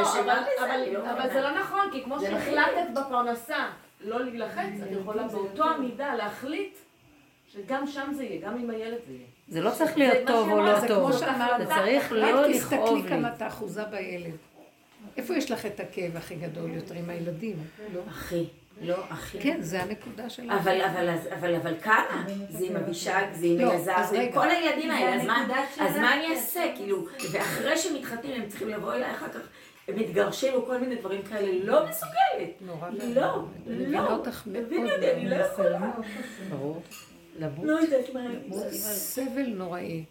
I: אבל זה לא נכון, כי כמו שהחלטת בפרנסה לא להילחץ, את יכולה באותו המידה להחליט שגם שם זה יהיה, גם עם הילד זה יהיה.
D: זה לא צריך להיות טוב או לא טוב.
A: זה כמו שאמרת,
D: זה צריך לא לכאוב לי.
A: תסתכלי כמה את האחוזה בילד. איפה יש לך את הכאב הכי גדול יותר עם הילדים?
C: אחי. לא, אחי.
A: כן, זה הנקודה שלנו.
C: אבל כמה? זה עם אבישג, זה עם אלעזר, זה עם כל הילדים האלה. אז מה אני אעשה? כאילו, ואחרי שמתחתנים הם צריכים לבוא אליי אחר כך. הם מתגרשים או כל מיני דברים כאלה, לא מסוגלת.
A: נורא.
C: לא. אני לא יכולה.
D: ברור.
C: לא יודעת מה.
A: זה סבל נוראי.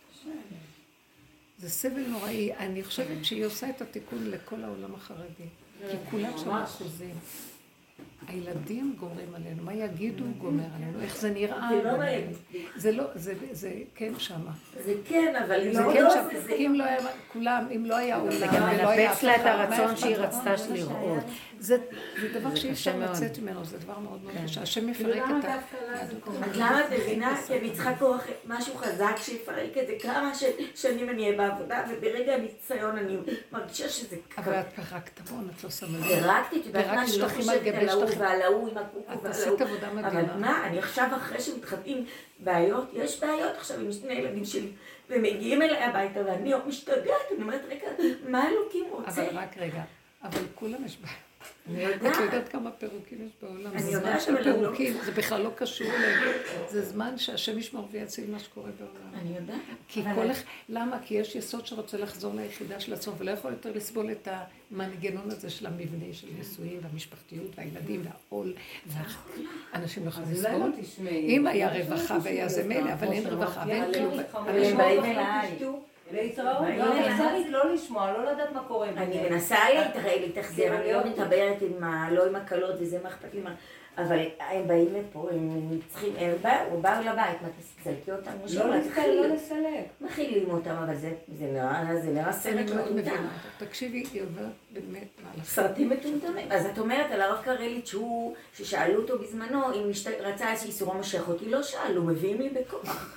A: זה סבל נוראי. אני חושבת שהיא עושה את התיקון לכל העולם החרדי. כי כולם שם אחוזים. הילדים גומרים עלינו. מה יגידו גומר עלינו? איך זה נראה? זה לא, זה כן שמה.
C: זה כן, אבל
A: זה כן שם. אם לא היה כולם, אם לא היה עולם, ולא היה
D: מנפץ לה את הרצון שהיא רצתה לראות.
A: זה דבר שאי אפשר לצאת ממנו, זה דבר מאוד מאוד קשה. השם יפרק את ה...
C: אז למה את מבינה? כי אני צריכה פה משהו חזק שיפרק את זה כמה שנים אני אהיה בעבודה, וברגע הניסיון אני מרגישה שזה קרה.
A: אבל את פרקת המון, את לא שמה לב.
C: פרקתי, את יודעת מה, אני לא חושבת על ההוא ועל ההוא עם הקוקו ועל ההוא.
A: את עשית עבודה מדהימה.
C: אבל מה, אני עכשיו אחרי שמתחתנים בעיות, יש בעיות עכשיו עם שני ילדים שלי, ומגיעים אליי הביתה ואני משתגעת, אני אומרת, רגע, מה אלוקים רוצה?
A: אבל רק רגע, אבל כולם יש בעיה.
C: אני יודעת.
A: את יודעת כמה פירוקים יש בעולם. זה זמן של פירוקים, זה בכלל לא קשור אליהם. זה זמן שהשם ישמור ויציל מה שקורה בעולם.
C: אני יודעת.
A: כי למה? כי יש יסוד שרוצה לחזור ליחידה של עצמו, ולא יכול יותר לסבול את המנגנון הזה של המבנה של נישואים והמשפחתיות והילדים והעול. ואנשים לא יכולים לסבול. אם היה רווחה והיה זה מלא, אבל אין רווחה ואין כלום.
C: אבל הם באים אליי.
K: להתראות, לא לשמוע, לא לדעת מה קורה.
C: אני מנסה להתאכזר, אני לא מתאברת לא עם הקלות וזה מה אכפת לי מה, אבל הם באים לפה, הם צריכים, הם באו לבית, מה תסלקי אותם?
K: לא לסלק.
C: מכילים אותם, אבל זה נראה סרט מטומטם.
A: תקשיבי, היא עוברת באמת מהלך.
C: סרטים מטומטמים. אז את אומרת על הרב קרליץ' ששאלו אותו בזמנו, אם רצה איזושהי איסורו משך אותי, לא שאלו, מביאים לי בכוח.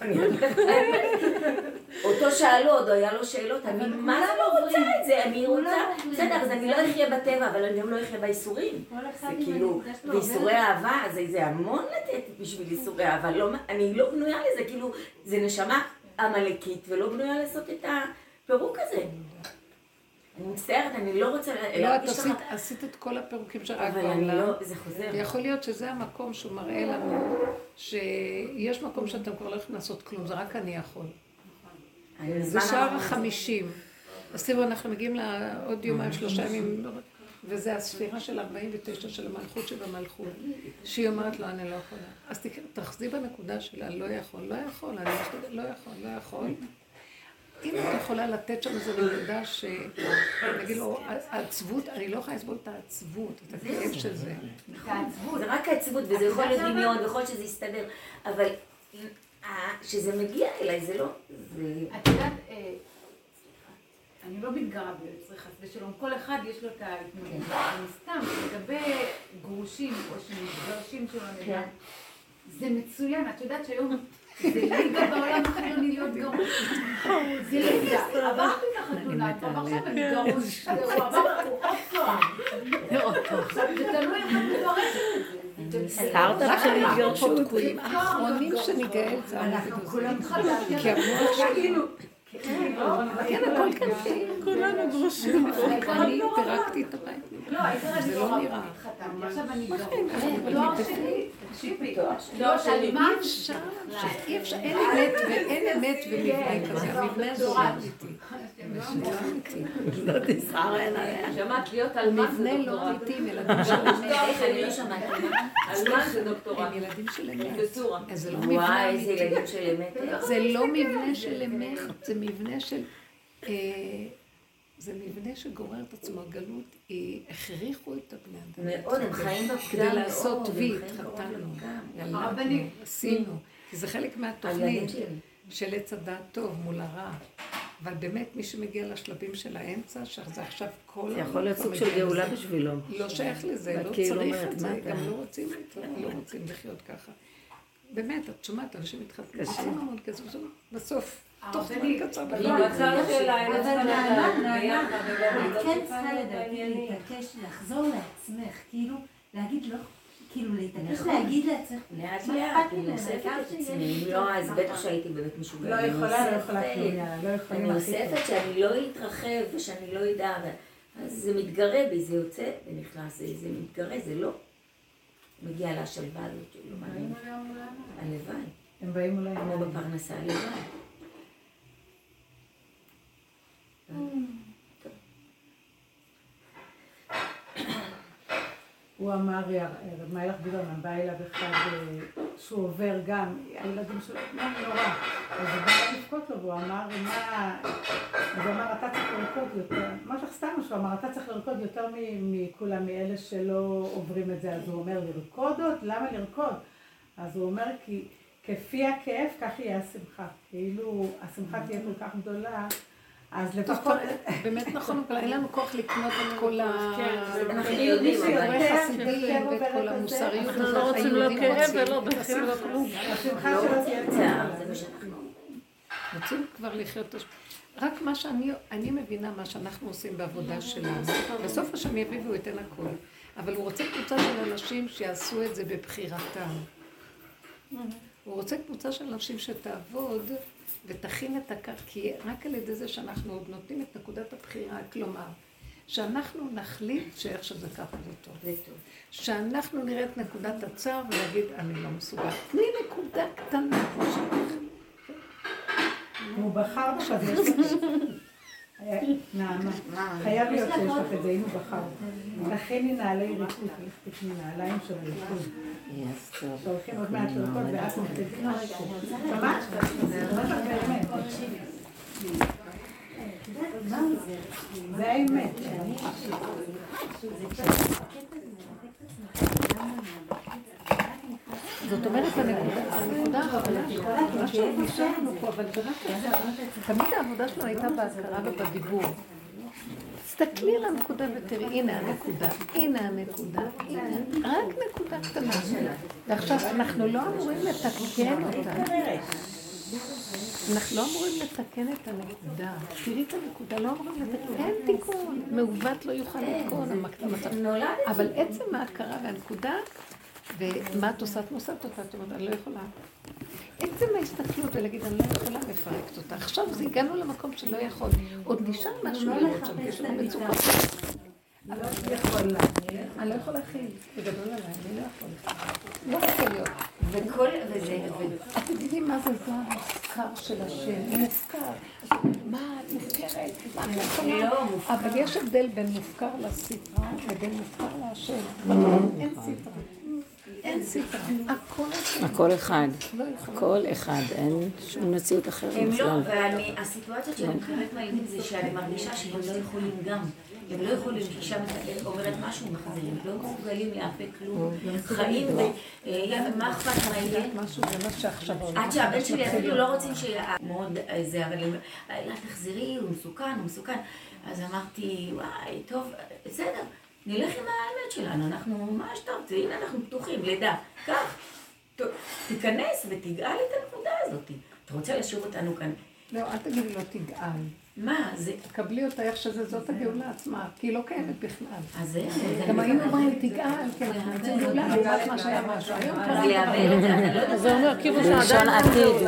C: אותו שאלו, עוד היה לו שאלות, אני מה זה לא רוצה את זה? אני רוצה, בסדר, אז אני לא אחיה בטבע, אבל אני גם לא אחיה באיסורים. זה כאילו, באיסורי אהבה, זה המון לתת בשביל איסורי אהבה, אני לא בנויה לזה, כאילו, זה נשמה עמלקית ולא בנויה לעשות את הפירוק הזה. אני מצטערת, אני לא רוצה...
A: לא, את עשית את כל הפירוקים שרק בעולם.
C: אבל לא, זה חוזר.
A: יכול להיות שזה המקום שהוא מראה לנו, שיש מקום שאתם כבר לא יכולים לעשות כלום, זה רק אני יכול. זה שער 50. אז תראו, אנחנו מגיעים לעוד יומיים, 3 ימים, וזה הספירה של 49 של המלכות שבמלכות, שהיא אומרת לו, אני לא יכולה. אז תחזי בנקודה שלה, לא יכול, לא יכול, אני לא יכול, לא יכול. אם את יכולה לתת שם איזו נקודה שנגיד לו, העצבות, אני לא יכולה לסבול את העצבות, את הכאב של זה.
C: זה רק העצבות, וזה יכול להיות דמיון, ויכול להיות שזה יסתדר, אבל שזה מגיע אליי, זה לא...
J: את יודעת, אני לא מתגרה ביוצרי חס ושלום, כל אחד יש לו את ההתמודדות. אני סתם, לגבי גרושים או שמתגרשים שלו נדע, זה מצוין, את יודעת שהיום זה ליגה בעולם החילוני להיות גרוש. זה ליגה, עברתי את החתונה, כבר עכשיו אני גרוש, הוא עבר, הוא עוד פעם. זה תלוי איך את מפרשת את זה.
A: סטארט-אפ של התגרשות תקועים, האחרונים שניגאל זה
J: אנחנו כולם התחלנו.
A: כי המוח שלנו, כן, הכל כאן כולנו גרושים. אני פירקתי את הבית. זה לא נראה.
J: עכשיו אני תואר שלי, תקשיבי, תואר שלי, מה אפשר?
A: אי אפשר, אין אמת ומבנה כזה, המבנה הזה הוא אמיתי. לא תסער עליי.
I: שמעת להיות אלמן זה
A: מבנה לא
I: דוקטורט.
A: אמיתי, ילדים של אמת.
C: אני לא שמעתי.
I: אלמן זה דוקטורט.
A: הם ילדים של אמת.
I: פרופסורה.
A: זה לא מבנה
C: וואי,
A: אמיתי.
C: זה ילדים של אמת.
A: זה לא מבנה של אמת, זה מבנה של... זה מבנה שגורר את עצמו, הגלות, הכריחו את הבני אדם.
C: מאוד, הם חיים בפגם
A: כדי לעשות וי, התחתנו,
J: הרבנים.
A: עשינו, כי זה חלק מהתוכנית של עץ הדעת טוב מול הרע. אבל באמת מי שמגיע לשלבים של האמצע, שזה עכשיו כל...
D: זה יכול להיות סוג של גאולה בשבילו.
A: לא שייך לזה, לא צריך את זה, גם לא רוצים לחיות ככה. באמת, את שומעת, אנשים מתחתנים, עושים המון כסף, בסוף, תוך זמן קצר.
I: במצב שלה,
E: אבל נעמה, את כן צריכה לדעתי להתעקש, לחזור לעצמך, כאילו, להגיד לא, כאילו להתעקש להגיד לעצמך.
C: לאט לאט, אני אוספת את עצמי, אם לא, אז בטח שהייתי באמת משוגעת.
B: לא יכולה כלום.
C: אני אוספת שאני לא אתרחב ושאני לא אדע, אז זה מתגרה בי, זה יוצא ונכנס, זה מתגרה, זה לא. מגיע לשלווה הזאת, לא מעניין. הלוואי.
B: הם באים אולי.
C: כמו בפרנסה, הלוואי.
B: הוא אמר, רב מיילך ביברמן בא אליו אחד שהוא עובר גם, הילדים שלו, מה נורא. אז הוא בא לבכות לו והוא אמר, מה... אז הוא אמר, אתה צריך לרקוד יותר, מה לך סתם משהו, אמר, אתה צריך לרקוד יותר מכולם, מאלה שלא עוברים את זה. אז הוא אומר, לרקוד עוד? למה לרקוד? אז הוא אומר, כי כפי הכאב, כך יהיה השמחה. כאילו, השמחה תהיה כל כך גדולה. אז לפחות...
A: באמת נכון, אבל אין לנו כוח לקנות את כל
C: אנחנו יודעים,
A: הסיפורי חסידים ואת כל המוסריות הזאת. לא רוצים לא כאב ולא בכם לא כלום.
B: השמחה שלו תהיה צער.
A: רוצים כבר לחיות את השמחה. רק מה שאני מבינה, מה שאנחנו עושים בעבודה שלנו. בסוף השם יביא והוא ייתן הכל. אבל הוא רוצה קבוצה של אנשים שיעשו את זה בבחירתם. הוא רוצה קבוצה של אנשים שתעבוד ותכין את הקר, כי רק על ידי זה שאנחנו עוד נותנים את נקודת הבחירה, כלומר, שאנחנו נחליט שאיך שזה ככה זה טוב.
C: זה טוב.
A: שאנחנו נראה את נקודת הצער ונגיד, אני לא מסוגל. תני נקודה קטנה כמו שלך.
B: הוא בחר עכשיו, נעמה, חייב להיות שיש לך את זה, אם הוא בחר. תכיני נעלי ריקוד, תכני נעליים של ריקוד. שהולכים עוד מעט לרקוד ואת מפתיקים משהו. שמעת? זה באמת. זה האמת.
A: זאת אומרת, הנקודה האחרונה, מה שנשארנו פה, אבל תמיד העבודה שלנו הייתה בהכרה ובדיבור. תסתכלי על הנקודה ותראי, הנה הנקודה, הנה הנקודה, רק נקודה קטנה. ועכשיו, אנחנו לא אמורים לתקן אותה. אנחנו לא אמורים לתקן את הנקודה. תראי את הנקודה, לא אמורים לתקן. אין תיקון. מעוות לא יוכל לתקון המצב. אבל עצם ההכרה והנקודה, ומה את עושה? את נוסעת אותה, את אומרת, אני לא יכולה. עצם ההסתכלות ולהגיד, אני לא יכולה לפרק אותה. עכשיו זה הגענו למקום שלא יכול. עוד נשאר משהו לראות שם, יש לנו מצוקה. אני לא יכול להכיל. זה גדול עליי, אני לא יכול. לא יכול להיות. אתם יודעים מה זה זו המופקר של השם? הוא מופקר. מה, את מופקרת? לא, אבל יש הבדל בין מופקר לספרה לבין מופקר להשם. אין ספרה. אין ספרה.
D: הכל אחד. הכל אחד. אין שום מציאות אחרת.
C: הם לא, והסיטואציות שאני מתחילת מהילדים זה שאני מרגישה שהם לא יכולים גם. הם לא יכולים, כשאישה אומרת משהו, מחזירים, לא מסוגלים להפק כלום, חיים, מה אכפת מה יהיה? עד שהבן שלי אפילו לא רוצים שיעמוד זה, אבל לה תחזרי, הוא מסוכן. אז אמרתי, וואי, טוב, בסדר, נלך עם האמת שלנו, אנחנו, מה שאתה רוצה, הנה אנחנו פתוחים, לידה, כך, תיכנס ותגאל את הנקודה הזאת. אתה רוצה להשאיר אותנו כאן?
A: לא, אל תגידי לו תגאל.
C: מה? זה...
A: תקבלי אותה איך שזה, זאת הגאולה עצמה, כי היא לא קיימת בכלל.
C: אז זה...
A: גם היינו אומרים תגאל, כי אנחנו רוצים גאולה, לעומת מה שהיה משהו. היום
C: אז
D: זה אומר, כאילו שעדיין עתיד.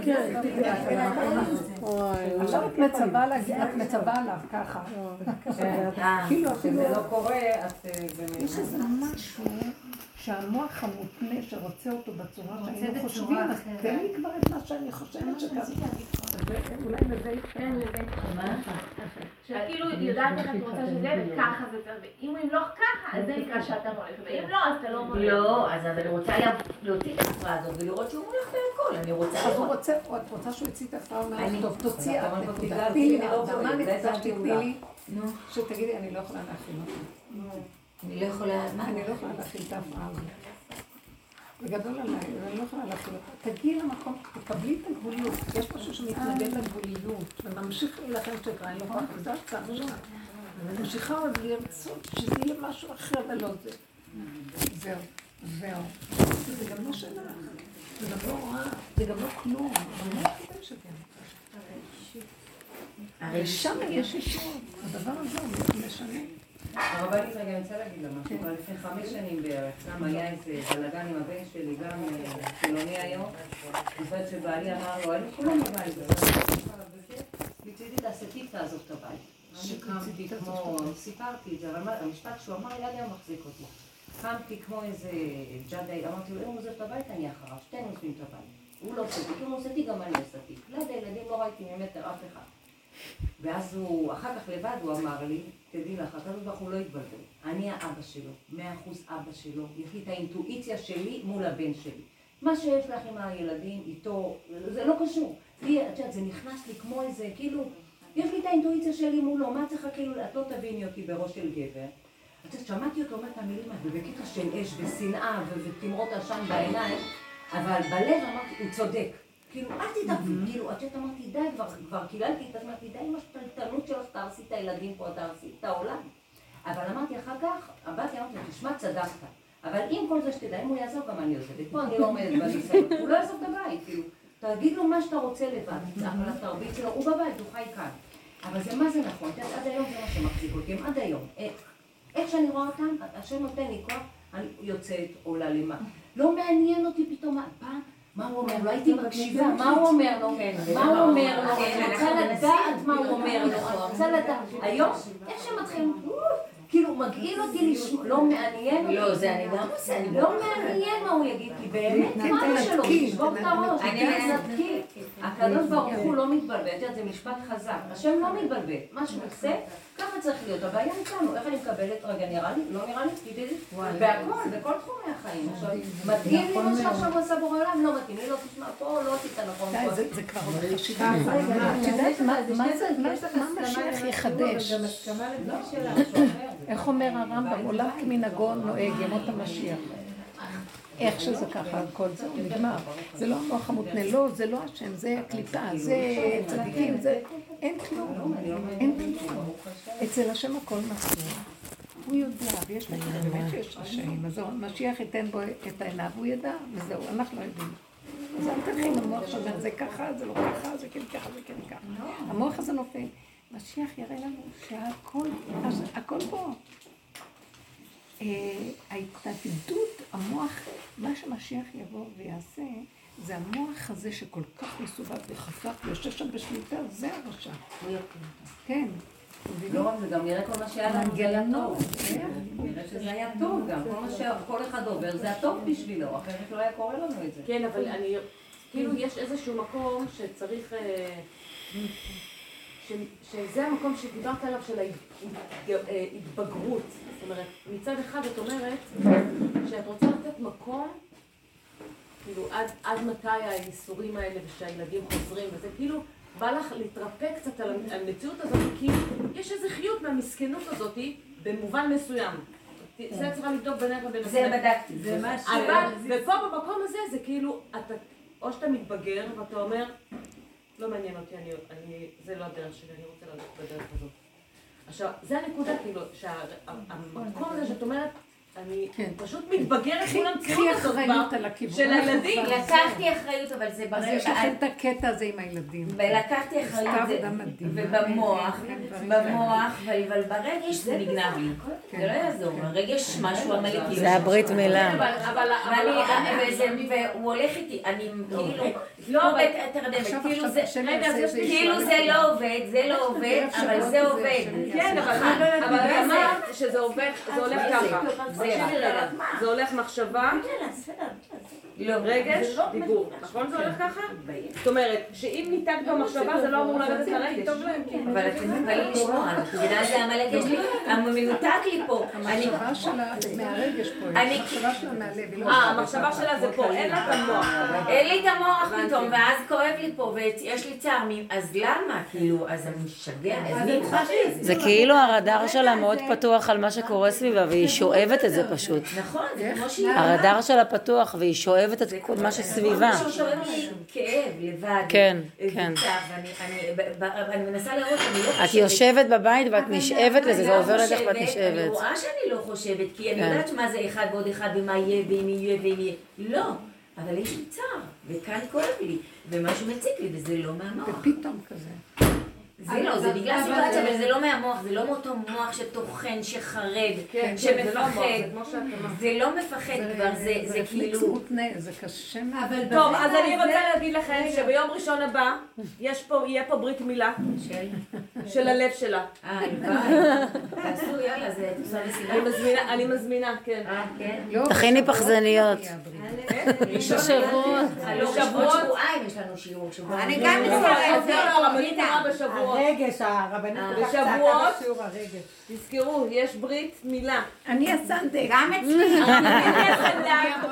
A: עכשיו את מצווה עליו ככה. כאילו אפילו...
K: זה לא קורה,
A: יש איזה משהו שהמוח המותנה שרוצה אותו בצורה שהיינו חושבים, אז תן לי כבר את מה שאני חושבת שככה. אולי בזה
J: כן, לזה. שכאילו יודעת איך את רוצה שזה, וככה זה צריך, ואם לא ככה, אז זה נקרא שאתה מולך, ואם לא, אז אתה לא מולך.
C: לא, אז אני רוצה להוציא את ההפרעה הזאת ולראות שהוא מולך בהכל, אני רוצה...
A: אז הוא רוצה, את רוצה שהוא יציא את ההפרעה, הוא אומר, טוב, תוציא את נקודה. תני לי, מה הנקודה שתתני לי? שתגידי, אני לא יכולה להכין אותה.
C: אני לא יכולה...
A: אני לא יכולה להכין את ההפרעה הזאת. זה גדול עליי, אני לא יכולה להכין אותה. תגיעי למקום, תקבלי את הגבוליות. יש משהו שמתנגד לגבוליות, וממשיך להילחם שקרה, אני לא יכולה להכין את ההפרעה שלך. ואני ממשיכה עוד לרצות שזה יהיה משהו אחר ולא זה. זהו. זה גם לא שלך. זה גם לא רע, זה גם לא כלום. אבל לא כדאי שכן. הרי שם יש ישועות. הדבר הזה הוא משנה.
K: הרבנית, רגע, אני רוצה להגיד לה משהו. לפני 5 שנים בערך, גם היה איזה בלגן עם הבן שלי, גם חילוני היום. זאת שבעלי אמר לו, אני כולם בבית, מצידי תעשה טיפ תעזוב את הבית. קמתי כמו, סיפרתי את זה, אבל המשפט שהוא אמר לי עד היום מחזיק אותי. קמתי כמו איזה ג'אדי, אמרתי לו, אם הוא עוזב את הבית, אני אחריו, שתינו עוזבים את הבית. הוא לא עושה טיפ, אם הוא עושה טיפ, גם אני עושה טיפ. ליד הילדים לא ראיתי ממטר אף אחד. ואז הוא, אחר כך לבד הוא אמר לי, תדעי לך, הקדוש ברוך הוא לא יתבלבל. אני האבא שלו, 100% אבא שלו. יש לי את האינטואיציה שלי מול הבן שלי. מה שיש לך עם הילדים, איתו, זה לא קשור. זה נכנס לי כמו איזה, כאילו, יש לי את האינטואיציה שלי מולו, מה צריכה כאילו, את לא תביני אותי בראש של גבר. שמעתי אותו אומר את המילים האלה, בקטע של אש ושנאה ותמרות עשן בעיניים, אבל בלב אמרתי, הוא צודק. כאילו, אל תתאפי, כאילו, עד שאת אמרתי, די, כבר קיללתי את עצמתי, די עם השתלטנות שלך, תהרסי את הילדים פה, תהרסי את העולם. אבל אמרתי, אחר כך, אמרתי, תשמע, צדקת. אבל עם כל זה שתדע, אם הוא יעזוב, גם אני עוזבת. פה אני לא עומדת בניסיון, הוא לא יעזוב את הבית, כאילו. תגיד לו מה שאתה רוצה לבד, אבל התרבית שלו, הוא בבית, הוא חי כאן. אבל זה מה זה נכון, עד היום זה מה שמחזיק אותי, עד היום. איך שאני רואה אותם, השם נותן לי כוח, אני יוצאת, עולה למה. לא מעניין אותי פתאום, פעם, מה הוא אומר? לא הייתי מקשיבה, מה הוא אומר לו? מה הוא אומר לו? אני רוצה לדעת מה הוא אומר לו, אני רוצה לדעת. היום, איך שמתחילים, כאילו מגעיל אותי לשמוע, לא מעניין אותי.
C: לא, זה אני גם עושה.
B: לא מעניין מה הוא יגיד, כי באמת, מה זה שלו? תשבור את הראש, תנתקי. הקדוש ברוך הוא לא מתבלבל, זה משפט חזק. השם לא מתבלבל. מה שהוא עושה, ככה צריך להיות. הבעיה איתנו, איך אני מקבלת? רגע, נראה לי? לא נראה לי? תדעי. והכל, בכל תחומי החיים. עכשיו, מתאים לי מה שעכשיו עשה בורא עולם? לא מתאים לי, לא תשמע פה, לא תיתן נכון פה.
A: זה כבר חשיבה. את יודעת, מה משיח יחדש? איך אומר הרמב"ם? עולם כמנהגו נוהג ימות המשיח. איך שזה ככה, כל זה נגמר. זה לא המוח המותנה, לא, זה לא השם, זה הקליפה, זה צדיקים, זה... אין כלום, אין כלום. אצל השם הכל מסור. הוא יודע, ויש לך באמת שיש רשעים. אז המשיח ייתן בו את העיניו, הוא ידע, וזהו, אנחנו לא יודעים. אז אל תלכי עם המוח שאומר, זה ככה, זה לא ככה, זה כן ככה, זה כן ככה. המוח הזה נופל. משיח יראה לנו שהכל פה. ההתנגדות, המוח, מה שמשיח יבוא ויעשה, זה המוח הזה שכל כך מסובב וחזק, ויושב שם בשליטה, זה הרשע. כן.
K: לא רק זה, גם נראה כל מה שהיה לנו, זה היה טוב. נראה שזה היה טוב גם, כל מה שכל אחד עובר, זה הטוב בשבילו, אחרת לא היה קורה לנו את זה.
I: כן, אבל אני, כאילו יש איזשהו מקום שצריך, שזה המקום שדיברת עליו של ההתבגרות. זאת אומרת, מצד אחד את אומרת שאת רוצה לתת מקום, כאילו עד מתי האיסורים האלה ושהילדים חוזרים, וזה כאילו בא לך להתרפא קצת על המציאות הזאת, כי יש איזו חיות מהמסכנות הזאת במובן מסוים. זה צריכה לבדוק בינך ובין
C: זה בדקתי.
I: אבל, ופה במקום הזה זה כאילו, או שאתה מתבגר ואתה אומר, לא מעניין אותי, זה לא הדרך שלי, אני רוצה ללכת בדרך הזאת. עכשיו, זה הנקודה, כאילו, שהמקום הזה שאת אומרת, אני פשוט מתבגרת מול המציאות הזאת של הילדים.
C: לקחתי אחריות, אבל זה
A: אז יש לכם את הקטע הזה עם הילדים.
C: ולקחתי אחריות, ובמוח, אבל ברגש זה נגנב לי. זה לא יעזור, הרגש משהו עמלקי.
D: זה הברית מילה.
C: והוא הולך איתי, אני כאילו, כאילו זה לא עובד, אבל זה עובד.
I: כן, אבל אמרת שזה הולך ככה. זה הולך מחשבה, רגש, דיבור, נכון זה הולך ככה? זאת אומרת, שאם ניתק במחשבה זה לא אמור לרדת לרגש.
C: אבל אתם מתפלים לשמוע, בגלל זה המלך יש לי, המנותק לי פה.
A: המחשבה שלה מהרגש פה, המחשבה שלה מהלב.
I: המחשבה שלה זה פה, אין לה את המוח.
C: אין לי את המוח פתאום, ואז כואב לי פה, ויש לי צער, אז למה? כאילו, אז אני משגע, אז אני חושבת.
D: זה כאילו הרדאר שלה מאוד פתוח על מה שקורה סביבה, והיא שואבת את זה פשוט.
C: נכון, זה כמו שהיא...
D: הרדאר שלה פתוח, והיא שואבת את כל מה שסביבה.
C: זה שואב לי כאב, לבד.
D: כן, כן.
C: ואני מנסה לראות, אני לא חושבת...
D: את יושבת בבית ואת נשאבת לזה, זה עובר לדרך ואת נשאבת.
C: אני רואה שאני לא חושבת, כי אני יודעת מה זה אחד ועוד אחד, ומה יהיה, ואם יהיה, ואם יהיה. לא, אבל יש לי צער, וכאן כואב לי, ומשהו מציק לי, וזה לא מהמוח.
A: ופתאום כזה.
C: זה לא, זה בגלל סיטואציה, אבל זה לא מהמוח, זה לא מאותו מוח שטוחן, שחרד, שמפחד. זה לא מפחד כבר, זה כאילו...
A: זה קשה מאוד.
I: טוב, אז אני רוצה להגיד לכם שביום ראשון הבא, יהיה פה ברית מילה של הלב שלה.
C: תעשו, יאללה, זה תעשו מסיבה.
I: אני מזמינה, כן.
D: תכיני פחזניות.
C: שבועות שבועיים יש לנו שיעור.
H: אני גם מצטרפת.
B: הרגש, הרבנית
I: בשבועות, תזכרו, יש ברית מילה.
A: אני הסנדק.
H: גם אצלי.
I: אני הסנדק.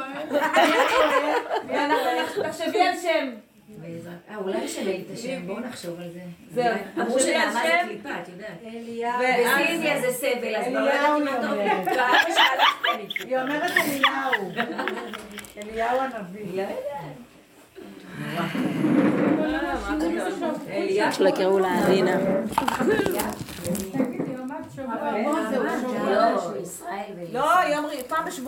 I: תחשבי על שם.
C: אולי שווה לי את השם, בואו נחשוב על זה.
I: זהו.
C: אמרו שנעמה זה קליפה, את יודעת. וסיזיה זה סבל, אז לא יודעת אם את אומרת.
B: היא אומרת אליהו הנביא.
C: לא יודעת.
D: שלא יקראו לה עדינה.
C: לא, ישראל.
I: לא, פעם בשבוע.